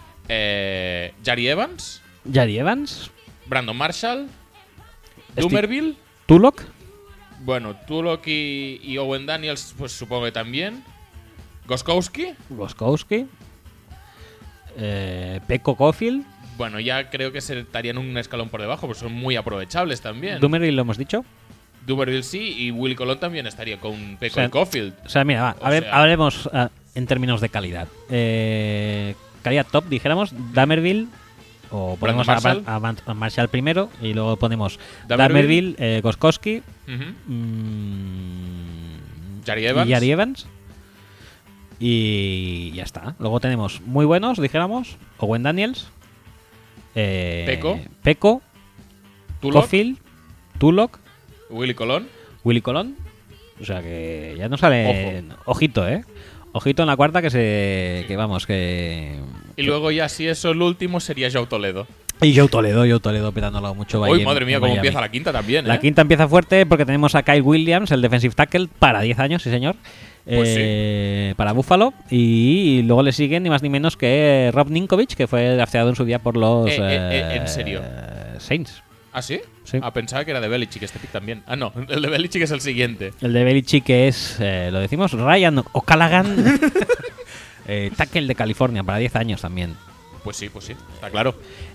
Jari Evans, Jari Evans, Brandon Marshall, Steve- Dumerville. Tulloch, Bueno, Tulloch y Owen Daniels, pues supongo que también. Gostkowski. Gostkowski, Peko Cofield, Bueno, ya creo que se estarían un escalón por debajo, pues son muy aprovechables también. Dumerville lo hemos dicho. Dumerville sí, y Willy Colon también estaría con Peko O sea, y Caulfield. O sea, mira, va, O a ver, sea- hablemos en términos de calidad. Calidad top, dijéramos, Damerville, o ponemos Brandon a Marshall primero, y luego ponemos Damerville. Damerville, Gostkowski, Ujú. Jari y Evans. Jari Evans. Y ya está. Luego tenemos muy buenos, dijéramos, Owen Daniels, Peko, Tulloch, Cofield, Tulloch, Willy Colon. Willy Colon. O sea que ya no sale. Ojito, Ojito en la cuarta que vamos, que. Y luego ya si eso el último sería Joe Toledo. Y Joe Toledo petándolo mucho. ahí Uy, en- madre mía, en cómo Miami. empieza la quinta también, La quinta empieza fuerte porque tenemos a Kyle Williams, el defensive tackle, para 10 años, sí señor. Pues Para Buffalo. Y luego le siguen ni más ni menos que Rob Ninkovich, que fue drafteado en su día por los ¿en serio? Saints. ¿Ah, sí? Sí. Ah, pensaba que era de Belichick este pick también. Ah, no, el de Belichick es el siguiente. El de Belichick que es, lo decimos, Ryan O'Callaghan, tackle de California, para 10 años también. Pues sí, está claro.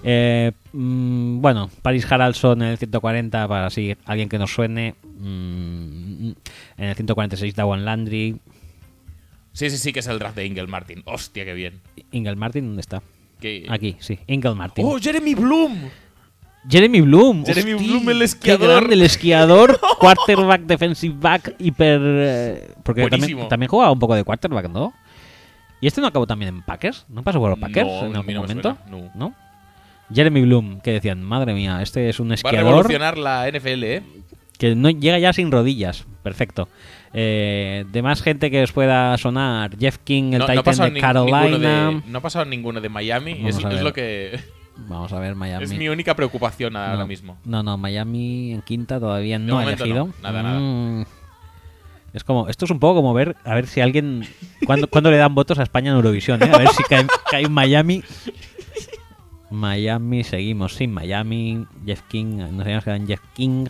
Bueno, Paris Haraldson en el 140, para así alguien que nos suene. En el 146, Dawan Landry. Sí, que es el draft de Ingel Martin. Hostia, qué bien. Ingel Martin, ¿dónde está? Que- Aquí, sí, Ingel Martin. ¡Oh, Jeremy Bloom! Jeremy Bloom. Jeremy Hostia, Bloom, el qué esquiador. grande, el esquiador, quarterback, defensive back, hiper. Porque Buenísimo. también jugaba un poco de quarterback, ¿no? ¿Y este no acabó también en Packers? ¿No pasó por los Packers No, en a algún mí no me momento? suena, no. Jeremy Bloom, que decían, madre mía, este es un Va a esquiador revolucionar la NFL, ¿eh? que no llega ya sin rodillas. Perfecto. De más gente que os pueda sonar, Jeff King, el No ha Titan pasado de Carolina. no ha pasado ninguno de Miami. Vamos Es a ver. lo que. Vamos a ver, Miami. Es mi única preocupación ahora No. mismo. No, Miami en quinta todavía no ha momento elegido. no, nada. Es como, esto es un poco como ver, a ver si alguien, cuando le dan votos a España en Eurovisión, ¿eh? A ver si cae un Miami. Miami, seguimos sin Miami. Jeff King, nos habíamos quedado en Jeff King.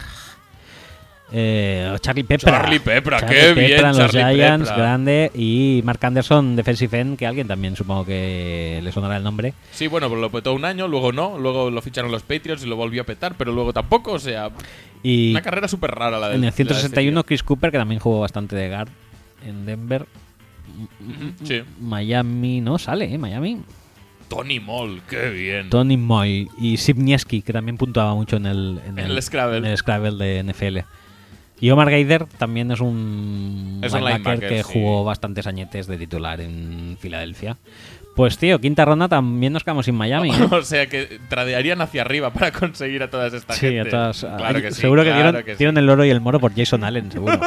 Charlie Peppra. Charlie Peppra, Charlie qué bien, Peppra en los Charlie Giants, Peppra. grande. Y Mark Anderson, defensive end, que a alguien también supongo que le sonará el nombre. Sí, bueno, pues lo petó un año, luego no, luego lo ficharon los Patriots y lo volvió a petar, pero luego tampoco, o sea, Y una carrera súper rara la de en el la de este 161, tío. Chris Cooper, que también jugó bastante de guard en Denver. Sí. Miami no sale, Miami. Tony Moll, qué bien. Tony Moy y Sibnieski, que también puntuaba mucho en el Scrabble. en el Scrabble de NFL. Y Omar Gaider también es un Es un linebacker, que sí. jugó bastantes añetes de titular en Filadelfia. Pues tío, quinta ronda también nos quedamos sin Miami. ¿eh? O sea que tradearían hacia arriba para conseguir a todas estas Sí, gente. a todas. Claro que sí. Seguro que claro dieron, que sí. dieron el oro y el moro por Jason Allen, seguro.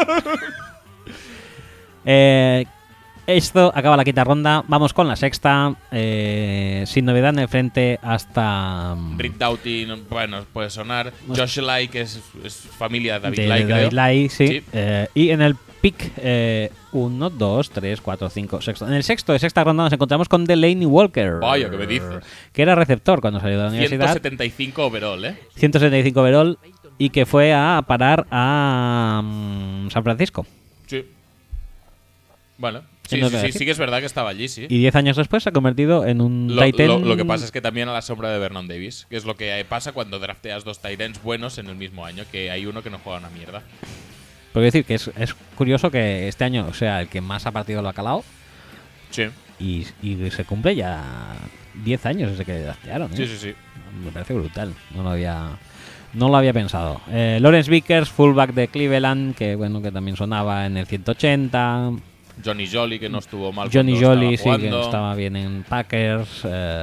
Esto acaba la quinta ronda. Vamos con la sexta. Sin novedad en el frente hasta. Rick Doughty, bueno, puede sonar. Josh Lai, que es familia de David de Lai, creo. David Lai, sí. Sí. Y en el pick 1, 2, 3, 4, 5, sexto. En el sexto de sexta ronda nos encontramos con Delaney Walker. Vaya, ¿qué me dices? Que era receptor cuando salió de la universidad. 175 overall, ¿eh? 175 overall. Y que fue a parar a San Francisco. Sí. Bueno, sí, ¿Qué nos sí, va a sí, decir? sí que es verdad que estaba allí, sí. Y 10 años después se ha convertido en un tight end. Lo que pasa es que también a la sombra de Vernon Davis, que es lo que pasa cuando drafteas dos tight ends buenos en el mismo año, que hay uno que no juega una mierda. Puedo decir que es curioso que este año sea el que más ha partido lo ha calado Sí, y se cumple ya 10 años desde que draftearon. ¿eh? sí, sí, sí. Me parece brutal. No lo había pensado. Lawrence Vickers, fullback de Cleveland, que bueno, que también sonaba en el 180. Johnny Jolly, que no estuvo mal Johnny cuando Jolly, sí, estaba que jugando. estaba bien en Packers.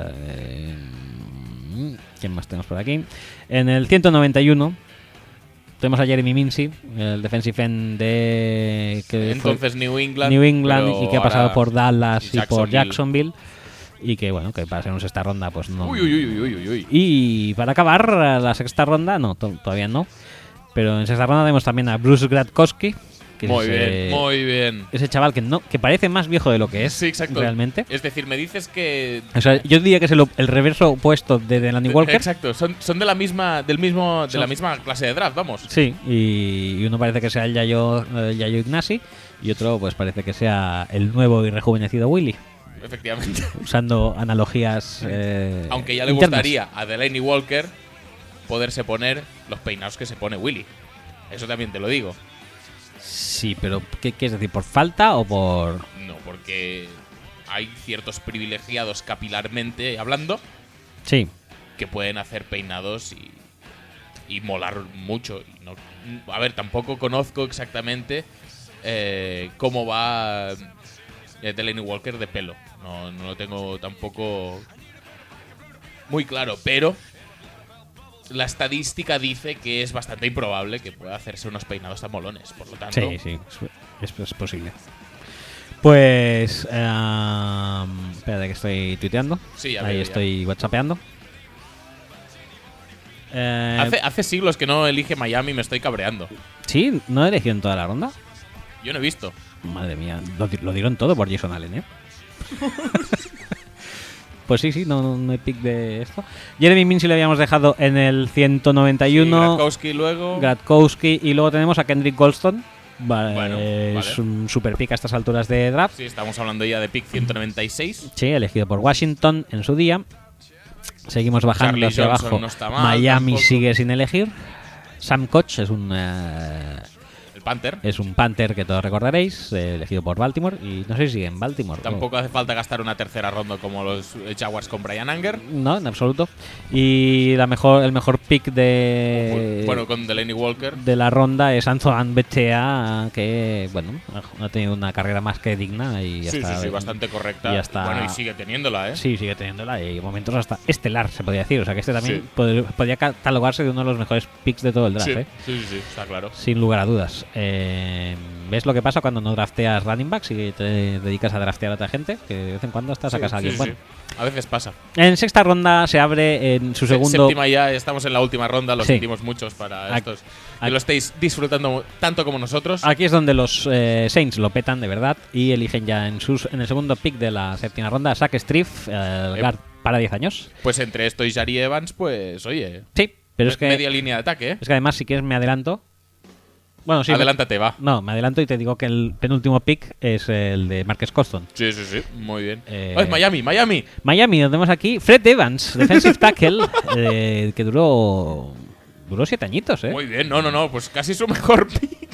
¿Quién más tenemos por aquí? En el 191 tenemos a Jeremy Mincy, el defensive end de Entonces New England. New England pero y que ha pasado ahora- por Dallas y por Jacksonville. Jacksonville. Y que bueno, que para ser un sexta ronda, pues no. Uy, uy, uy, uy, uy, uy. Y para acabar la sexta ronda, no, todavía no. Pero en sexta ronda tenemos también a Bruce Gradkowski, que Muy es bien, muy bien. ese chaval que parece más viejo de lo que es Sí, exacto. realmente. Es decir, me dices que. O sea, yo diría que es el reverso opuesto de Delaney Walker. Exacto, son de la misma, de la Son- misma clase de draft, vamos. Sí, y uno parece que sea el Yayo Ignasi y otro pues parece que sea el nuevo y rejuvenecido Willy, Efectivamente. usando analogías Aunque ya le internas. gustaría a Delaney Walker poderse poner los peinados que se pone Willy. Eso también te lo digo. Sí, pero ¿qué quieres decir? ¿Por falta o por...? No, porque hay ciertos privilegiados capilarmente hablando Sí, que pueden hacer peinados y molar mucho. Y no, a ver, tampoco conozco exactamente cómo va Delaney Walker de pelo. No lo tengo tampoco muy claro, pero la estadística dice que es bastante improbable que pueda hacerse unos peinados tan molones. Por lo tanto, sí, es posible. Pues... espérate que estoy tuiteando. Sí, ya Ahí veo, ya. estoy whatsappeando. hace siglos que no elige Miami, me estoy cabreando. Sí, ¿no eligió en toda la ronda? Yo no he visto. Madre mía, lo dieron todo por Jason Allen, ¿eh? Pues sí, no hay pick de esto. Jeremy Mincy le habíamos dejado en el 191. Gradkowski luego. Gradkowski y luego tenemos a Kendrick Golston. Vale, Bueno, es vale. un super pick a estas alturas de draft. Sí, estamos hablando ya de pick 196. Sí, elegido por Washington en su día. Seguimos bajando Charlie hacia Johnson abajo. no está mal, Miami tampoco. sigue sin elegir. Sam Koch es El Panther. un Panther que todos recordaréis, elegido por Baltimore. Y no sé si sigue en Baltimore. Tampoco hace falta gastar una tercera ronda como los Jaguars con Brian Anger. No, en absoluto. Y el mejor pick Bueno, con Delaney Walker. de la ronda es Antoine Bethea, que bueno, ha tenido una carrera más que digna y ya Sí, está. sí, bastante correcta. y ya está. Bueno, y sigue teniéndola, ¿eh? Sí, sigue teniéndola y momentos hasta estelar, se podría decir. O sea que este también Sí. podría catalogarse de uno de los mejores picks de todo el draft, sí, ¿eh? sí, está claro. Sin lugar a dudas. ¿Ves lo que pasa cuando no drafteas running backs y te dedicas a draftear a otra gente? Que de vez en cuando hasta sacas a alguien Sí, bueno. A veces pasa. En sexta ronda se abre en su segundo. Séptima ya, estamos en la última ronda, lo Sí. sentimos muchos para Ac- estos. ac- Que lo estéis disfrutando tanto como nosotros. Aquí es donde los Saints lo petan de verdad y eligen ya en el segundo pick de la séptima ronda a Zach Striff, el guard para 10 años. Pues entre esto y Jari Evans, pues oye, Sí, pero es que, media línea de ataque, ¿eh? es que además si quieres me adelanto. Bueno, sí. Adelántate, va. No, me adelanto y te digo que el penúltimo pick es el de Marcus Colston. Sí, muy bien. Eh, ¡Ay, Miami! Miami, lo tenemos aquí. Fred Evans, defensive tackle, que duró 7 añitos, ¿eh? Muy bien, no, pues casi su mejor pick.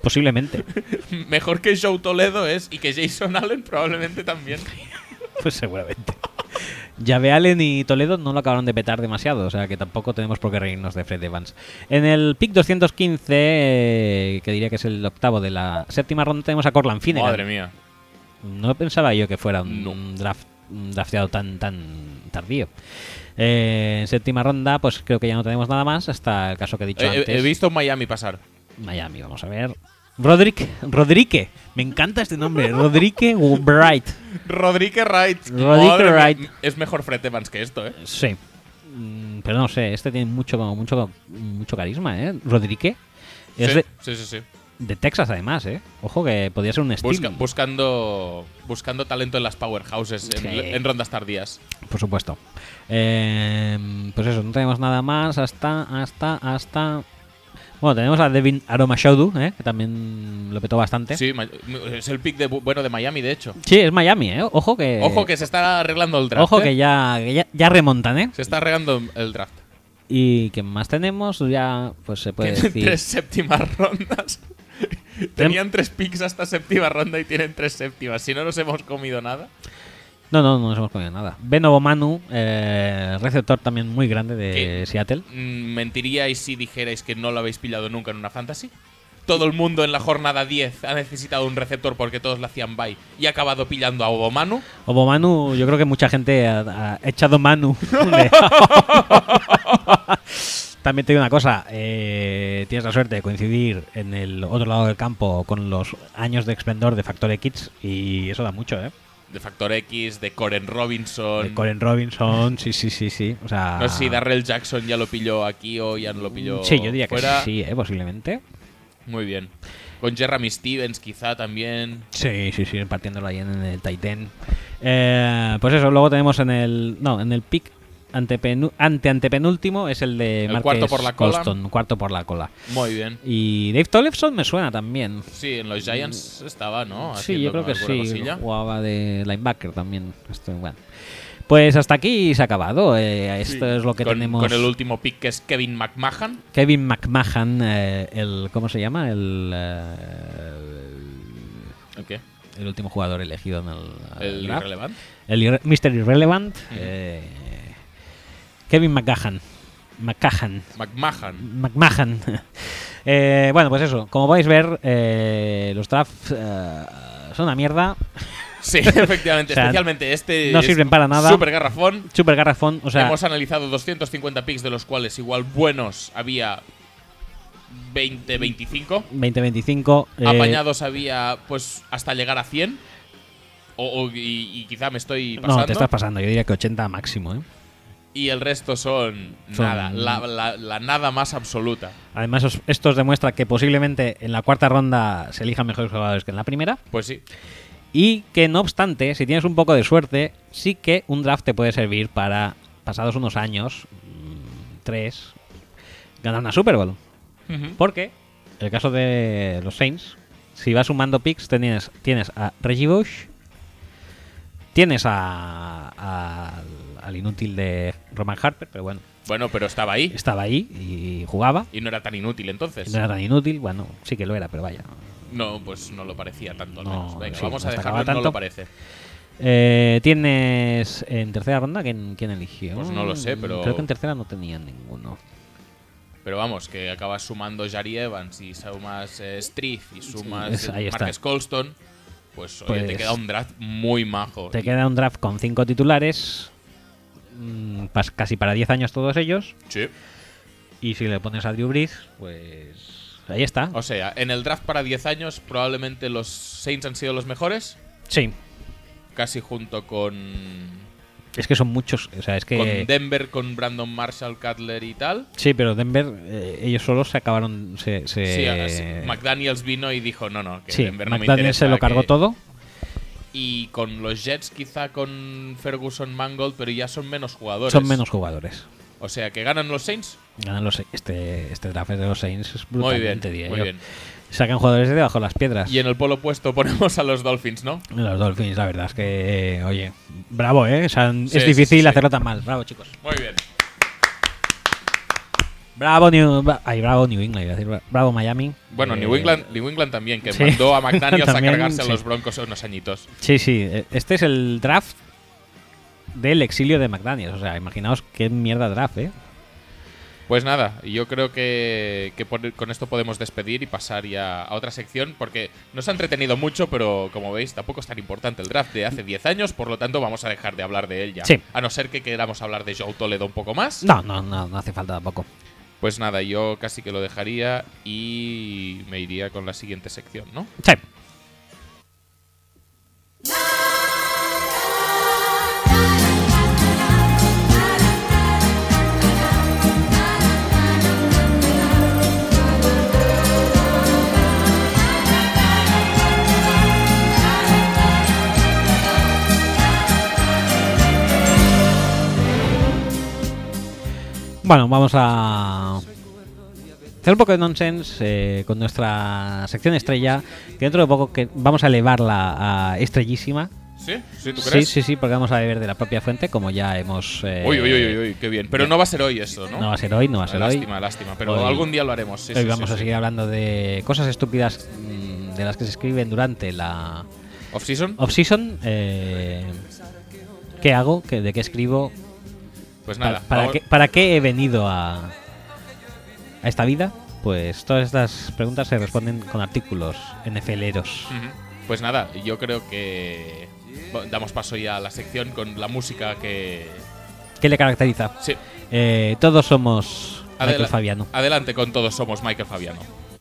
Posiblemente. Mejor que Joe Toledo es, y que Jason Allen probablemente también. Pues seguramente. Llave Allen y Toledo no lo acabaron de petar demasiado, o sea que tampoco tenemos por qué reírnos de Fred Evans. En el pick 215, que diría que es el octavo de la séptima ronda, tenemos a Cortland Finnegan. Madre mía. No pensaba yo que fuera un No. drafteado tan tardío. En séptima ronda, pues creo que ya no tenemos nada más, hasta el caso que he dicho antes. He visto Miami pasar. Miami, vamos a ver. Rodríguez, me encanta este nombre, Rodríguez Bright. Rodríguez Wright. Rodríguez Madre mía, Wright. Es mejor Fred Evans que esto, ¿eh? Sí. Pero no sé, este tiene mucho carisma, ¿eh? Rodríguez. Es Sí. de Texas, además, ¿eh? Ojo que podría ser un estilo. Buscando talento en las powerhouses Sí. en rondas tardías. Por supuesto. Pues eso, no tenemos nada más hasta... Bueno, tenemos a Devin Aromashodu, que también lo petó bastante. Sí, es el pick de Miami, de hecho. Sí, es Miami, ¿eh? Ojo que... Ojo que se está arreglando el draft. Ojo ¿eh? que ya remontan, ¿eh? Se está arreglando el draft. ¿Y qué más tenemos? Ya, pues se puede Tienen decir... 3 séptimas rondas. Tenían 3 picks hasta séptima ronda y tienen 3 séptimas. Si no nos hemos comido nada. No nos hemos comido nada. Benobo Manu, receptor también muy grande de ¿Qué? Seattle. ¿Mentiríais si dijerais que no lo habéis pillado nunca en una fantasy? Todo el mundo en la jornada 10 ha necesitado un receptor porque todos le hacían bye y ha acabado pillando a Obomanu. Obomanu, yo creo que mucha gente ha echado Manu. También te digo una cosa, tienes la suerte de coincidir en el otro lado del campo con los años de esplendor de Factor X y eso da mucho, ¿eh? De Factor X, de Coren Robinson. De Coren Robinson, sí. O sea, No sé si Darrell Jackson ya lo pilló aquí o ya no lo pilló sí, yo diría fuera. que sí, posiblemente. Muy bien. Con Jeremy Stevens quizá también. Sí, partiéndolo ahí en el Titan. Pues eso, luego tenemos en el pick antepenúltimo es el de El Marques cuarto por la cola. Colston, cuarto por la cola. Muy bien. Y Dave Tollefson me suena también. Sí, en los Giants estaba, ¿no? Sí, yo creo que Haciendo alguna sí. cosilla. Jugaba de linebacker también. Bueno. Pues hasta aquí se ha acabado. Esto es lo que con, tenemos. Con el último pick que es Kevin McMahon. Kevin McMahon, ¿cómo se llama? ¿El qué? El último jugador elegido en El draft. irrelevante. El Mr. Irrelevant. Kevin McMahon. McMahon. Bueno, pues eso. Como podéis ver, los drafts son una mierda. Sí, efectivamente. O sea, especialmente este. no es sirven para nada. Súper garrafón. Super garrafón. O sea, Hemos analizado 250 picks, de los cuales igual buenos había 20, 25. 20-25. Apañados había pues hasta llegar a 100. Y quizá me estoy pasando. No, te estás pasando. Yo diría que 80 máximo, ¿eh? Y el resto son nada. La nada más absoluta. Además, esto demuestra que posiblemente en la cuarta ronda se elijan mejores jugadores que en la primera. Pues sí. Y que, no obstante, si tienes un poco de suerte, sí que un draft te puede servir para, pasados unos años, 3, ganar una Super Bowl. Porque, en el caso de los Saints, si vas sumando picks, tienes a Reggie Bush, tienes al inútil de Roman Harper, pero bueno. Bueno, pero estaba ahí. Estaba ahí y jugaba. Y no era tan inútil entonces. No era tan inútil, bueno, sí que lo era, pero vaya. No, pues no lo parecía tanto al No, menos. Venga, sí, vamos no a destacaba dejarlo en no tanto. lo parece. Tienes en tercera ronda, ¿quién eligió? Pues no lo sé, pero- Creo que en tercera no tenía ninguno. Pero vamos, que acabas sumando Jari Evans y sumas Street y sumas ahí está. Marques Colston, pues, oye, te Pues queda un draft muy majo. Te queda un draft con 5 titulares, casi para 10 años todos ellos. Sí. Y si le pones a Drew Brees, pues ahí está. O sea, en el draft para 10 años probablemente los Saints han sido los mejores, Sí, casi junto con es que son muchos. O sea, es que. con Denver, con Brandon Marshall, Cutler y tal. Sí, pero Denver, ellos solos se acabaron. Sí, McDaniels vino y dijo, no, que Sí, Denver no me McDaniels se interesa, lo cargó que-". todo. Y con los Jets quizá con Ferguson, Mangold, pero ya son menos jugadores. Son menos jugadores. O sea, que ganan los Saints. Ganan este draft de los Saints es Muy bien, brutalmente, diría muy yo. bien. Sacan jugadores de debajo de las piedras. Y en el polo opuesto ponemos a los Dolphins, ¿no? Los Dolphins, la verdad es que, oye, bravo, ¿eh? O sea, Sí, es difícil sí. hacerlo tan mal. Bravo, chicos. Muy bien. Bravo bravo New England, iba a decir, bravo Miami. Bueno, New England también, que sí. mandó a McDaniels a También, cargarse a sí. los Broncos unos añitos. Sí, este es el draft del exilio de McDaniels. O sea, imaginaos qué mierda draft, ¿eh? Pues nada, yo creo que con esto podemos despedir y pasar ya a otra sección, porque nos ha entretenido mucho, pero como veis, tampoco es tan importante el draft de hace 10 años, por lo tanto vamos a dejar de hablar de él ya. Sí. A no ser que queramos hablar de Joe Toledo un poco más. No hace falta tampoco. Pues nada, yo casi que lo dejaría y me iría con la siguiente sección, ¿no? Sí. Bueno, vamos a hacer un poco de nonsense con nuestra sección estrella, que dentro de poco que vamos a elevarla a estrellísima. ¿Sí? ¿Sí, tú crees? Sí, porque vamos a beber de la propia fuente, como ya hemos... Uy, qué bien. Pero no va a ser hoy eso, ¿no? No va a ser hoy, no va a ser hoy. Lástima, pero Hoy- algún día lo haremos. Sí, Hoy sí, vamos sí, a sí. seguir hablando de cosas estúpidas de las que se escriben durante la ¿Off-season? off-season. ¿Qué hago? ¿De qué escribo? Pues nada. ¿Para qué he venido a esta vida? Pues todas estas preguntas se responden con artículos NFLeros. Ujú. Pues nada, yo creo que damos paso ya a la sección con la música que... ¿Qué le caracteriza? Sí, Todos somos Michael Adela- Fabiano. adelante con Todos Somos Michael Fabiano.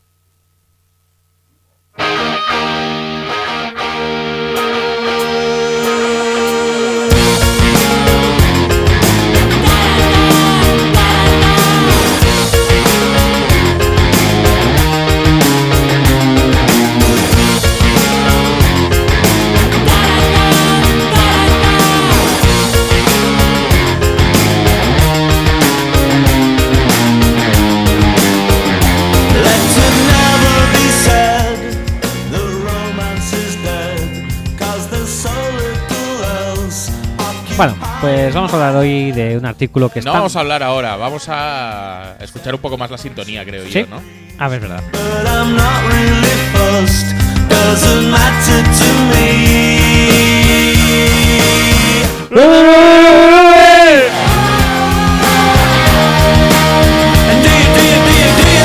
Let it never be said the romance is dead, 'cause there's so little else. Bueno, pues vamos a hablar hoy de un artículo que No está... vamos a hablar ahora, vamos a escuchar un poco más la sintonía, creo ¿Sí? yo, ¿no? A ver, es verdad. But I'm not really fussed, doesn't matter to me. And do you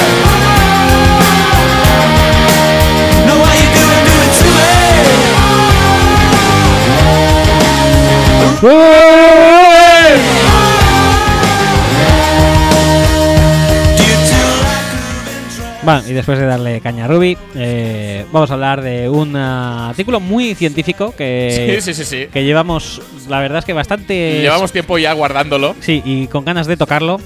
know why you gonna do it to me? Do you two lack of interest? Bueno, y después de darle caña a Ruby, vamos a hablar de un artículo muy científico que, Sí. que llevamos, la verdad es que bastante... Llevamos tiempo ya guardándolo. Sí, y con ganas de tocarlo.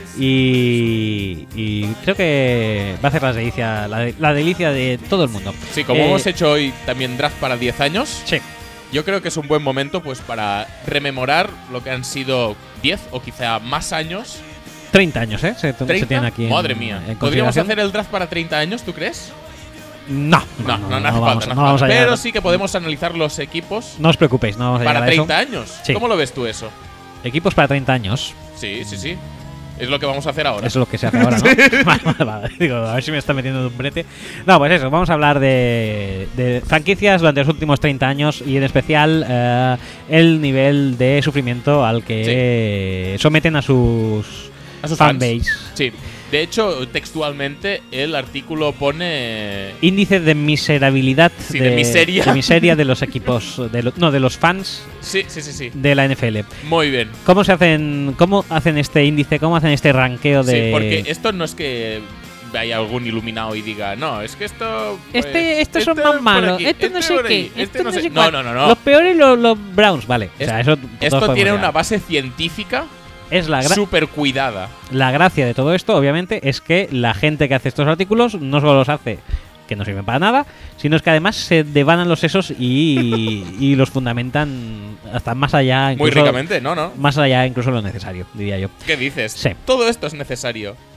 Y creo que va a hacer la delicia de todo el mundo. Sí, como hemos hecho hoy también draft para 10 años, Sí, yo creo que es un buen momento pues para rememorar lo que han sido 10 o quizá más años. 30 años, ¿eh? Se 30. tienen aquí Madre mía. en ¿Podríamos consideración. hacer el draft para 30 años, tú crees? No No hace vamos, falta, no no hace vamos falta. a llegar. Pero sí que podemos analizar los equipos No os preocupéis, no vamos a llegar para a eso. 30 años. Sí. ¿Cómo lo ves tú eso? Equipos para 30 años. Sí. Es lo que vamos a hacer ahora. Eso es lo que se hace ahora, ¿no? Vale. Digo, a ver si me está metiendo en un brete. No, pues eso, vamos a hablar de franquicias durante los últimos 30 años y en especial el nivel de sufrimiento al que someten a sus A sus fans. fanbase. Sí. De hecho, textualmente, el artículo pone. Índice de miserabilidad, Sí, de miseria. de miseria de los equipos, de los fans Sí. de la NFL. Muy bien. ¿Cómo hacen este índice? ¿Cómo hacen este ranqueo de...? Sí, porque esto no es que haya algún iluminado y diga, no, es que esto. pues, Estos son este más por malos, aquí, este no sé por qué, allí, este no sé No. cuál. Los peores los Browns, vale. O sea, eso todos Esto podemos tiene llegar. una base científica Es súper cuidada. la gracia de todo esto, obviamente, es que la gente que hace estos artículos no solo los hace que no sirven para nada, sino es que además se devanan los sesos y los fundamentan hasta más allá. Muy Incluso, ricamente, ¿no? Más allá incluso de lo necesario, diría yo. ¿Qué dices? Sí. Todo esto es necesario.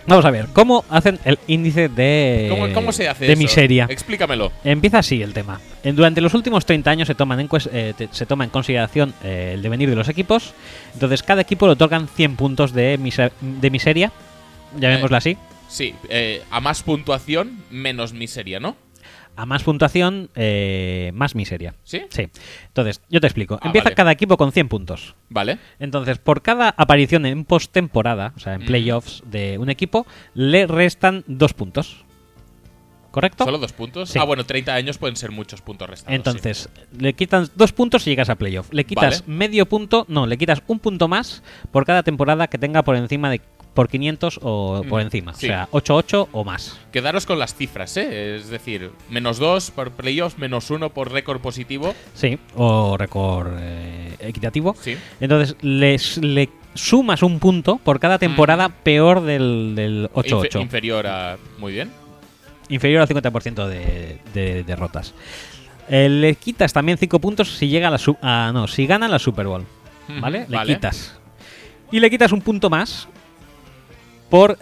Vamos a ver, ¿cómo hacen el índice de, ¿Cómo se hace de eso? miseria? Explícamelo. Empieza así el tema. Durante los últimos 30 años se toma en consideración el devenir de los equipos. Entonces, cada equipo le otorgan 100 puntos de miseria, llamémosla así. Sí, a más puntuación, menos miseria, ¿no? A más puntuación, más miseria. ¿Sí? Sí. Entonces, yo te explico. Ah, Empieza vale. cada equipo con 100 puntos. Vale. Entonces, por cada aparición en postemporada, o sea, en playoffs de un equipo, le restan 2 puntos. ¿Correcto? ¿Solo 2 puntos? Sí. Ah, bueno, 30 años pueden ser muchos puntos restados. Entonces, le quitan 2 puntos y llegas a playoff. Le quitas Vale. medio punto, no, le quitas un punto más por cada temporada que tenga por encima de por 500 o por encima. sí. O sea, 8-8 o más. Sí. Quedaros con las cifras, ¿eh? Es decir, -2 por playoffs, -1 por récord positivo. Sí, o récord equitativo. Sí. Entonces, le sumas un punto por cada temporada peor del 8-8. Inferior a. Muy bien. Inferior al 50% de derrotas. Le quitas también 5 puntos si llega a la si gana la Super Bowl. ¿Vale? Ujú, Le vale. quitas. Y le quitas un punto más por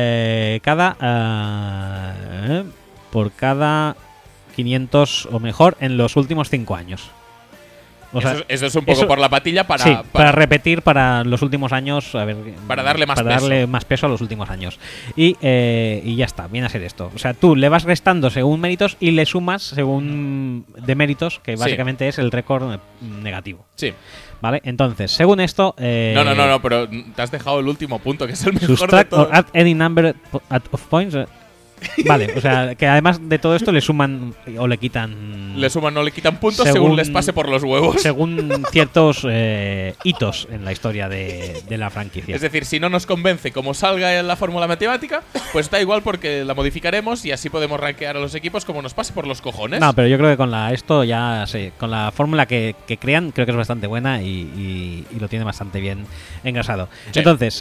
cada 500 o mejor en los últimos 5 años. O sea, eso es un poco eso- por la patilla sí, para repetir para los últimos años, a ver, Para darle más darle más peso a los últimos años. Y ya está, viene a ser esto. O sea, tú le vas restando según méritos y le sumas según de méritos, que Sí. básicamente es el récord negativo. Sí. ¿Vale? Entonces, según esto... No, pero te has dejado el último punto, que es el mejor de Subtract todos. or add any number of points. Vale, o sea, que además de todo esto le suman o le quitan... Le suman, no le quitan puntos Según- según les pase por los huevos. según ciertos hitos en la historia de la franquicia. Es decir, si no nos convence como salga en la fórmula matemática, pues da igual porque la modificaremos y así podemos rankear a los equipos como nos pase por los cojones. No, pero yo creo que con esto ya sí, con la fórmula que crean, creo que es bastante buena y lo tiene bastante bien engrasado. Sí. Entonces,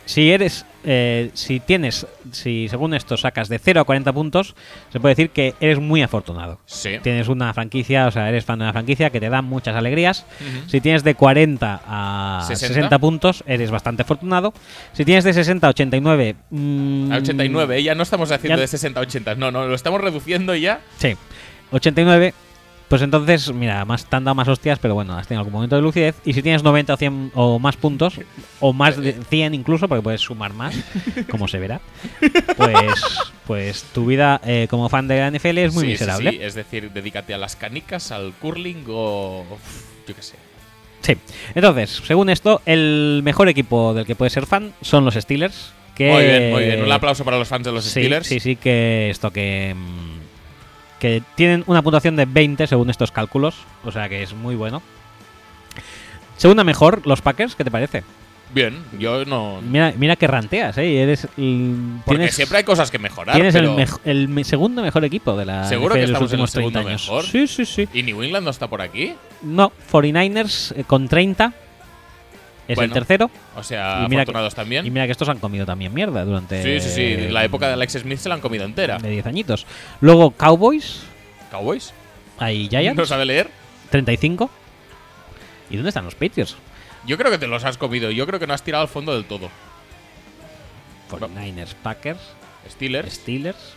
si según esto sacas de 0 a 40 puntos, se puede decir que eres muy afortunado. Sí. Tienes una franquicia, o sea, eres fan de una franquicia que te da muchas alegrías. Ujú. Si tienes de 40 a 60 puntos, eres bastante afortunado. Si tienes de 60 a 89... A 89, ya no estamos haciendo ya- de 60 a 80. No, lo estamos reduciendo ya. Sí, 89. Pues entonces, mira, te han dado más hostias, pero bueno, has tenido algún momento de lucidez. Y si tienes 90 o 100 o más puntos, o más de 100 incluso, porque puedes sumar más, como se verá, pues tu vida como fan de la NFL es muy Sí, miserable. Sí, es decir, dedícate a las canicas, al curling o. Yo qué sé. Sí. Entonces, según esto, el mejor equipo del que puedes ser fan son los Steelers. Que Muy bien, muy bien. Un aplauso para los fans de los sí, Steelers. Sí, que esto que tienen una puntuación de 20 según estos cálculos, o sea que es muy bueno. Segunda mejor, los Packers, ¿qué te parece? Bien, yo no. Mira que ranteas, ¿eh? Eres, Porque siempre hay cosas que mejorar. tienes pero el segundo mejor equipo de la ¿Seguro NFL que de los estamos en el últimos 30 segundo años. mejor? Sí, sí, sí. ¿Y New England no está por aquí? No, 49ers con 30 es Bueno, el tercero. O sea, Y mira afortunados Y también. mira que estos han comido también mierda durante Sí, sí, sí. La época de Alex Smith se la han comido entera. de 10 añitos. Luego Cowboys, Cowboys. hay Giants, ¿No sabe leer? 35. ¿Y dónde están los Patriots? Yo creo que te los has comido. Yo creo que no has tirado al fondo del todo. 49ers, Packers, Steelers. Steelers.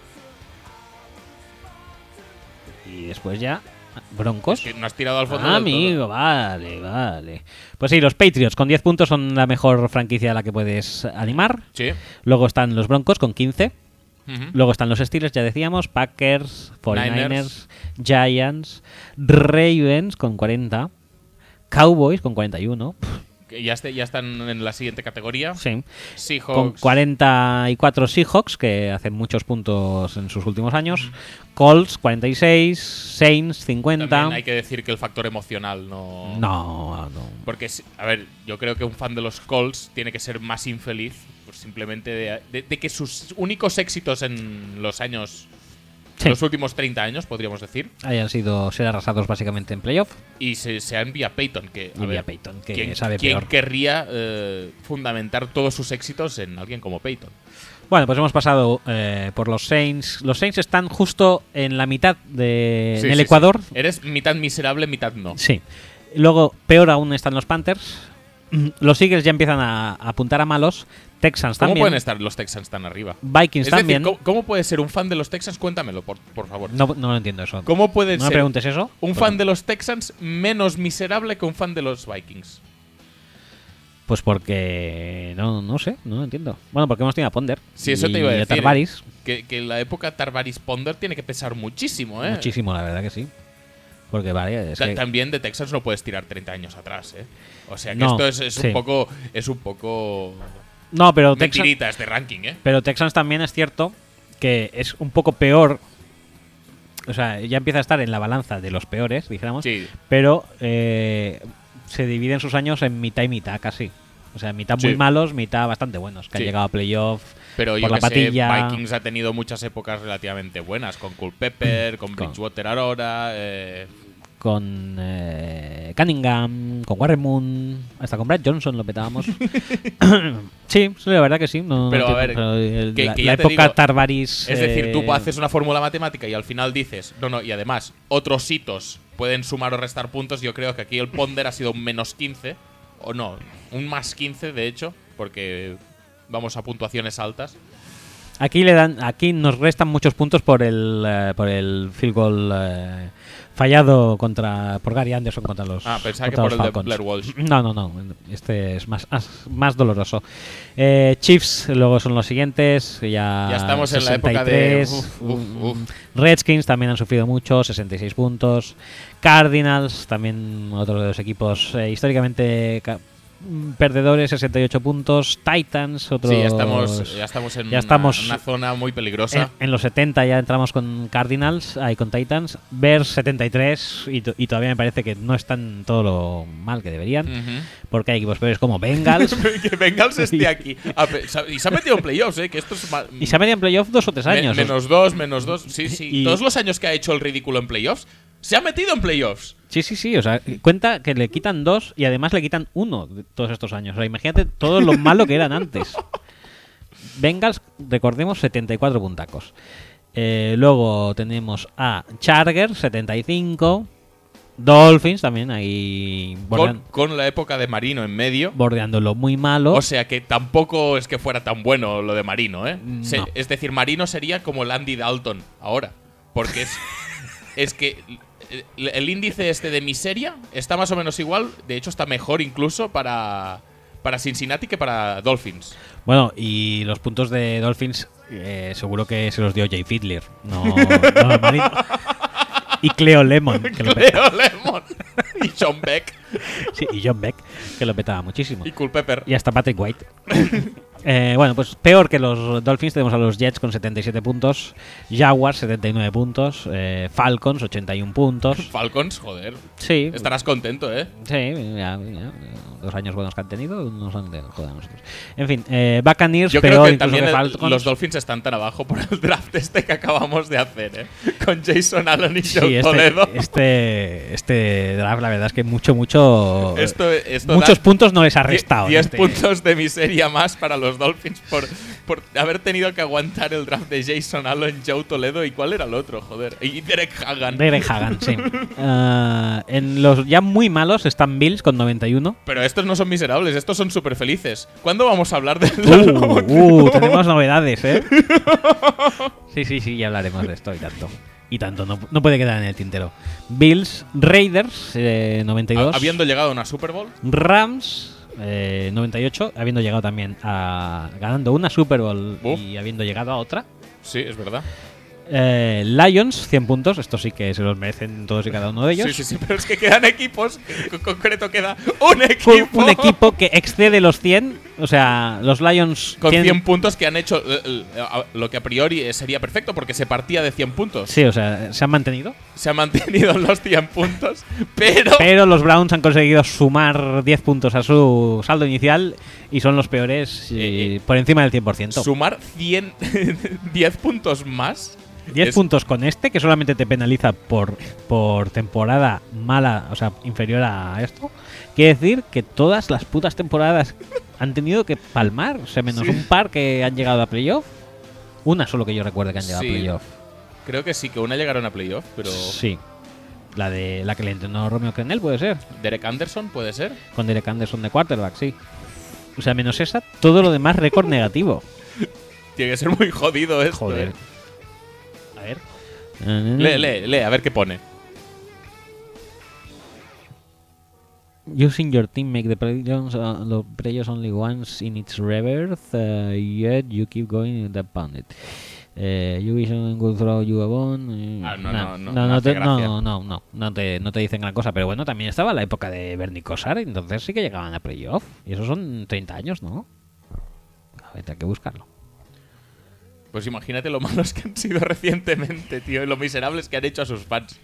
Y después ya Broncos. Que no has tirado al fondo del todo. Amigo, vale. Pues sí, los Patriots con 10 puntos son la mejor franquicia a la que puedes animar. Sí. Luego están los Broncos con 15. Ujú. Luego están los Steelers, ya decíamos, Packers, 49ers, Niners. Giants, Ravens con 40, Cowboys con 41. Que ya están en la siguiente categoría. Sí. Seahawks. Con 44 Seahawks, que hacen muchos puntos en sus últimos años. Colts, 46. Saints, 50. También hay que decir que el factor emocional no. No. Porque, a ver, yo creo que un fan de los Colts tiene que ser más infeliz, pues simplemente de que sus únicos éxitos en los años. Sí. Los últimos 30 años, podríamos decir. Hayan sido ser arrasados básicamente en playoff. Y sean vía Peyton. Que, a Y vía ver, Peyton, que ¿quién, sabe quién peor. querría fundamentar todos sus éxitos en alguien como Peyton? Bueno, pues hemos pasado por los Saints. Los Saints están justo en la mitad Sí, en el sí, Ecuador. sí. Eres mitad miserable, mitad no. Sí. Luego, peor aún están los Panthers. Los Eagles ya empiezan a apuntar a malos. Texans ¿Cómo también. pueden estar los Texans tan arriba? Vikings Es también. decir, ¿cómo puede ser un fan de los Texans? Cuéntamelo, por favor. No lo entiendo eso. ¿Cómo puede No me ser preguntes eso. un fan de los Texans menos miserable que un fan de los Vikings? Pues porque. No sé, no lo entiendo. Bueno, porque hemos tenido a Ponder. Sí, eso te iba a y decir. Tarvaris. Que la época Tarvaris Ponder tiene que pesar muchísimo, ¿eh? Muchísimo, la verdad que sí. Porque vale, es que- También de Texans no puedes tirar 30 años atrás, ¿eh? O sea que No, esto es sí. un poco. Es un poco. No, pero Texans, Mentirita este ranking, ¿eh? pero Texans también es cierto que es un poco peor. O sea, ya empieza a estar en la balanza de los peores, dijéramos. Sí. Pero se dividen sus años en mitad y mitad, casi. O sea, mitad muy Sí. malos, mitad bastante buenos, que han Sí. llegado a playoff. Pero por yo la que sé, patilla. Vikings ha tenido muchas épocas relativamente buenas, con Culpepper, con Bridgewater ahora. Con Cunningham, con Warren Moon, hasta con Brad Johnson lo petábamos. Sí, la verdad que sí. Pero, a entiendo, ver, pero que la ya te época digo, Tarvaris. Es decir, tú haces una fórmula matemática y al final dices, no, y además, otros hitos pueden sumar o restar puntos. Yo creo que aquí el ponder ha sido un menos 15, o no, un más 15 de hecho, porque vamos a puntuaciones altas. Aquí nos restan muchos puntos por el field goal fallado por Gary Anderson contra los Pensaba que contra por los el de Falcons. Blair Walsh. No. Este es más doloroso. Chiefs luego son los siguientes. Ya estamos en la época de 63. uf. Redskins también han sufrido mucho, 66 puntos. Cardinals, también otro de los equipos históricamente perdedores, 68 puntos. Titans, otros. Sí, ya estamos en ya estamos una zona muy peligrosa. En los 70 ya entramos con Cardinals, ahí con Titans. Bears 73 y todavía me parece que no están todo lo mal que deberían. Ujú. Porque hay equipos peores como Bengals. Que Bengals esté aquí. Y se ha metido en playoffs, que esto es y se ha metido en playoff 2 o 3 años. menos dos. Sí. Y- Todos los años que ha hecho el ridículo en playoffs, se ha metido en playoffs. Sí. O sea, cuenta que le quitan 2 y además le quitan 1 de todos estos años. O sea, imagínate todo lo malo que eran antes. Bengals, recordemos, 74 puntacos. Luego tenemos a Chargers, 75. Dolphins también ahí Con la época de Marino en medio. bordeándolo muy malo. O sea que tampoco es que fuera tan bueno lo de Marino, ¿eh? No. Es decir, Marino sería como el Andy Dalton ahora. Porque es que el índice este de miseria está más o menos igual. De hecho, está mejor incluso para Cincinnati que para Dolphins. Bueno, y los puntos de Dolphins seguro que se los dio Jay Fiedler. No Marino. Y Cleo Lemon, que lo Cleo Lemon y Sean Beck sí, y John Beck, que lo petaba muchísimo. y Culpepper. Y hasta Patrick White. Bueno, pues peor que los Dolphins tenemos a los Jets con 77 puntos, Jaguars 79 puntos, Falcons 81 puntos. Falcons, joder. Sí, Estarás contento, ¿eh? sí, ya, 2 años buenos que han tenido, unos han de joder a nosotros. En fin, Buccaneers Yo peor creo que incluso también que Falcons. los Dolphins están tan abajo por el draft este que acabamos de hacer, ¿eh? Con Jason Allen y Joe Sí, Toledo. este draft, la verdad es que mucho Esto muchos da puntos no les ha restado. 10 este. puntos de miseria más para los Dolphins por haber tenido que aguantar el draft de Jason Allen, Joe Toledo y ¿cuál era el otro? Joder. Y Derek Hagan. Derek Hagan, sí. En los ya muy malos están Bills con 91. Pero estos no son miserables, estos son súper felices. ¿Cuándo vamos a hablar de Tenemos novedades, ¿eh? Sí, ya hablaremos de esto y tanto, no puede quedar en el tintero. Bills, Raiders, 92. Habiendo llegado a una Super Bowl. Rams, 98, habiendo llegado también ganando una Super Bowl Uf. y habiendo llegado a otra. Sí, es verdad. Lions, 100 puntos. Estos sí que se los merecen todos y cada uno de ellos. Sí, pero es que quedan equipos. En concreto queda un Fue equipo. un equipo que excede los 100. O sea, los Lions Con tienen- 100 puntos que han hecho lo que a priori sería perfecto porque se partía de 100 puntos. Sí, o sea, se han mantenido. Se han mantenido en los 100 puntos, pero Pero los Browns han conseguido sumar 10 puntos a su saldo inicial y son los peores por encima del 100%. sumar 10 puntos más. 10 es- puntos con este, que solamente te penaliza por temporada mala, o sea, inferior a esto. Quiere decir que todas las putas temporadas han tenido que palmar, o sea, menos Sí. un par que han llegado a playoff. Una solo que yo recuerde que han llegado Sí. a playoff. Creo que sí, que una llegaron a playoff, pero. Sí. La que le entrenó Romeo Crennel, puede ser. Derek Anderson, ¿puede ser? Con Derek Anderson de quarterback, sí. O sea, menos esa, todo lo demás récord negativo. Tiene que ser muy jodido esto. Joder. ¿eh? A ver. Lee, a ver qué pone. Using your team make the players only once in its rebirth, yet you keep going and pound it. You vision will throw you a bone. No hace gracia. No te dicen gran cosa. Pero bueno, también estaba la época de Bernie Kosar, entonces sí que llegaban a playoff. Y esos son 30 años, ¿no? A ver, hay que buscarlo. Pues imagínate lo malos que han sido recientemente, tío, y lo miserables que han hecho a sus fans.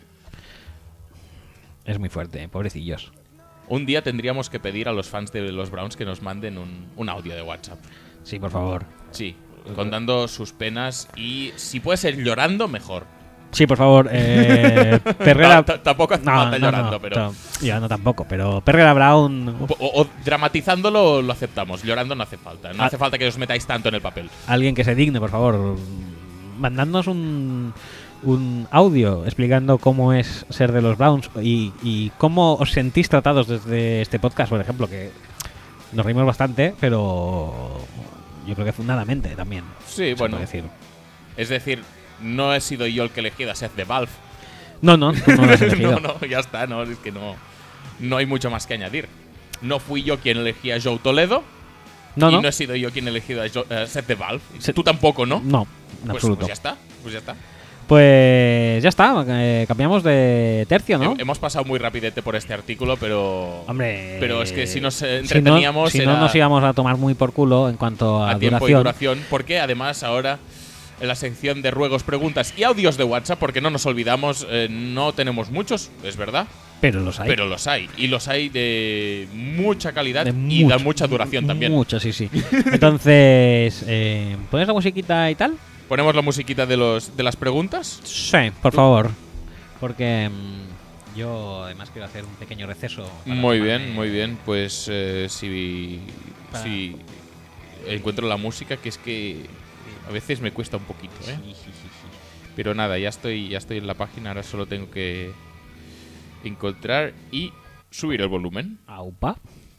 Es muy fuerte, pobrecillos. Un día tendríamos que pedir a los fans de los Browns que nos manden un audio de WhatsApp. Sí, por favor. Sí, contando sus penas y si puede ser llorando, mejor. Sí, por favor. Perrera. Tampoco hace falta llorando, pero. Yo no tampoco, pero Perrera Brown. O dramatizándolo lo aceptamos, llorando no hace falta. No hace falta que os metáis tanto en el papel. Alguien que se digne, por favor. Mandadnos un audio explicando cómo es ser de los Browns y cómo os sentís tratados desde este podcast, por ejemplo, que nos reímos bastante, pero yo creo que fundadamente también. Sí, bueno. Decir. Es decir, no he sido yo el que he elegido a Seth de Valve. No, tú no lo has elegido. no, ya está, no, es que no hay mucho más que añadir. No fui yo quien elegí a Joe Toledo. No he sido yo quien he elegido a Seth de Valve. Tú tampoco, ¿no? No, en pues, absoluto. Pues ya está. Pues ya está, cambiamos de tercio, ¿no? Hemos pasado muy rapidete por este artículo, pero. Hombre. Pero es que si nos entreteníamos. Si no nos íbamos a tomar muy por culo en cuanto a tiempo y duración. Porque además ahora, en la sección de ruegos, preguntas y audios de WhatsApp, porque no nos olvidamos, no tenemos muchos, es verdad. Pero los hay. Y los hay de mucha calidad y de mucha duración también. Mucho, sí. Entonces, ¿pones la musiquita y tal? ¿Ponemos la musiquita de las preguntas? Sí, por favor. Porque yo además quiero hacer un pequeño receso. Muy bien. Pues si encuentro la música, que es que a veces me cuesta un poquito, ¿eh? Sí. Pero nada, ya estoy en la página, ahora solo tengo que encontrar y subir el volumen. Aupa.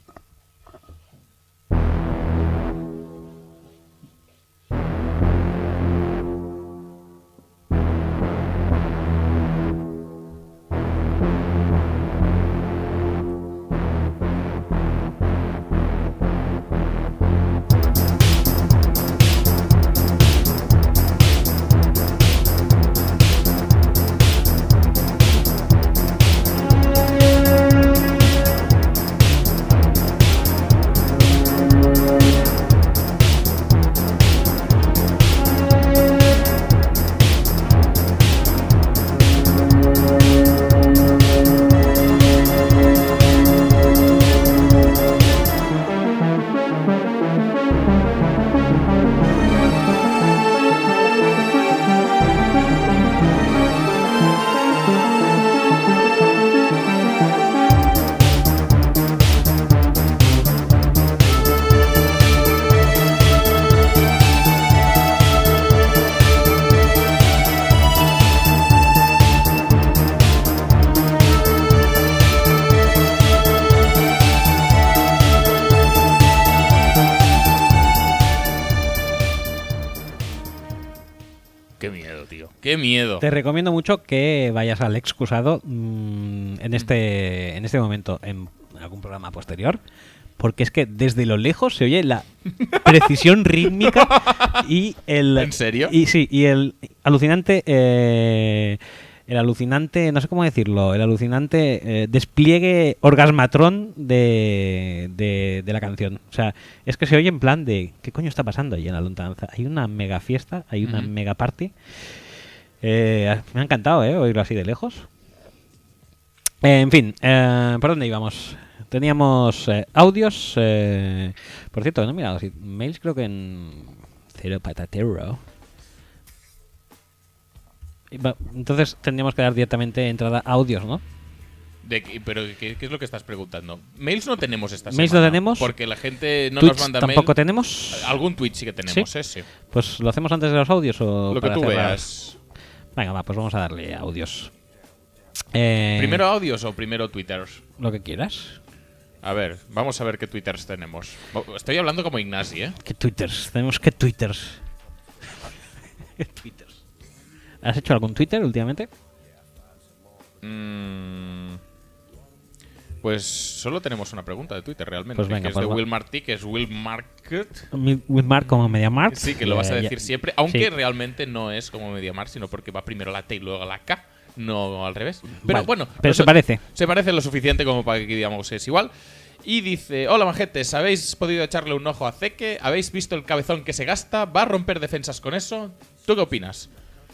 ¡Qué miedo! Te recomiendo mucho que vayas al excusado en este momento, en algún programa posterior, porque es que desde lo lejos se oye la precisión rítmica y el... ¿En serio? Y el alucinante... no sé cómo decirlo, el alucinante despliegue orgasmatrón de la canción. O sea, es que se oye en plan de ¿qué coño está pasando allí en la lontananza? Hay una mega fiesta, hay una mega party. Me ha encantado, oírlo así de lejos. En fin, ¿por dónde íbamos? Teníamos audios. Por cierto, no he mirado. Mails creo que en Cero Patatero. Entonces tendríamos que dar directamente entrada a audios, ¿no? ¿Pero qué es lo que estás preguntando? Mails no tenemos esta semana. ¿Mails no tenemos? Porque la gente no ¿Tweets nos manda tampoco mail. tenemos? Algún tweet sí que tenemos, ¿Sí? sí. Pues lo hacemos antes de los audios o Lo que para tú cerrar? veas. Venga, va, pues vamos a darle audios. ¿Primero audios o primero twitters? Lo que quieras. A ver, vamos a ver qué twitters tenemos. Estoy hablando como Ignasi, ¿eh? ¿Qué twitters? Tenemos que twitters. ¿Qué twitters? ¿Has hecho algún Twitter últimamente? Pues solo tenemos una pregunta de Twitter realmente, Pues venga, que es pues de va. Will Martí, que es Will Market. Widmark como MediaMarkt. Sí, que lo vas a decir siempre, aunque sí. realmente no es como MediaMarkt, sino porque va primero la T y luego la K, no al revés. Pero Vale, bueno, pero eso- se parece. Se parece lo suficiente como para que digamos es igual. Y dice, hola majetes, ¿habéis podido echarle un ojo a Zeke? ¿Habéis visto el cabezón que se gasta? ¿Va a romper defensas con eso? ¿Tú qué opinas?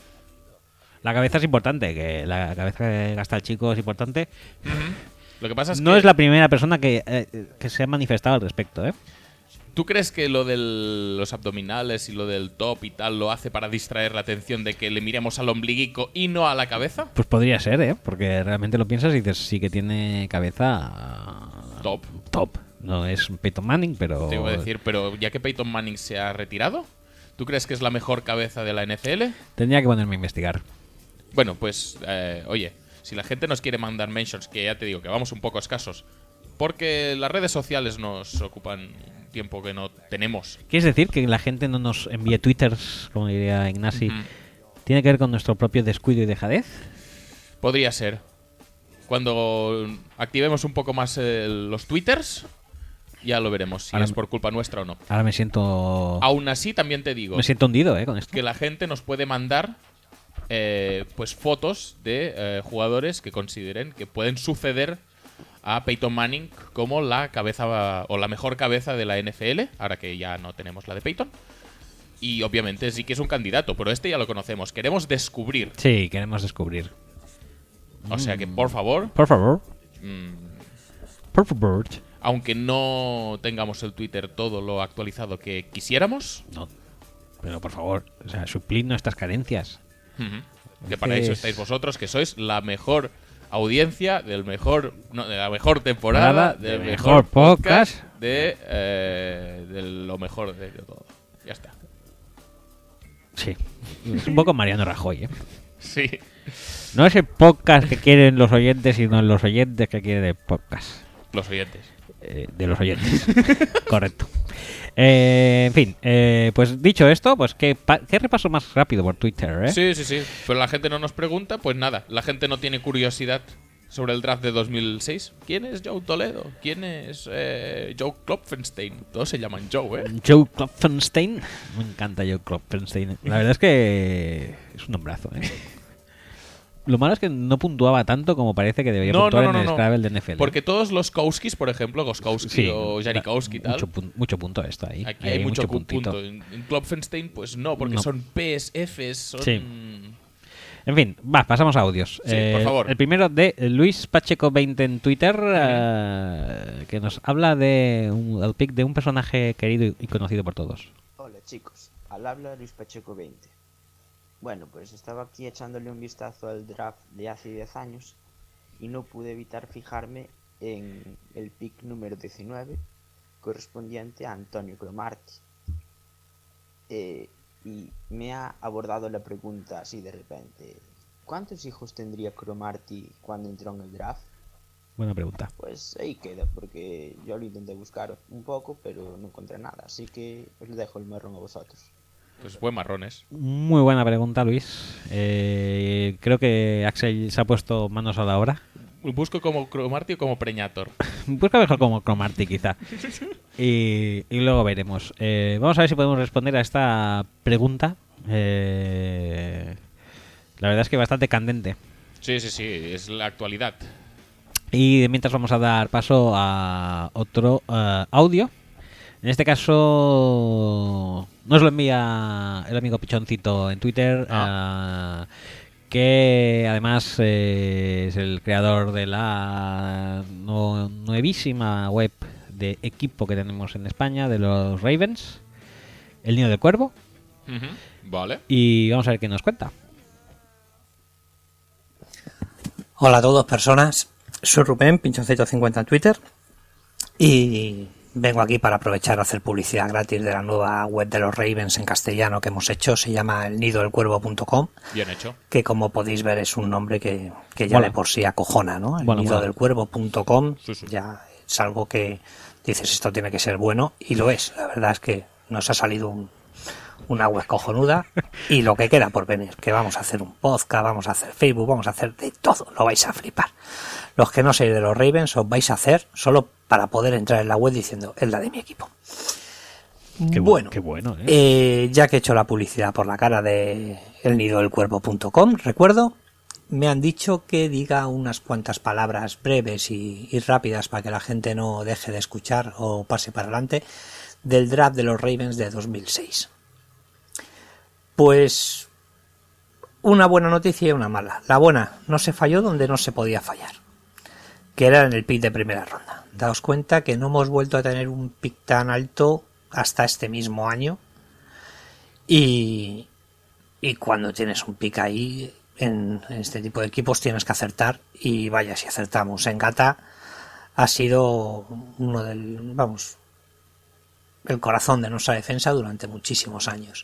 La cabeza es importante, que la cabeza que gasta el chico es importante. Lo que pasa es No que es la primera persona que se ha manifestado al respecto, ¿eh? ¿tú crees que lo de los abdominales y lo del top y tal lo hace para distraer la atención de que le miremos al ombliguico y no a la cabeza? Pues podría ser, ¿eh? Porque realmente lo piensas y dices, sí que tiene cabeza Top. top. No es Peyton Manning, pero... Te iba a decir, pero ya que Peyton Manning se ha retirado, ¿tú crees que es la mejor cabeza de la NFL? Tendría que ponerme a investigar. Bueno, pues, oye, si la gente nos quiere mandar mentions, que ya te digo que vamos un poco escasos, porque las redes sociales nos ocupan tiempo que no tenemos. ¿Quieres decir que la gente no nos envíe twitters, como diría Ignasi, Ujú. tiene que ver con nuestro propio descuido y dejadez? Podría ser. Cuando activemos un poco más los twitters, ya lo veremos, si Ahora es por culpa nuestra o no. Ahora me siento... Aún así, también te digo Me siento hundido, ¿eh? Con esto. que la gente nos puede mandar pues fotos de jugadores que consideren que pueden suceder a Peyton Manning como la cabeza o la mejor cabeza de la NFL, ahora que ya no tenemos la de Peyton. Y obviamente sí que es un candidato, pero este ya lo conocemos. Queremos descubrir. Sí, queremos descubrir. O sea que, por favor, Por favor. mm, Por favor. aunque no tengamos el Twitter todo lo actualizado que quisiéramos, No. Pero por favor, o sea, suplid nuestras carencias. que para eso Entonces- estáis vosotros, que sois la mejor audiencia de la mejor temporada, del mejor podcast, de lo mejor de todo. Ya está. Sí. Es un poco Mariano Rajoy, ¿eh? Sí. No es el podcast que quieren los oyentes, sino los oyentes que quieren el podcast. Los oyentes. De los oyentes. Correcto. En fin, pues dicho esto, pues qué repaso más rápido por Twitter, ¿eh? Sí, sí, sí. Pero la gente no nos pregunta, pues nada. La gente no tiene curiosidad sobre el draft de 2006. ¿Quién es Joe Toledo? ¿Quién es Joe Klopfenstein? Todos se llaman Joe, ¿eh? Joe Klopfenstein. Me encanta Joe Klopfenstein. La verdad es que es un nombrazo, ¿eh? Lo malo es que no puntuaba tanto como parece que debería puntuar en el Scrabble de NFL. Porque todos los Kowskis, por ejemplo, Goskowski o Janikowski y tal, mucho punto esto ahí. aquí hay mucho puntito. punto. En Klopfenstein, pues no, porque No. son P's, F's, son... Sí. En fin, va, pasamos a audios. Sí, por favor. El primero de Luis Pacheco 20 en Twitter, que nos habla de el pick de un personaje querido y conocido por todos. Hola chicos, al habla Luis Pacheco 20. Bueno, pues estaba aquí echándole un vistazo al draft de hace 10 años y no pude evitar fijarme en el pick número 19 correspondiente a Antonio Cromartie. Y me ha abordado la pregunta así de repente: ¿cuántos hijos tendría Cromartie cuando entró en el draft? Buena pregunta. Pues ahí queda, porque yo lo intenté buscar un poco, pero no encontré nada, así que os dejo el marrón a vosotros. Pues buen marrones. Muy buena pregunta, Luis. Creo que Axel se ha puesto manos a la obra. Busco como Cromartie o como Preñator. Busca mejor como Cromartie, quizá. Y luego veremos. Vamos a ver si podemos responder a esta pregunta. La verdad es que bastante candente. Sí, sí, sí, es la actualidad. Y mientras vamos a dar paso a otro audio. En este caso nos lo envía el amigo Pichoncito en Twitter, que además es el creador de la nuevísima web de equipo que tenemos en España, de los Ravens, El Nido del Cuervo. Vale. Y vamos a ver qué nos cuenta. Hola a todos, personas. Soy Rubén, Pinchoncito50 en Twitter. Y vengo aquí para aprovechar a hacer publicidad gratis de la nueva web de los Ravens en castellano que hemos hecho. Se llama elnidodelcuervo.com, Bien hecho. que como podéis ver es un nombre que ya Mola. de por sí acojona, ¿no? El Mola, mola. nidodelcuervo.com Sí, sí. ya es algo que dices, esto tiene que ser bueno, y lo es. La verdad es que nos ha salido una web cojonuda, y lo que queda por venir, que vamos a hacer un podcast, vamos a hacer Facebook, vamos a hacer de todo, lo vais a flipar. Los que no seáis de los Ravens os vais a hacer solo para poder entrar en la web diciendo, es la de mi equipo. Qué Bueno, qué bueno, ¿eh? ya que he hecho la publicidad por la cara de elnidodelcuervo.com, recuerdo, me han dicho que diga unas cuantas palabras breves y rápidas para que la gente no deje de escuchar o pase para adelante del draft de los Ravens de 2006. Pues una buena noticia y una mala. La buena, no se falló donde no se podía fallar, que era en el pick de primera ronda. Daos cuenta que no hemos vuelto a tener un pick tan alto hasta este mismo año, y cuando tienes un pick ahí en este tipo de equipos tienes que acertar, y vaya si acertamos. Ngata ha sido uno el corazón de nuestra defensa durante muchísimos años.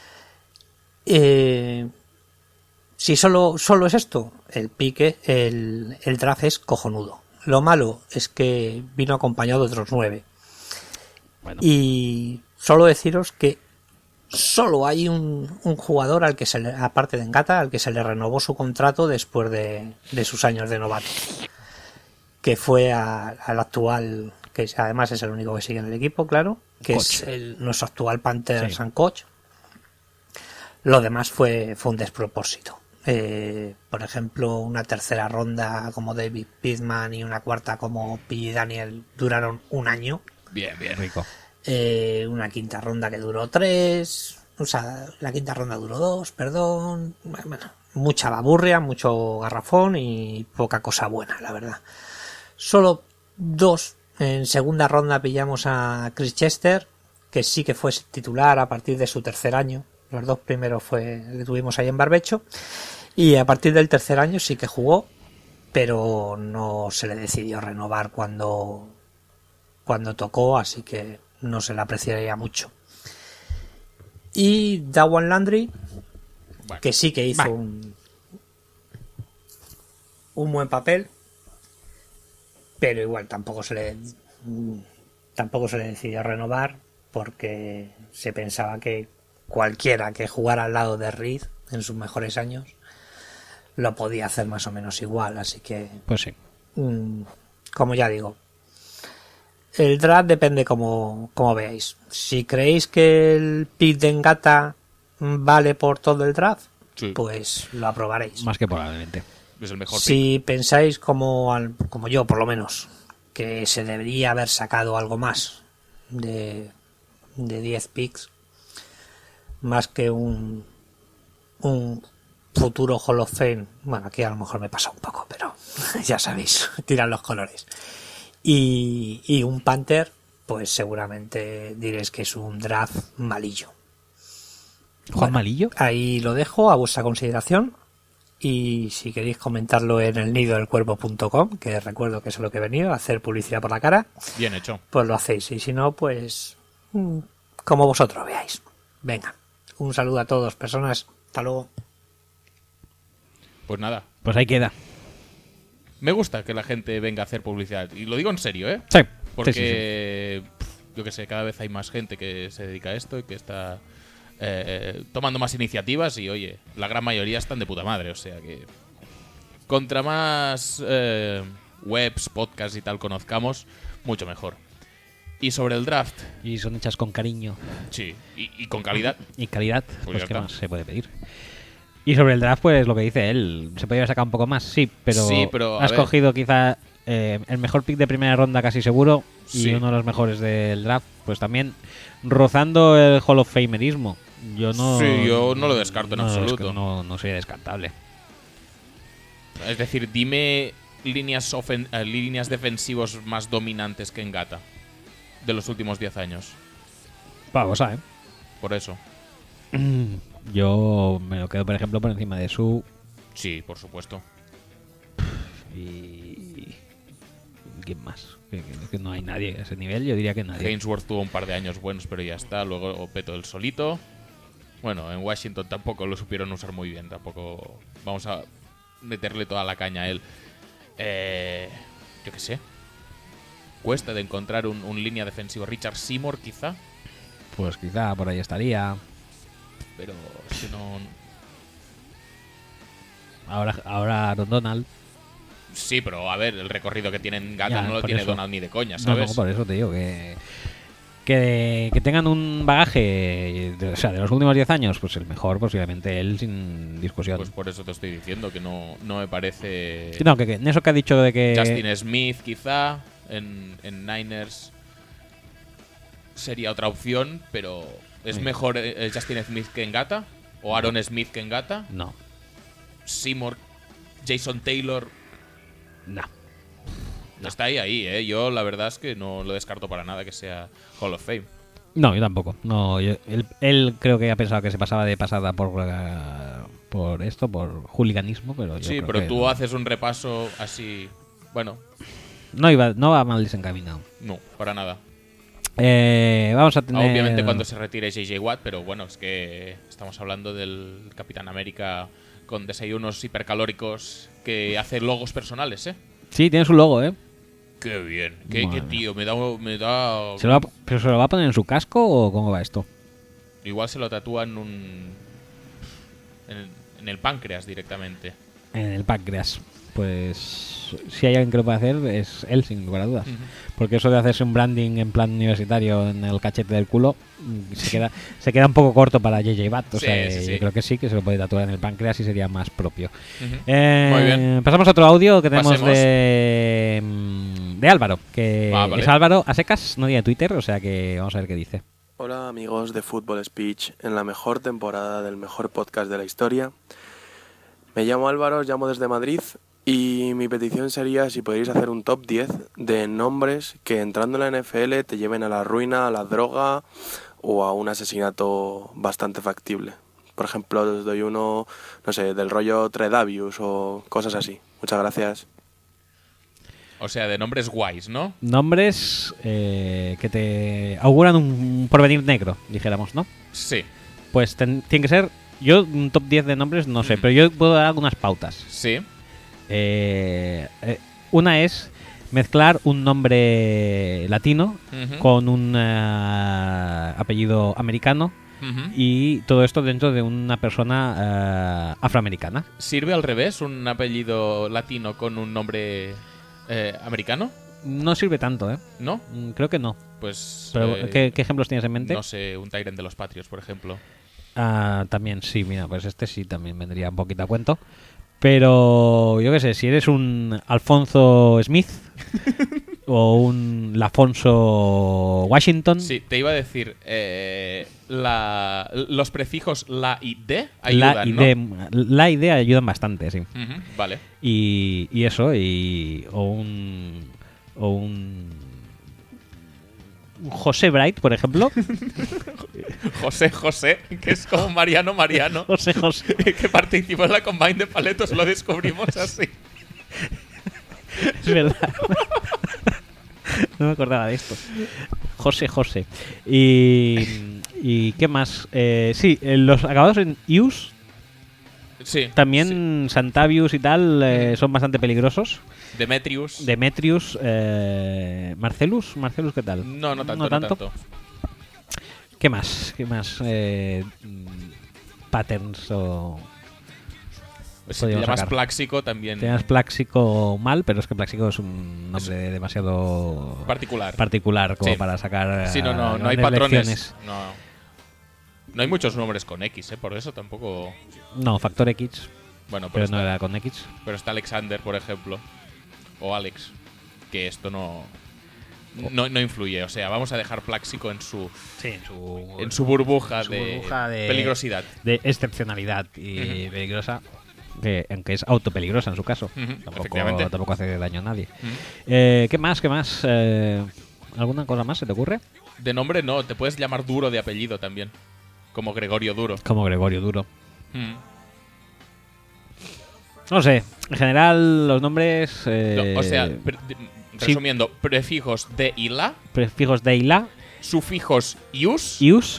Si solo es esto, el pique, el draft es cojonudo. Lo malo es que vino acompañado de otros 9. Bueno. Y solo deciros que solo hay un jugador al que aparte de Ngata, al que se le renovó su contrato después de sus años de novato, que fue al actual, que además es el único que sigue en el equipo, claro, que Coach. es nuestro actual Panthers Sí. and coach. Lo demás fue un despropósito. Por ejemplo, una tercera ronda como David Pittman y una cuarta como P. Daniel duraron un año. Bien, bien. Rico. Una quinta ronda que duró 3. O sea, la quinta ronda duró 2, perdón. Bueno, mucha baburria, mucho garrafón y poca cosa buena, la verdad. Solo 2. En segunda ronda pillamos a Chris Chester, que sí que fue titular a partir de su tercer año. Los 2 primeros le tuvimos ahí en barbecho. Y a partir del tercer año sí que jugó, pero no se le decidió renovar cuando tocó, así que no se le apreciaría mucho. Y Dawan Landry, Bueno, que sí que hizo un buen papel, pero igual tampoco se le decidió renovar, porque se pensaba que cualquiera que jugara al lado de Reed en sus mejores años lo podía hacer más o menos igual, así que Pues sí. como ya digo, el draft depende como veáis. Si creéis que el pick de Ngata vale por todo el draft, Sí. pues lo aprobaréis. Más que probablemente. es el mejor pick. Si pensáis como yo, por lo menos, que se debería haber sacado algo más de 10 picks, más que un futuro Hall of Fame, bueno, aquí a lo mejor me pasa un poco, pero ya sabéis, tiran los colores, y un Panther, pues seguramente diréis que es un draft malillo. Juan Malillo. Ahí lo dejo a vuestra consideración, y si queréis comentarlo en el nidodelcuervo.com, que recuerdo que es lo que he venido a hacer publicidad por la cara, Bien hecho. pues lo hacéis, y si no, pues como vosotros veáis. Venga, un saludo a todos, personas, hasta luego. Pues nada. Pues ahí queda. Me gusta que la gente venga a hacer publicidad. Y lo digo en serio, ¿eh? Sí. Porque, yo que sé, cada vez hay más gente que se dedica a esto y que está tomando más iniciativas. Y oye, la gran mayoría están de puta madre. O sea que contra más webs, podcasts y tal conozcamos, mucho mejor. Y sobre el draft, Y son hechas con cariño sí, y con calidad. y calidad, Pues pues ya ¿qué está. más se puede pedir? Y sobre el draft, pues lo que dice él, se podría sacar un poco más, sí, pero a has ver. cogido quizá el mejor pick de primera ronda casi seguro y Sí. uno de los mejores del draft, pues también rozando el Hall of Famerismo. Yo no, Sí, yo no lo descarto en absoluto. No sería descartable. Es decir, dime líneas defensivos más dominantes que Ngata de los últimos 10 años. Vamos a Por eso. Yo me lo quedo, por ejemplo, por encima de su Sí, por supuesto. y ¿Quién más? Que no hay nadie a ese nivel, yo diría que nadie. Ainsworth tuvo un par de años buenos, pero ya está. Luego petó el solito. Bueno, en Washington tampoco lo supieron usar muy bien. Tampoco vamos a meterle toda la caña a él. Yo qué sé. Cuesta de encontrar un línea defensivo. Richard Seymour, quizá. Pues quizá por ahí estaría. Pero si no... Ahora Aaron Donald. Sí, pero a ver, el recorrido que tiene en Gata Ya, no lo por tiene eso. Donald ni de coña, No, ¿sabes? no, por eso te digo que tengan un bagaje de los últimos 10 años, pues el mejor posiblemente él sin discusión. Pues por eso te estoy diciendo que no me parece... Sí, no, que en eso que ha dicho de que... Justin Smith, quizá, en Niners sería otra opción, pero ¿es Sí. mejor Justin Smith que Ngata? ¿O Aaron Smith que Ngata? No, Seymour, Jason Taylor, no. está ahí, ¿eh? Yo la verdad es que no lo descarto para nada que sea Hall of Fame. No, yo tampoco. No, él creo que ha pensado que se pasaba de pasada por esto, por hooliganismo, pero yo Sí, creo pero que tú no. haces un repaso así... Bueno, No va mal desencaminado. no, para nada. Vamos a tener... Obviamente cuando se retire J.J. Watt, pero bueno, es que estamos hablando del Capitán América con desayunos hipercalóricos que hace logos personales, ¿eh? Sí, tiene su logo, ¿eh? Qué bien, qué Madre tío, me da... ¿Pero se lo va a poner en su casco o cómo va esto? Igual se lo tatúa en en el páncreas directamente. En el páncreas. Pues si hay alguien que lo puede hacer es él, sin lugar a dudas. Porque eso de hacerse un branding en plan universitario en el cachete del culo se queda un poco corto para JJ Watt. O Sí, sea, sí, sí. yo creo que sí, que se lo puede tatuar en el páncreas y sería más propio. Muy bien. Pasamos a otro audio que tenemos Pasemos. de Álvaro. Que Vale. es Álvaro a secas, no tiene Twitter, o sea que vamos a ver qué dice. Hola amigos de Football Speech, en la mejor temporada del mejor podcast de la historia. Me llamo Álvaro, os llamo desde Madrid y mi petición sería si podéis hacer un top 10 de nombres que entrando en la NFL te lleven a la ruina, a la droga o a un asesinato bastante factible. Por ejemplo, os doy uno, no sé, del rollo Tredavious o cosas así. Muchas gracias. O sea, de nombres guays, ¿no? Nombres que te auguran un porvenir negro, dijéramos, ¿no? Sí, Pues tiene que ser. Yo, un top 10 de nombres, no sé, pero yo puedo dar algunas pautas. sí. Una es mezclar un nombre latino Ujú. con un apellido americano Ujú. y todo esto dentro de una persona afroamericana. ¿Sirve al revés un apellido latino con un nombre americano? No sirve tanto, ¿eh? ¿No? Creo que no. Pues... Pero, ¿qué ejemplos tienes en mente? No sé, un Tyrant de los Patriots, por ejemplo. También, sí, mira, pues este sí también vendría un poquito a cuento. Pero yo qué sé, si eres un Alfonso Smith o un Lafonso Washington, Sí, te iba a decir, los prefijos la y de ayudan, ¿no? la idea ayudan bastante, sí. Ujú, vale. Y eso, o un José Bright, por ejemplo. José, que es como Mariano. José. Que participó en la Combine de Paletos, lo descubrimos así. Es verdad. No me acordaba de esto. José. ¿Y qué más? Sí, los acabados en ius, Sí. también Santavius y tal, son bastante peligrosos. sí. Demetrius. Demetrius, Marcelus, ¿qué tal? No tanto. ¿Qué más? Patterns o... Si te podríamos llamas sacar. Plaxico también Tenías Plaxico mal, pero es que Plaxico es un nombre demasiado particular. como Sí. para sacar Sí, no hay grandes patrones. lecciones. No hay muchos nombres con X, por eso tampoco... No, Factor X, Bueno, pero pero, no era con X. pero está Alexander, por ejemplo. O Alex. Que esto no influye. O sea, vamos a dejar Plaxico en su burbuja, de peligrosidad. de excepcionalidad y peligrosa, que aunque es autopeligrosa en su caso. Ujú, efectivamente. Tampoco hace daño a nadie. Ujú. ¿Qué más? ¿Alguna cosa más se te ocurre? De nombre no, te puedes llamar Duro de apellido también. Como Gregorio Duro. Como Gregorio Duro. Mm. No sé, en general los nombres... No, o sea, Resumiendo, prefijos de y la, Prefijos de y la, sufijos ius.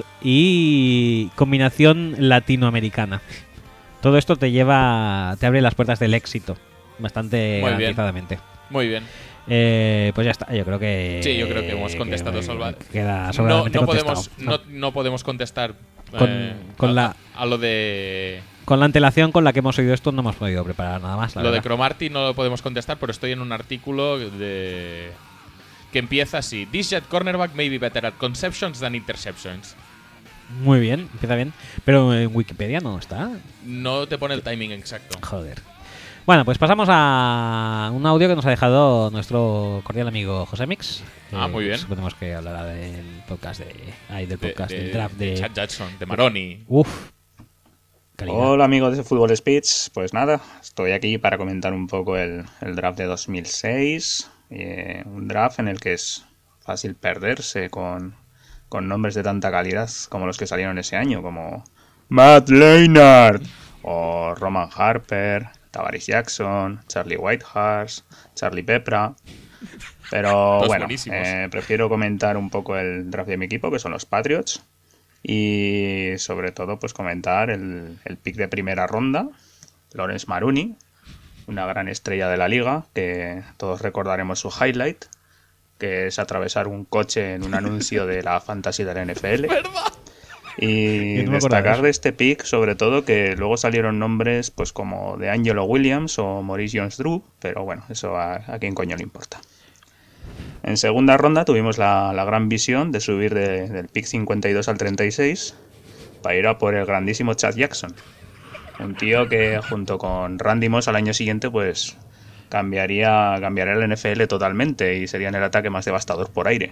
y combinación latinoamericana. Todo esto te abre las puertas del éxito bastante Muy bien. garantizadamente. Muy bien. Pues ya está, yo creo que... Sí, yo creo que hemos contestado. Queda No, sobradamente no contestado. podemos, no podemos contestar Con a lo de Con la antelación con la que hemos oído esto no hemos podido preparar nada más, la lo de verdad. Cromarty no lo podemos contestar, pero estoy en un artículo que empieza así: This jet cornerback may be better at conceptions than interceptions. Muy bien, empieza bien. Pero en Wikipedia no está. No te pone el timing exacto. Joder. Bueno, pues pasamos a un audio que nos ha dejado nuestro cordial amigo José Mix. Muy bien. Suponemos que hablará del podcast del draft de de Chad Jackson, de Maroni. Uf. Calidad. Hola amigos de Fútbol Speech, pues nada, estoy aquí para comentar un poco el draft de 2006, un draft en el que es fácil perderse con nombres de tanta calidad como los que salieron ese año, como Matt Leinart o Roman Harper, Tavares Jackson, Charlie Whitehurst, Charlie Pepra. Pero Todos bueno, buenísimos. prefiero comentar un poco el draft de mi equipo, que son los Patriots. Y sobre todo, pues comentar el pick de primera ronda, Lawrence Maroney, una gran estrella de la liga, que todos recordaremos su highlight, que es atravesar un coche en un anuncio de la fantasy de la NFL. Y Yo no me acordaba de destacar eso. de este pick, sobre todo, que luego salieron nombres pues como de Angelo Williams o Maurice Jones-Drew, pero bueno, eso a quién coño le importa. En segunda ronda tuvimos la gran visión de subir del pick 52 al 36 para ir a por el grandísimo Chad Jackson. Un tío que junto con Randy Moss al año siguiente pues cambiaría el NFL totalmente y serían el ataque más devastador por aire.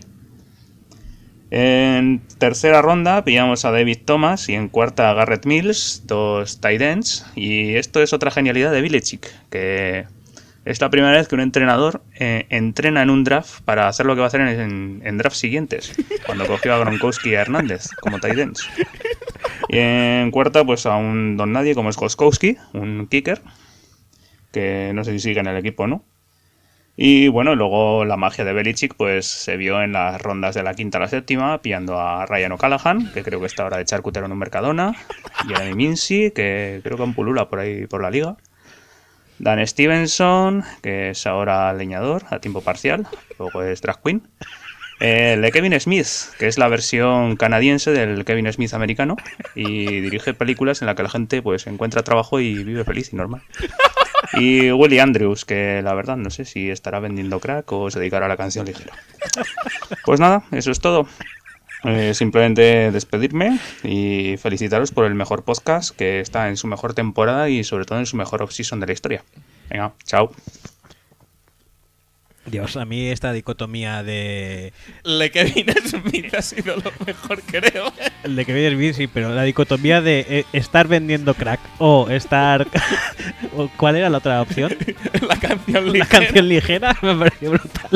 En tercera ronda pillamos a David Thomas y en cuarta a Garrett Mills, dos tight ends. Y esto es otra genialidad de Belichick, que es la primera vez que un entrenador entrena en un draft para hacer lo que va a hacer en drafts siguientes, cuando cogió a Gronkowski y a Hernández como tight ends. Y en cuarta pues a un don nadie como es Gostkowski, un kicker, que no sé si sigue en el equipo o no. Y bueno, luego la magia de Belichick pues se vio en las rondas de la quinta a la séptima, pillando a Ryan O'Callaghan, que creo que está ahora de charcutero en un Mercadona, Jeremy Mincy, que creo que en pulula por ahí por la liga, Dan Stevenson, que es ahora leñador a tiempo parcial, luego es drag queen, el de Kevin Smith, que es la versión canadiense del Kevin Smith americano y dirige películas en las que la gente pues encuentra trabajo y vive feliz y normal. Y Willie Andrews, que la verdad no sé si estará vendiendo crack o se dedicará a la canción ligera. Pues nada, eso es todo. Simplemente despedirme y felicitaros por el mejor podcast que está en su mejor temporada y sobre todo en su mejor off-season de la historia. Venga, chao. Dios, a mí esta dicotomía de... Le Kevin Smith ha sido lo mejor, creo. El de Kevin Smith, sí, pero la dicotomía de estar vendiendo crack o estar... ¿Cuál era la otra opción? La canción La ligera. canción ligera me pareció brutal.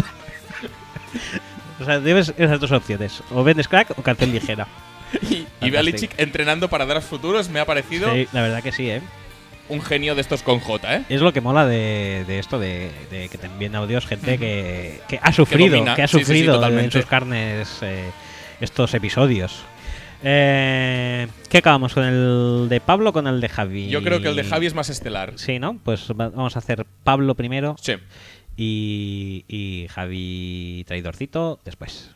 O sea, debes esas dos opciones. O vendes crack o canción ligera. Y Belichick entrenando para drafts futuros me ha parecido Sí, la verdad que sí, ¿eh? un genio de estos con J, ¿eh? Es lo que mola de esto, de que te envíen audios gente que ha sufrido, domina. que ha Sí, sí, sí, sufrido en totalmente. sus carnes estos episodios. ¿Qué acabamos? ¿Con el de Pablo o con el de Javi? Yo creo que el de Javi es más estelar. Sí, ¿no? Pues vamos a hacer Pablo primero Sí. y Javi traidorcito después.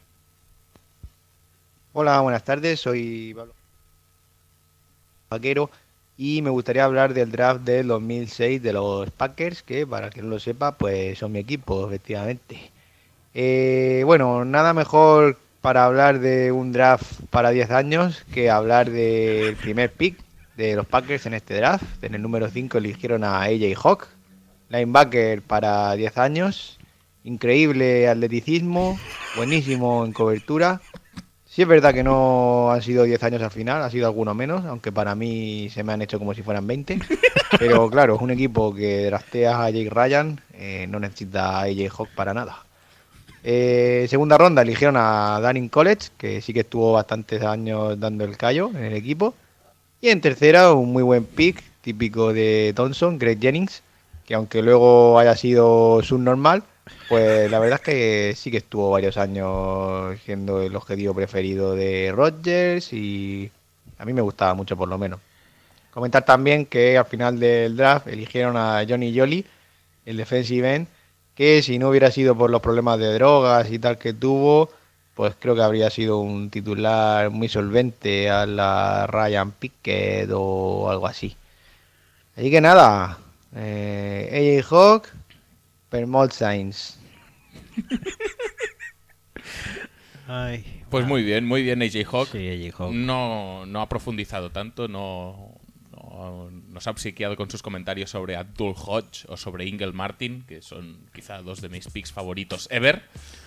Hola, buenas tardes, soy Pablo Vaquero y me gustaría hablar del draft del 2006 de los Packers, que para quien no lo sepa, pues son mi equipo, efectivamente. Bueno, nada mejor para hablar de un draft para 10 años que hablar del primer pick de los Packers en este draft. En el número 5 eligieron a AJ Hawk, linebacker para 10 años, increíble atleticismo, buenísimo en cobertura. Sí es verdad que no han sido 10 años al final, ha sido alguno menos, aunque para mí se me han hecho como si fueran 20. Pero claro, es un equipo que draftea a Jake Ryan, no necesita a AJ Hawk para nada. Segunda ronda eligieron a Danny College, que sí que estuvo bastantes años dando el callo en el equipo. Y en tercera, un muy buen pick, típico de Thompson, Greg Jennings, que aunque luego haya sido subnormal, pues la verdad es que sí que estuvo varios años siendo el objetivo preferido de Rodgers y a mí me gustaba mucho por lo menos. Comentar también que al final del draft eligieron a Johnny Jolly, el defensive end, que si no hubiera sido por los problemas de drogas y tal que tuvo, pues creo que habría sido un titular muy solvente a la Ryan Pickett o algo así. Así que nada, AJ Hawk, Permol Sainz. Ay, Pues muy bien AJ Hawk. Sí, AJ Hawk. No ha profundizado tanto, no nos ha obsequiado con sus comentarios sobre Abdul Hodge o sobre Ingel Martin, que son quizá dos de mis picks favoritos ever.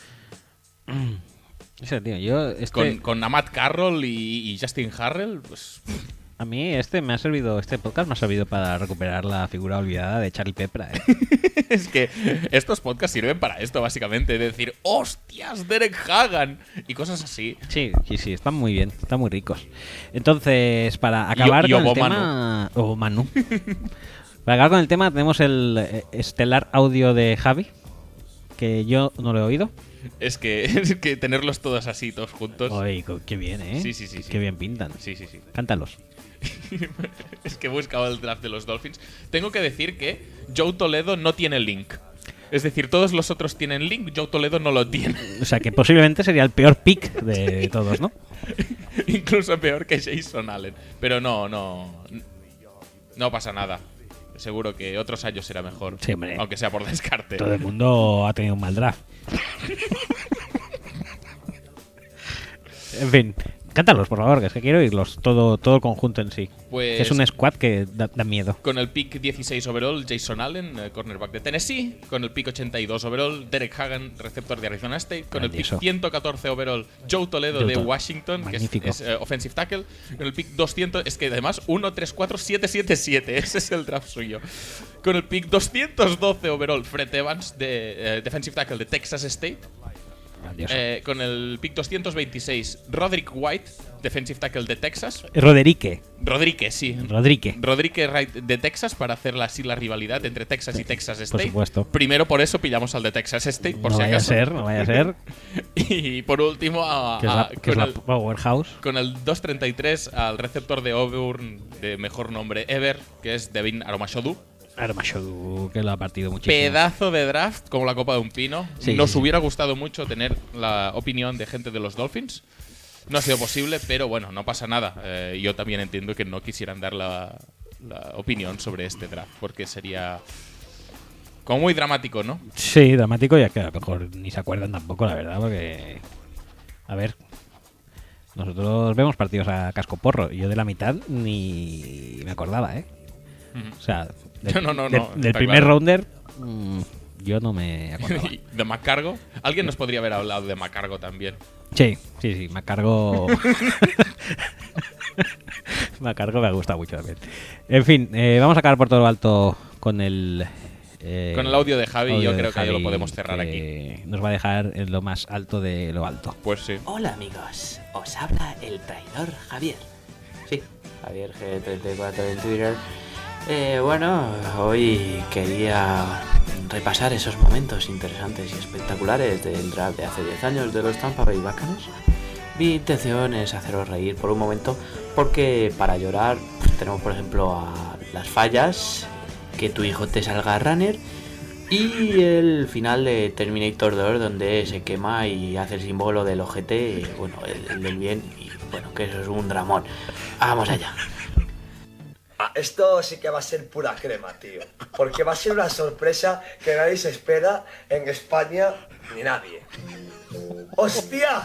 Ese tío, yo... Con Matt Carroll y Justin Harrell, pues... A mí este podcast me ha servido para recuperar la figura olvidada de Charlie Peppra, ¿eh? Es que estos podcasts sirven para esto, básicamente. De decir, ¡hostias, Derek Hagan! Y cosas así. Sí, están muy bien, están muy ricos. Entonces, para acabar con el tema... O Manu. Para acabar con el tema, tenemos el estelar audio de Javi, que yo no lo he oído. Es que tenerlos todos así, todos juntos... Ay, qué bien, ¿eh? Sí. Qué bien pintan. Sí. Cántalos. Es que he buscado el draft de los Dolphins. Tengo que decir que Joe Toledo no tiene link. Es decir, todos los otros tienen link, Joe Toledo no lo tiene. O sea, que posiblemente sería el peor pick de todos, ¿no? Incluso peor que Jason Allen. Pero no pasa nada. Seguro que otros años será mejor. Sí, hombre. Aunque sea por descarte. Todo el mundo ha tenido un mal draft. En fin, cántalos, por favor, que es que quiero oírlos. Todo el conjunto en sí. Pues que es un squad que da miedo. Con el pick 16 overall, Jason Allen, cornerback de Tennessee. Con el pick 82 overall, Derek Hagan, receptor de Arizona State. Con Grandioso. el pick 114 overall, Joe Toledo de Washington, Magnífico. que es offensive tackle. Con el pick 200, es que además 1, 3, 4, 7, 7, 7. Ese es el draft suyo. Con el pick 212 overall, Fred Evans, de defensive tackle de Texas State. Con el pick 226, Roderick White, defensive tackle de Texas. Roderick Wright de Texas, para hacer así la rivalidad entre Texas y Texas State. Por supuesto. Primero por eso pillamos al de Texas State, por no si vaya acaso. no vaya a ser. Y por último, que es la Powerhouse. Con el 233 al receptor de Auburn de mejor nombre ever, que es Devin Aromashodu. Aromashodu, que lo ha partido muchísimo. Pedazo de draft, como la copa de un pino. Sí, Nos sí. hubiera gustado mucho tener la opinión de gente de los Dolphins. No ha sido posible, pero bueno, no pasa nada. Yo también entiendo que no quisieran dar la opinión sobre este draft, porque sería como muy dramático, ¿no? Sí, dramático, ya que a lo mejor ni se acuerdan tampoco, la verdad, porque... A ver... Nosotros vemos partidos a casco porro y yo de la mitad ni me acordaba, ¿eh? O sea, del primer claro. rounder yo no me acordaba. ¿Y de McCargo? Alguien nos podría haber hablado de McCargo también. Sí, me cargo. Me gusta mucho también. En fin, vamos a acabar por todo lo alto con el Audio de Javi. Yo creo que Javi, lo podemos cerrar que aquí. nos va a dejar en lo más alto de lo alto. Pues sí. Hola amigos, os habla el traidor Javier. Sí, Javier G34 en Twitter. Bueno, hoy quería repasar esos momentos interesantes y espectaculares del draft de hace 10 años de los Tampa Bay Buccaneers. Mi intención es haceros reír por un momento, porque para llorar pues, tenemos por ejemplo a las fallas, que tu hijo te salga runner, y el final de Terminator 2 donde se quema y hace el símbolo del ojete, bueno, el del bien, y bueno, que eso es un dramón. Vamos allá. Esto sí que va a ser pura crema, tío. Porque va a ser una sorpresa que nadie se espera en España ni nadie. ¡Hostia!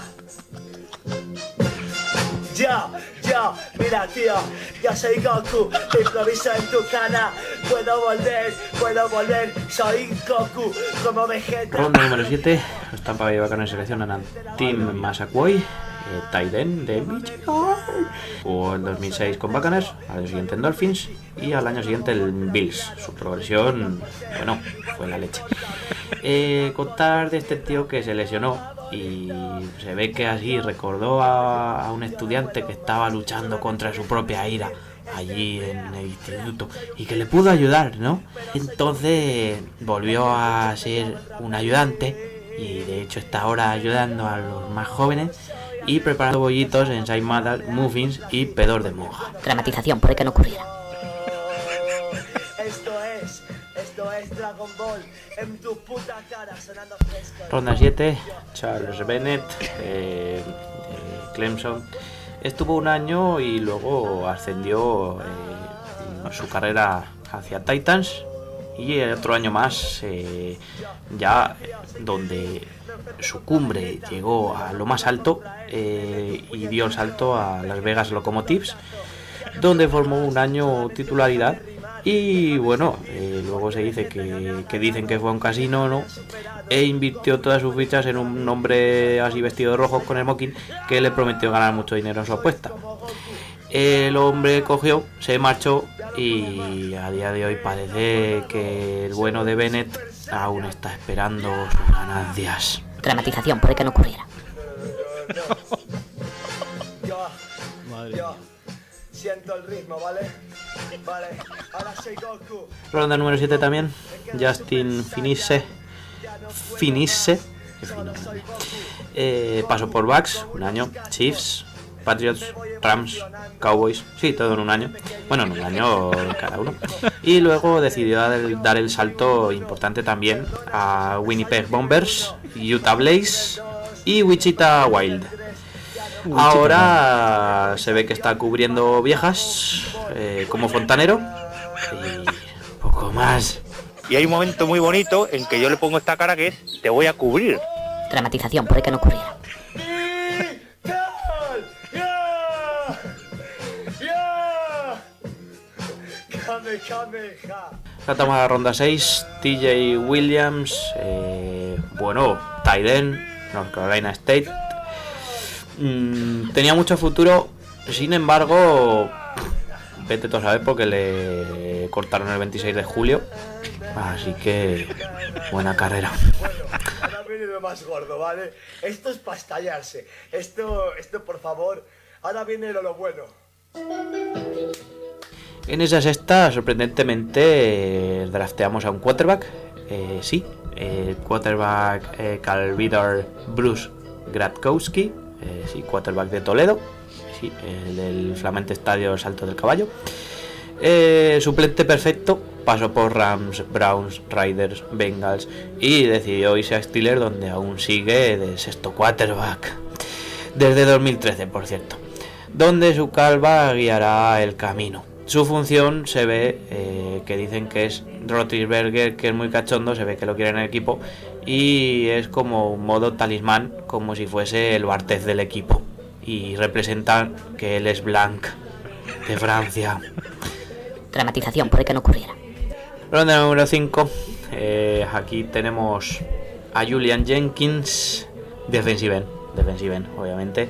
Ya, mira, tío, yo soy Goku, improviso en tu cara. Puedo volver, soy Goku, como Vegeta. Ronda número 7, los Tampa Bay Buccaneers seleccionan a Tim Massaquoi, tight end de Michigan. Jugó en 2006 con Buccaneers, al año siguiente en Dolphins y al año siguiente en Bills. Su progresión, bueno, fue la leche. Contar de este tío que se lesionó y se ve que así recordó a un estudiante que estaba luchando contra su propia ira. allí en el instituto y que le pudo ayudar, ¿no? Entonces volvió a ser un ayudante y de hecho está ahora ayudando a los más jóvenes y preparando bollitos en Side Metal, muffins y pedor de monja. Dramatización, puede que no ocurriera. Esto es Dragon Ball en tu puta cara sonando fresco. Ronda 7, Charles Bennett, de Clemson. Estuvo un año y luego ascendió su carrera hacia Titans y otro año más ya donde su cumbre llegó a lo más alto y dio el salto a Las Vegas Locomotives, donde formó un año titularidad. Y bueno, luego se dice que dicen que fue a un casino, ¿no? E invirtió todas sus fichas en un hombre así vestido de rojo con smoking que le prometió ganar mucho dinero en su apuesta. El hombre cogió, se marchó y a día de hoy parece que el bueno de Bennett aún está esperando sus ganancias. Dramatización, puede que no ocurriera. Yo siento el ritmo, ¿vale? Vale, ahora soy Goku. Ronda número 7 también, Justin Finisse. Pasó por Bucks, un año, Chiefs, Patriots, Rams, Cowboys, sí, todo en un año. Bueno, en un año cada uno. Y luego decidió dar el salto importante también a Winnipeg Bombers, Utah Blaze y Wichita Wild. Ahora se ve que está cubriendo viejas como fontanero y poco más. Y hay un momento muy bonito en que yo le pongo esta cara que es: te voy a cubrir. Dramatización, puede que no ocurriera. Tratamos a la ronda 6, TJ Williams, bueno, tight end, North Carolina State. Tenía mucho futuro, sin embargo, vete tú a saber porque le cortaron el 26 de julio, así que buena carrera. Ahora viene lo más gordo, ¿vale? Esto es para estallarse. Esto por favor, ahora viene lo bueno. En esa sexta, sorprendentemente, drafteamos a un quarterback. Sí, el quarterback Calvidor Bruce Gradkowski. Sí, quarterback de Toledo. Sí, el del flamante estadio Salto del Caballo. Suplente perfecto. Pasó por Rams, Browns, Raiders, Bengals y decidió irse a Steelers, donde aún sigue de sexto quarterback. Desde 2013, por cierto. Donde su calva guiará el camino. Su función se ve que dicen que es Roethlisberger, que es muy cachondo, se ve que lo quiere en el equipo y es como un modo talismán, como si fuese el Barthez del equipo y representa que él es Blanc de Francia. Dramatización, puede que no ocurriera. Ronda número 5, aquí tenemos a Julian Jenkins, defensive end, obviamente.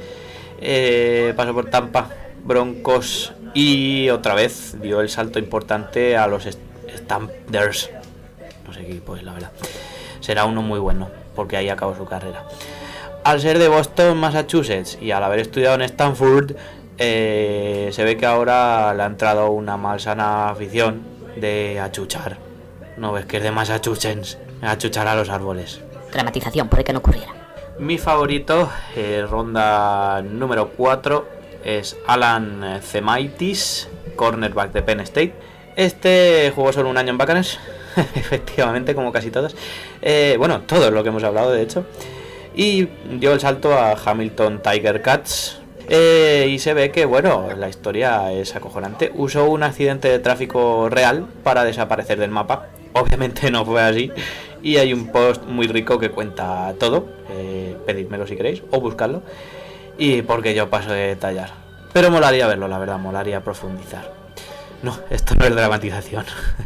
Pasó por Tampa, Broncos y otra vez dio el salto importante a los Stampeders. No sé qué equipo es, la verdad. Será uno muy bueno, porque ahí acabó su carrera. Al ser de Boston, Massachusetts, y al haber estudiado en Stanford, se ve que ahora le ha entrado una malsana afición de achuchar. No ves que es de Massachusetts, achuchar a los árboles. Dramatización, puede que no ocurriera. Mi favorito, ronda número 4, es Alan Zemaitis, cornerback de Penn State. Este jugó solo un año en Buccaneers, efectivamente, como casi todos. Bueno, todo lo que hemos hablado, de hecho. Y dio el salto a Hamilton Tiger Cats. Y se ve que, bueno, la historia es acojonante. Usó un accidente de tráfico real para desaparecer del mapa. Obviamente no fue así. Y hay un post muy rico que cuenta todo. Pedídmelo si queréis, o buscarlo. Y porque yo paso de detallar. Pero molaría verlo, la verdad, molaría profundizar. No, esto no es dramatización.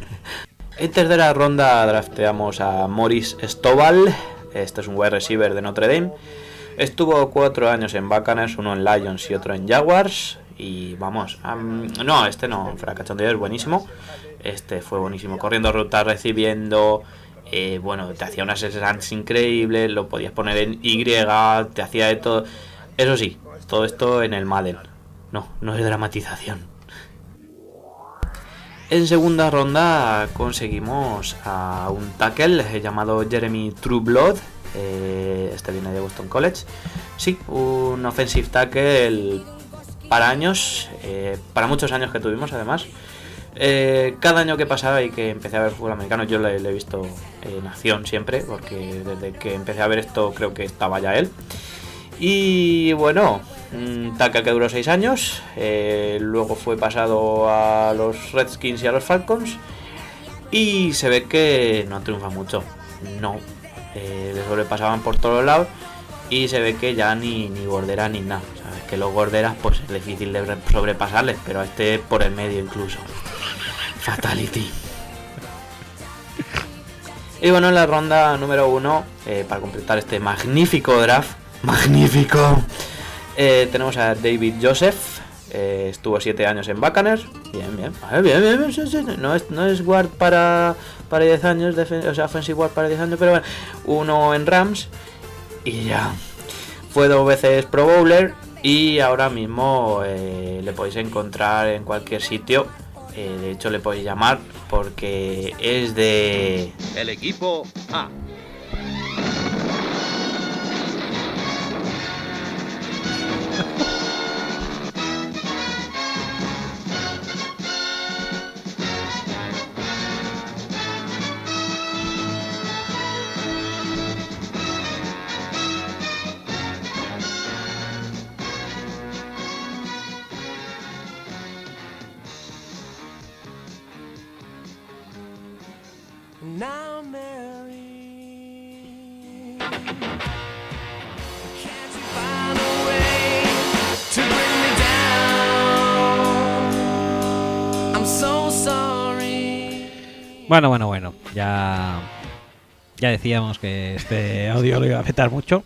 En tercera ronda drafteamos a Maurice Stovall. Este es un wide receiver de Notre Dame. Estuvo 4 años en Buccaneers, uno en Lions y otro en Jaguars. Y vamos, no, este no, fracachón es buenísimo. Este fue buenísimo, corriendo rutas, recibiendo. Bueno, te hacía unas slants increíbles, lo podías poner en Y, te hacía de todo. Eso sí, todo esto en el Madden. No, no es dramatización. En segunda ronda conseguimos a un tackle llamado Jeremy Trueblood. Este viene de Boston College. Sí, un offensive tackle para años, para muchos años que tuvimos además. Cada año que pasaba y que empecé a ver fútbol americano, yo le he visto en acción siempre, porque desde que empecé a ver esto creo que estaba ya él. Y bueno, un tackle que duró 6 años, luego fue pasado a los Redskins y a los Falcons, y se ve que no triunfa mucho, no, le sobrepasaban por todos lados, y se ve que ya ni Gordera ni nada. Sabes que los Gorderas pues es difícil de sobrepasarles, pero a este por el medio incluso. Fatality. Y bueno, en la ronda número 1, para completar este magnífico draft, magnífico, tenemos a David Joseph. Estuvo 7 años en Buccaneers. Bien. Sí. No es guard para 10 años, o sea, offensive guard para 10 años, pero bueno, uno en Rams y ya. Fue 2 veces Pro Bowler y ahora mismo le podéis encontrar en cualquier sitio. De hecho, le podéis llamar porque es de el equipo A. Now, Mary, can't you find a way to bring me down? I'm so sorry. Bueno. Ya decíamos que este audio lo iba a afectar mucho.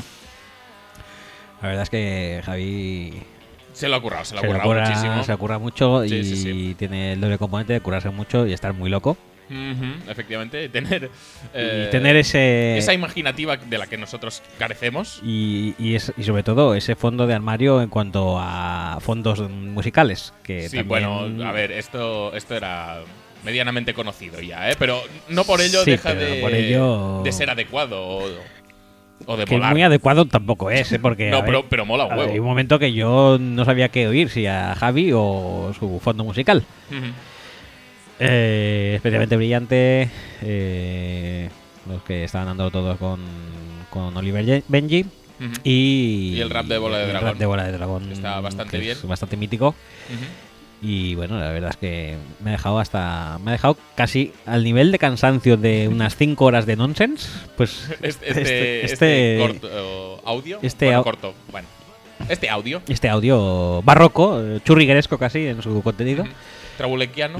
La verdad es que Javi se lo ha currado muchísimo. Se ha currado mucho Sí, y sí. tiene el doble componente de curarse mucho y estar muy loco. Efectivamente, tener esa imaginativa de la que nosotros carecemos. Y sobre todo ese fondo de armario en cuanto a fondos musicales. Que Sí, también... bueno, a ver, esto era medianamente conocido ya, pero no por ello Sí, deja pero por ello- de ser adecuado o de que molar. muy adecuado tampoco es, porque No, a ver, pero mola un huevo. hay un momento que yo no sabía qué oír, si a Javi o su fondo musical. Ujú. Especialmente brillante, los que estaban dando todos con Oliver Benji. Ujú. Y el rap de Bola de el Dragón. rap de Bola de Dragón, Que está bastante que bien. es bastante mítico. Ujú. Y bueno, la verdad es que me ha dejado casi al nivel de cansancio de unas 5 horas de nonsense. Pues Este corto audio. Corto. Bueno, este audio barroco, churrigueresco casi en su contenido. Trabulequiano.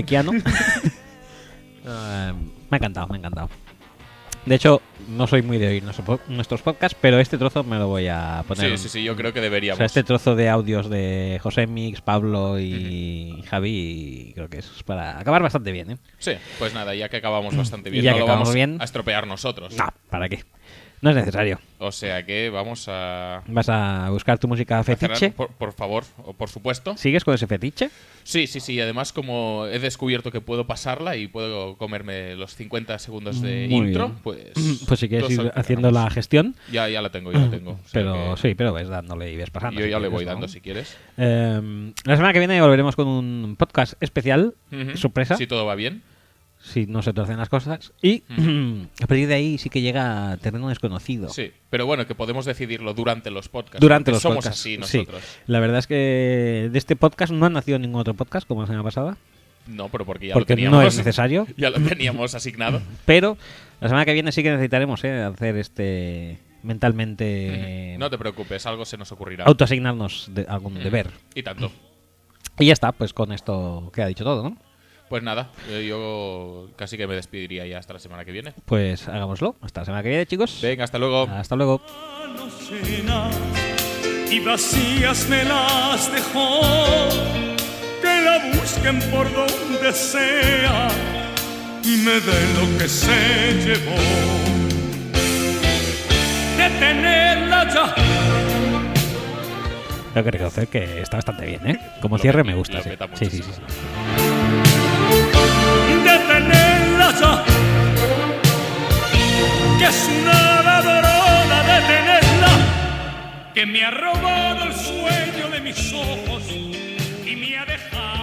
Me ha encantado. De hecho, no soy muy de oír nuestros podcasts, pero este trozo me lo voy a poner. Sí, yo creo que deberíamos. O sea, este trozo de audios de José Mix, Pablo y Javi, creo que es para acabar bastante bien, ¿eh? Sí, pues nada, ya que acabamos bastante bien, Y ya no que lo acabamos vamos bien, a estropear nosotros. No, ¿para qué? No es necesario. O sea que vamos a... ¿Vas a buscar tu música fetiche? Por favor, o por supuesto. ¿Sigues con ese fetiche? Sí. Además, como he descubierto que puedo pasarla y puedo comerme los 50 segundos de Muy intro, bien. pues si quieres todos ir son haciendo la gestión. Ya la tengo. O sea Pero que pero ves dándole y ves pasando. yo si ya le quieres, voy ¿no? dando si quieres. La semana que viene volveremos con un podcast especial, Ujú. sorpresa. Si todo va bien. Si no se torcen las cosas. Y a partir de ahí sí que llega a terreno desconocido. Sí, pero bueno, que podemos decidirlo durante los podcasts. Durante porque los somos podcasts. así Sí. nosotros. La verdad es que de este podcast no ha nacido ningún otro podcast como la semana pasada. No, pero porque ya Porque lo teníamos. no es necesario. Ya lo teníamos asignado. Pero la semana que viene sí que necesitaremos hacer mentalmente. No te preocupes, algo se nos ocurrirá. Autoasignarnos algún deber. Y tanto. Y ya está, pues con esto queda dicho todo, ¿no? Pues nada, yo casi que me despediría ya hasta la semana que viene. Pues hagámoslo. Hasta la semana que viene, chicos. Venga, hasta luego. Hasta luego. Y vacías me las dejó, que la busquen por donde sea y me dé lo que se llevó. De tenerla ya. Tengo que reconocer que está bastante bien, ¿eh? Como cierre me gusta. lo Sí. peta Sí. muchísimo. que es una ladrona de tenerla, que me ha robado el sueño de mis ojos y me ha dejado